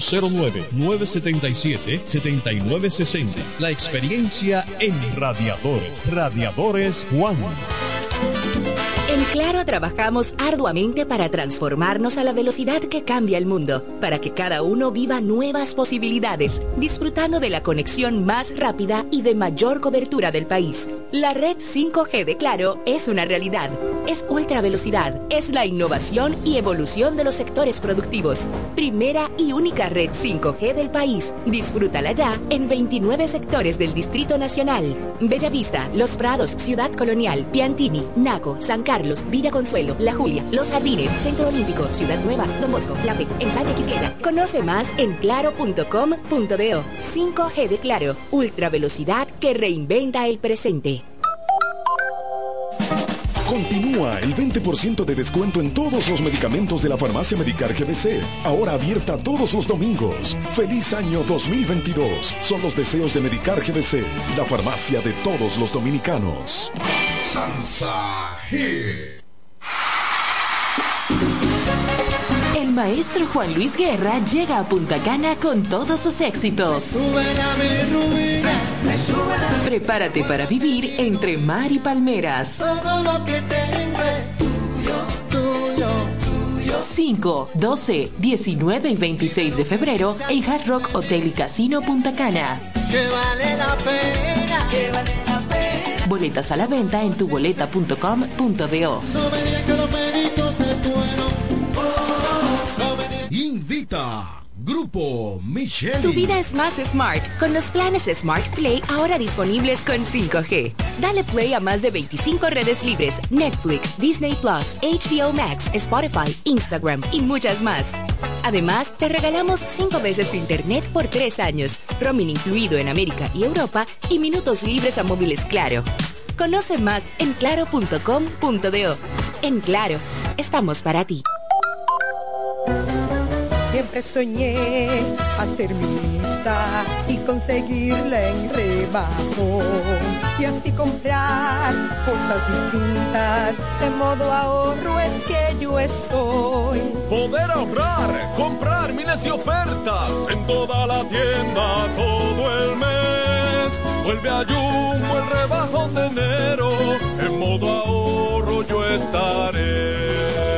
809-977-7960. La experiencia en radiadores. Radiadores Juan. En Claro trabajamos arduamente para transformarnos a la velocidad que cambia el mundo, para que cada uno viva nuevas posibilidades, disfrutando de la conexión más rápida y de mayor cobertura del país. La red 5G de Claro es una realidad. Es ultra velocidad, es la innovación y evolución de los sectores productivos. Primera y única red 5G del país. Disfrútala ya en 29 sectores del Distrito Nacional. Bellavista, Los Prados, Ciudad Colonial, Piantini, Naco, San Carlos, Villa Consuelo, La Julia, Los Jardines, Centro Olímpico, Ciudad Nueva, Don Bosco, La Fe, Ensanche Quisqueya. Conoce más en claro.com.do. 5G de Claro, ultra velocidad que reinventa el presente. Continúa el 20% de descuento en todos los medicamentos de la farmacia Medicar GBC. Ahora abierta todos los domingos. ¡Feliz año 2022! Son los deseos de Medicar GBC, la farmacia de todos los dominicanos. Salsa Hit. El maestro Juan Luis Guerra llega a Punta Cana con todos sus éxitos. Prepárate para vivir entre mar y palmeras. Todo lo que tengo es tuyo, tuyo, tuyo. 5, 12, 19 y 26 de febrero en Hard Rock Hotel y Casino Punta Cana. Que vale la pena, que vale la pena. Boletas a la venta en tuboleta.com.do. No me digan que los médicos se fueron. Invita Grupo Micheli. Tu vida es más smart con los planes Smart Play ahora disponibles con 5G. Dale play a más de 25 redes libres, Netflix, Disney Plus, HBO Max, Spotify, Instagram y muchas más. Además, te regalamos 5 veces tu internet por 3 años, roaming incluido en América y Europa y minutos libres a móviles Claro. Conoce más en claro.com.do. En Claro, estamos para ti. Siempre soñé hacer mi lista y conseguirla en rebajo y así comprar cosas distintas. De modo ahorro es que yo estoy. Poder ahorrar, comprar miles de ofertas en toda la tienda todo el mes. Vuelve a Jumbo el rebajón de enero. En modo ahorro yo estaré.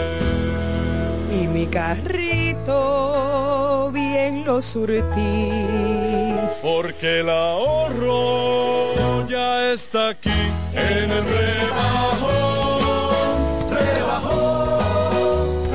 Y mi carrito bien lo surtí. Porque el ahorro ya está aquí en el rebajón. Rebajón,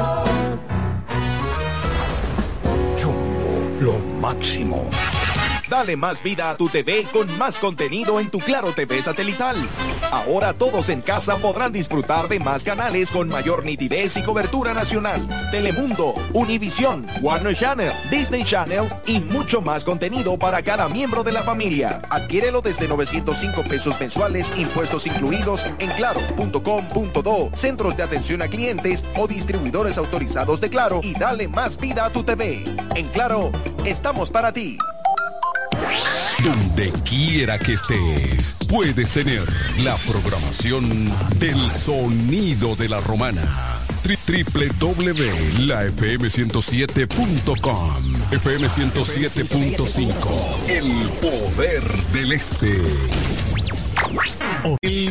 Jumbo, lo máximo. Dale más vida a tu TV con más contenido en tu Claro TV satelital. Ahora todos en casa podrán disfrutar de más canales con mayor nitidez y cobertura nacional. Telemundo, Univisión, Warner Channel, Disney Channel y mucho más contenido para cada miembro de la familia. Adquiérelo desde 905 pesos mensuales, impuestos incluidos, en claro.com.do, centros de atención a clientes o distribuidores autorizados de Claro, y dale más vida a tu TV. En Claro, estamos para ti. Donde quiera que estés, puedes tener la programación del sonido de la romana. www.lafm107.com. FM 107.5. El poder del este.